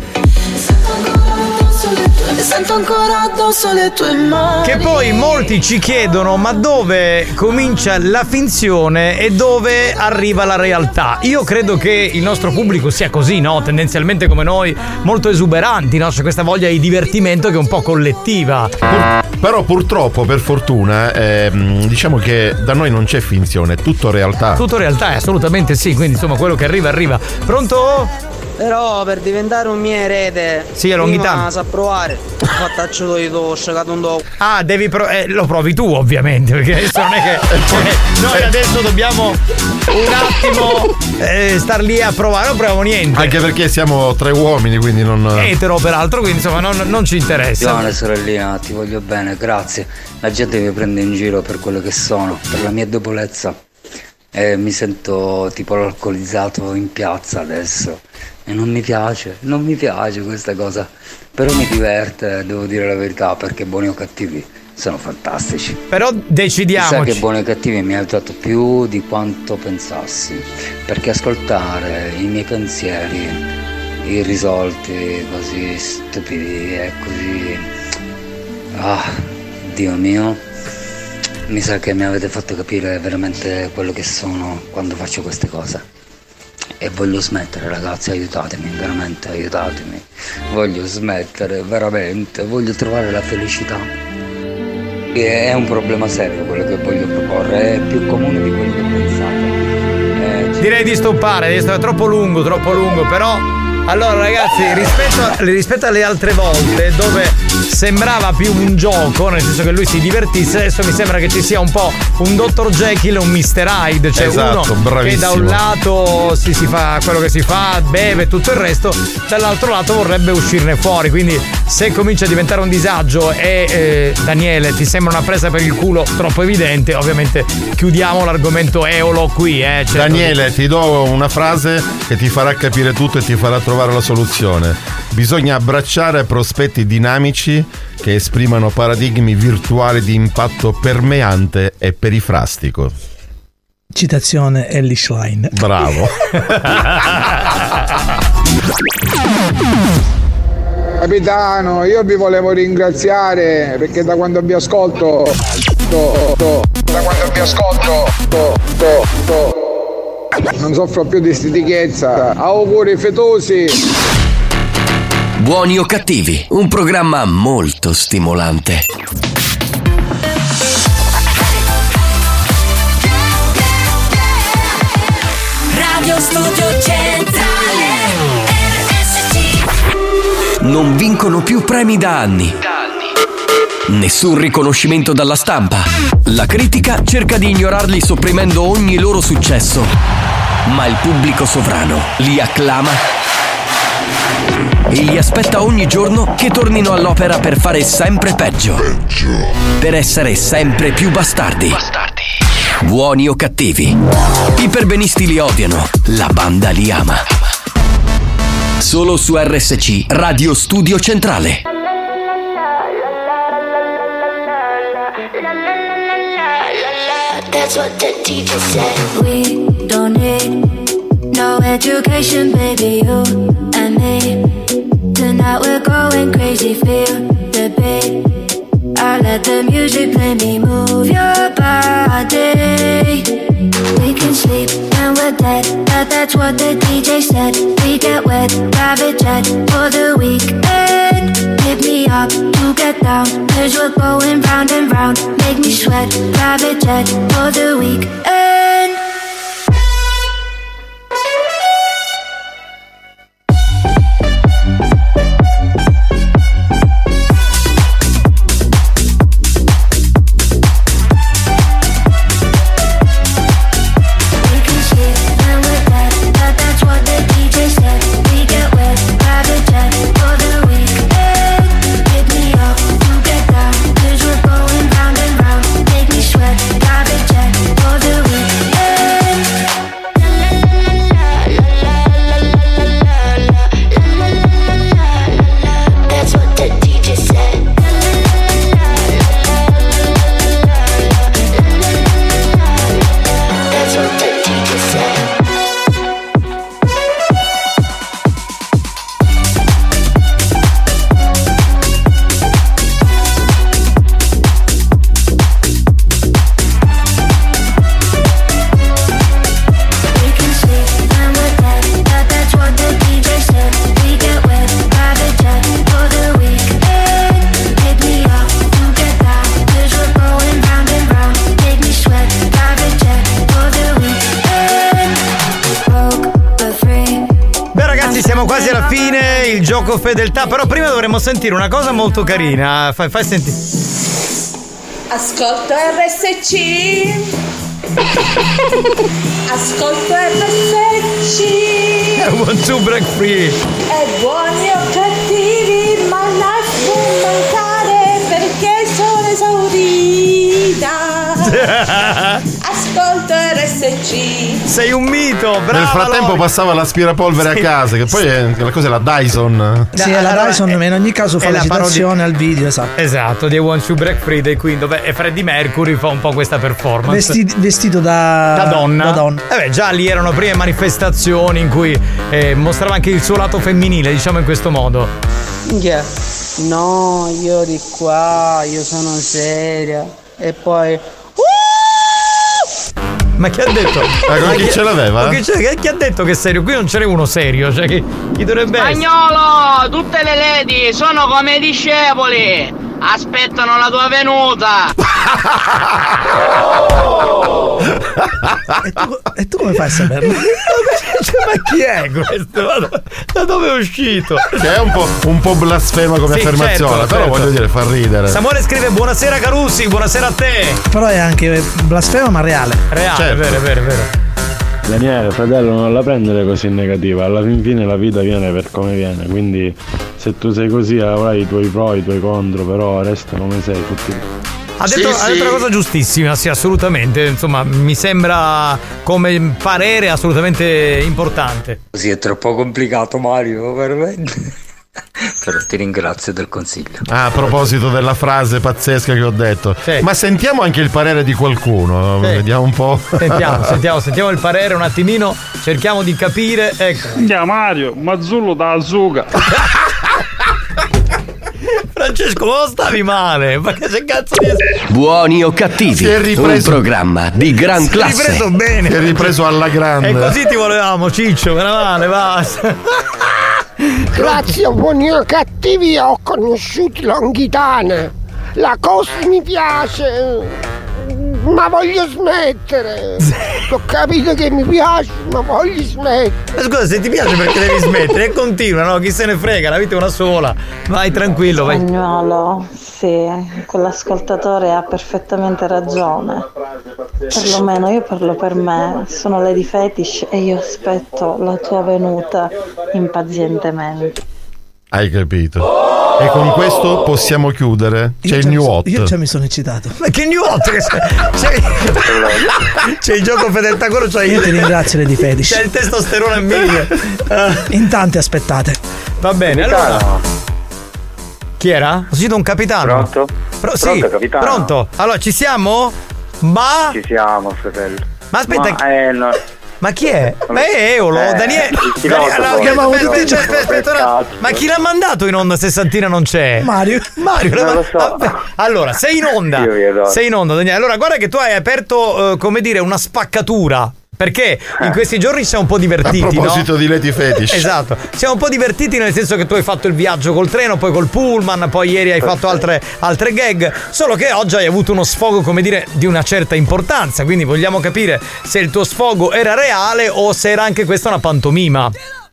Sento ancora addosso le tue mani. Che poi molti ci chiedono: ma dove comincia la finzione e dove arriva la realtà? Io credo che il nostro pubblico sia così, no? Tendenzialmente come noi, molto esuberanti, no? C'è questa voglia di divertimento che è un po' collettiva. Pur, però purtroppo, per fortuna, ehm, diciamo che da noi non c'è finzione, è tutto realtà. Tutto realtà, assolutamente sì. Quindi insomma quello che arriva arriva. Pronto? Però per diventare un mio erede, sì, a prima sa provare. Fattaccio io, ho scegato un do. Ah, devi pro- eh, lo provi tu ovviamente, perché adesso non è che eh, noi adesso dobbiamo un attimo eh, star lì a provare, non proviamo niente. Anche perché siamo tre uomini, quindi non. Etero peraltro, quindi insomma non, non ci interessa. Giovane sorellina, ti voglio bene, grazie. La gente mi prende in giro per quello che sono, per la mia debolezza. E mi sento tipo l'alcolizzato in piazza adesso. E non mi piace, non mi piace questa cosa. Però mi diverte, devo dire la verità, perché Buoni o Cattivi sono fantastici. Però decidiamoci. Sai che Buoni o Cattivi mi ha aiutato più di quanto pensassi, perché ascoltare i miei pensieri irrisolti, così stupidi e così... Ah, Dio mio, mi sa che mi avete fatto capire veramente quello che sono quando faccio queste cose. E voglio smettere, ragazzi, aiutatemi, veramente aiutatemi. Voglio smettere, veramente, voglio trovare la felicità. E è un problema serio quello che voglio proporre, è più comune di quello che pensate. Eh, Direi di stoppare, è troppo lungo, troppo lungo, però... Allora ragazzi, rispetto, a, rispetto alle altre volte dove sembrava più un gioco, nel senso che lui si divertisse, adesso mi sembra che ci sia un po' un dottor Jekyll e un mister Hyde, cioè esatto, uno bravissimo. Che da un lato si, si fa quello che si fa, beve tutto il resto, dall'altro lato vorrebbe uscirne fuori, quindi se comincia a diventare un disagio e eh, Daniele ti sembra una presa per il culo troppo evidente, ovviamente chiudiamo l'argomento Eolo qui. Eh, certo. Daniele, ti do una frase che ti farà capire tutto e ti farà trovare la soluzione. Bisogna abbracciare prospetti dinamici che esprimano paradigmi virtuali di impatto permeante e perifrastico. Citazione Ellie Schlein. Bravo. Capitano, io vi volevo ringraziare perché da quando vi ascolto to, to, da quando vi ascolto to, to, to, non soffro più di stitichezza. Auguri fetosi. Buoni o Cattivi, un programma molto stimolante. Radio Studio Centrale R S C. Non vincono più premi da anni. Nessun riconoscimento dalla stampa. La critica cerca di ignorarli sopprimendo ogni loro successo. Ma il pubblico sovrano li acclama e li aspetta ogni giorno che tornino all'opera per fare sempre peggio. peggio. Per essere sempre più bastardi. bastardi. Buoni o Cattivi. I perbenisti li odiano, la banda li ama. Solo su R S C, Radio Studio Centrale. That's what the teacher said. We don't need no education, baby, you and me. Tonight we're going crazy, feel the beat. I let the music play me move your body. We can sleep and we're dead, but that's what the D J said. We get wet, private jet for the weekend. Hit me up to get down, cause we're going round and round. Make me sweat, private jet for the weekend. Gioco fedeltà, però prima dovremmo sentire una cosa molto carina. Fai, fai sentire. Ascolto R S C. Ascolto R S C. I want to break free. E buoni o cattivi, ma life non mancare perché sono esaurita. Ascolto R S C. Sei un mito, bravo. Nel frattempo Lori. Passava l'aspirapolvere sì. a casa, che poi sì. è, la cosa è la Dyson. Sì, è la allora, Dyson, ma in ogni caso fa la citazione al video, esatto. Esatto, di I Want to Break Free dei Queen, dove è Freddie Mercury fa un po' questa performance. Vesti, vestito da, da donna. Da donna. Eh beh, già lì erano prime manifestazioni in cui eh, mostrava anche il suo lato femminile, diciamo in questo modo. Yeah. No, io di qua, io sono seria. E poi ma chi ha detto? Ma con chi, chi ce l'aveva? Chi, chi ha detto che è serio? Qui non ce n'è uno serio, cioè chi, chi dovrebbe essere? Spagnolo, tutte le lady sono come discepoli, aspettano la tua venuta. e, tu, e tu come fai a saperlo? Ma chi è questo? Da dove è uscito? Che è un po', un po' blasfema come sì, affermazione, certo, però certo. voglio dire, fa ridere. Samuele scrive buonasera Carusi, buonasera a te. Però è anche blasfema ma reale. Reale, certo. è vero, è vero, è vero. Daniele, fratello, non la prendere così negativa. Alla fin fine la vita viene per come viene. Quindi se tu sei così avrai i tuoi pro, i tuoi contro, però resta come sei, tutti. Ha detto, sì, ha detto sì. una cosa giustissima, sì, assolutamente. Insomma, mi sembra come parere assolutamente importante. Così è troppo complicato, Mario, veramente. Però ti ringrazio del consiglio. Ah, a proposito della frase pazzesca che ho detto, sì. ma sentiamo anche il parere di qualcuno, sì. vediamo un po'. Sentiamo, sentiamo, sentiamo il parere un attimino, cerchiamo di capire. Ecco. Yeah, Mario, Mazzullo da Azuga. Francesco, non stavi male? Ma che cazzo di... Buoni o cattivi, un programma di gran si classe. Si è ripreso bene. Si è ripreso alla grande. E così ti volevamo, Ciccio, meno male, basta. Grazie a buoni o cattivi ho conosciuto Longhitana. La cosa mi piace, ma voglio smettere. Ho capito che mi piace, ma voglio smettere. Ma scusa, se ti piace perché devi smettere? E continua, no? Chi se ne frega, la vita è una sola. Vai tranquillo, vai. Spagnolo, sì, quell'ascoltatore ha perfettamente ragione. Perlomeno io parlo per me, sono Lady Fetish e io aspetto la tua venuta impazientemente. Hai capito? E con questo possiamo chiudere. C'è il New Hot. Io già mi sono eccitato. Ma che New Hot? C'è, c'è il gioco fedeltà, quello c'è. Io ti ringrazio, Lady Fetish. C'è il testosterone a mille. In tante aspettate. Va bene, capitano. Allora. Chi era? Ho sentito un capitano. Pronto? Pro- sì, Pronto, capitano? Pronto? Allora, ci siamo? Ma Ci siamo, fratello. Ma aspetta, Ma, eh, no. Ma chi è? Ma è Eolo, Eh, Daniele. il filosofo. Daniele, Lo chiamavo aspetta, tutti i aspetta, giorni. aspetta, aspetta, ma chi l'ha mandato in onda se Santina non c'è? Mario. Mario, Non la- lo so. vabbè. Allora, sei in onda. Io vi adoro. Sei in onda, Daniele. Allora, guarda che tu hai aperto, eh, come dire, una spaccatura. Perché in questi giorni ci siamo un po' divertiti, A proposito no? di Lady Fetish. Esatto, siamo un po' divertiti nel senso che tu hai fatto il viaggio col treno, poi col pullman, poi ieri hai fatto altre, altre gag, solo che oggi hai avuto uno sfogo, come dire, di una certa importanza, quindi vogliamo capire se il tuo sfogo era reale o se era anche questa una pantomima.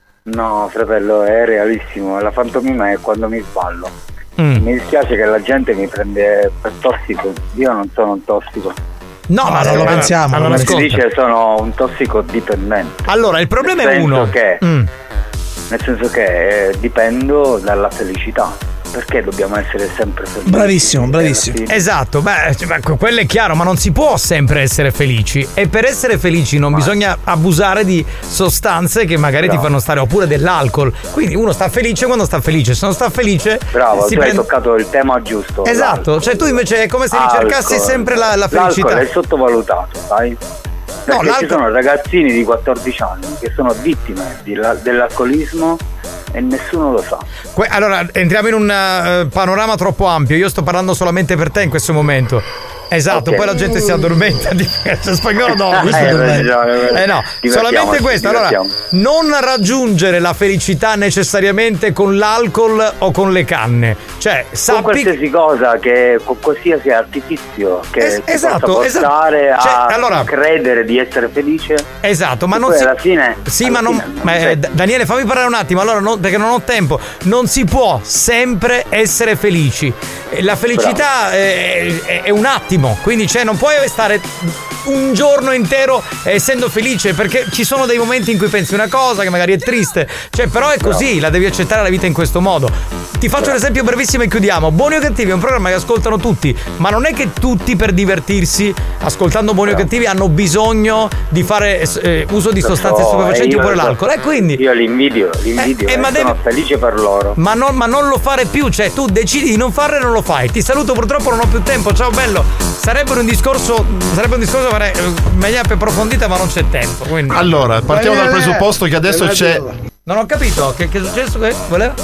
No, fratello, è realissimo. La fantomima è quando mi sballo. Mm. Mi dispiace che la gente mi prende per tossico. Io non sono un tossico. No, ma non lo pensiamo. Allora, Come si ascolta. dice, sono un tossico dipendente. Allora, il problema Nel è senso uno. Che, Mm. Nel senso che eh, dipendo dalla felicità. Perché dobbiamo essere sempre felici? Bravissimo, bravissimo. Esatto, beh, cioè, beh, quello è chiaro, ma non si può sempre essere felici. E per essere felici non bisogna abusare di sostanze che magari Bravo. ti fanno stare, oppure dell'alcol. Quindi uno sta felice quando sta felice, se non sta felice. Bravo, si tu hai prende- toccato il tema giusto. Esatto, cioè tu invece è come se Alcol. ricercassi sempre la, la felicità. L'alcol è sottovalutato, sai? Perché ci l'alcol- sono ragazzini di quattordici anni che sono vittime di la- dell'alcolismo e nessuno lo sa. Que- allora, entriamo in un eh, panorama troppo ampio. Io sto parlando solamente per te in questo momento. Esatto, Ok. poi la gente si addormenta. Cioè, spagnolo no, questo Hai è ragione, eh no, divertiamoci, solamente questo. Allora, divertiamoci. non raggiungere la felicità necessariamente con l'alcol o con le canne. Cioè, Con sappi qualsiasi cosa, che con qualsiasi artificio che Es- ti esatto, possa esatto. portare Cioè, a allora- credere di essere felice. Esatto, ma e non poi si alla fine Sì, alla ma non fine ma, eh, sei. D- Daniele, fammi parlare un attimo, allora non- perché non ho tempo. Non si può sempre essere felici. Eh, La felicità è, è- è un attimo, quindi cioè non puoi stare un giorno intero essendo felice, perché ci sono dei momenti in cui pensi una cosa che magari è triste. Cioè, però è così, la devi accettare la vita in questo modo. Ti faccio un esempio brevissimo e chiudiamo. Buoni o cattivi è un programma che ascoltano tutti, ma non è che tutti per divertirsi ascoltando Buoni o cattivi hanno bisogno di fare eh, uso di Lo sostanze so, stupefacenti e io oppure lo so. l'alcol. E quindi Io li invidio, li invidio, Eh, eh, e ma sono devi- felice per loro. ma non, ma non lo fare più, cioè tu decidi di non farlo e non lo fai. Ti saluto, purtroppo non ho più tempo. Ciao bello. Sarebbe un discorso, sarebbe un discorso fare in maniera più approfondita, ma non c'è tempo. Quindi. Allora, partiamo dal presupposto che adesso c'è. Non ho capito, che, che è successo? Che voleva?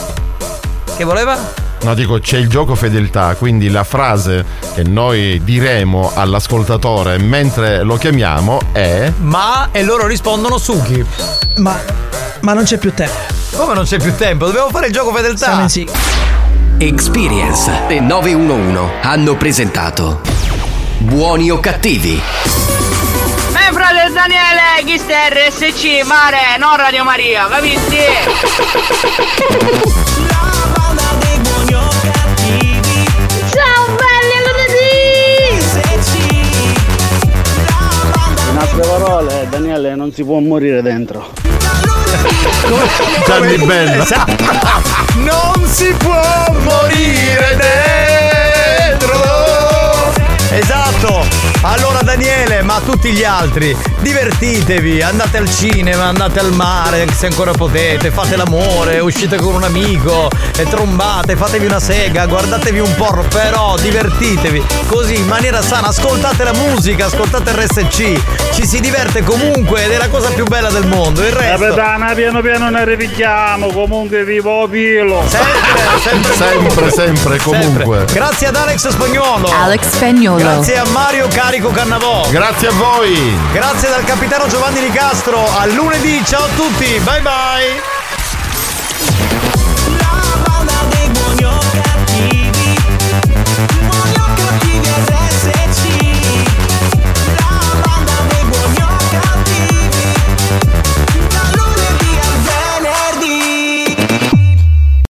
Che voleva? No, dico, c'è il gioco fedeltà, quindi la frase che noi diremo all'ascoltatore mentre lo chiamiamo è. Ma e loro rispondono Suki. Ma, ma non c'è più tempo. Come non c'è più tempo? Dobbiamo fare il gioco fedeltà. Siamo in sì. Experience e nove uno uno hanno presentato Buoni o cattivi? Me frate Daniele, chi sta R S C, mare, non Radio Maria, capisci? Ciao belli, è lunedì! In altre parole, Daniele, non si può morire dentro. Gianni Bella. Esatto. Non si può morire dentro. Esatto. Allora Daniele, ma tutti gli altri, divertitevi, andate al cinema, andate al mare se ancora potete, fate l'amore, uscite con un amico, e trombate, fatevi una sega, guardatevi un porno, però divertitevi così in maniera sana, ascoltate la musica, ascoltate R S C, ci si diverte comunque ed è la cosa più bella del mondo. Il resto Capitana, piano piano ne ripigliamo, comunque vivo Pilo. sempre, Sempre, sempre, comunque. Grazie ad Alex Spagnuolo. Alex Spagnuolo. Grazie a Mario Carico Cannavò. Grazie a voi. Grazie dal capitano Giovanni Nicastro. A lunedì, ciao a tutti. Bye bye.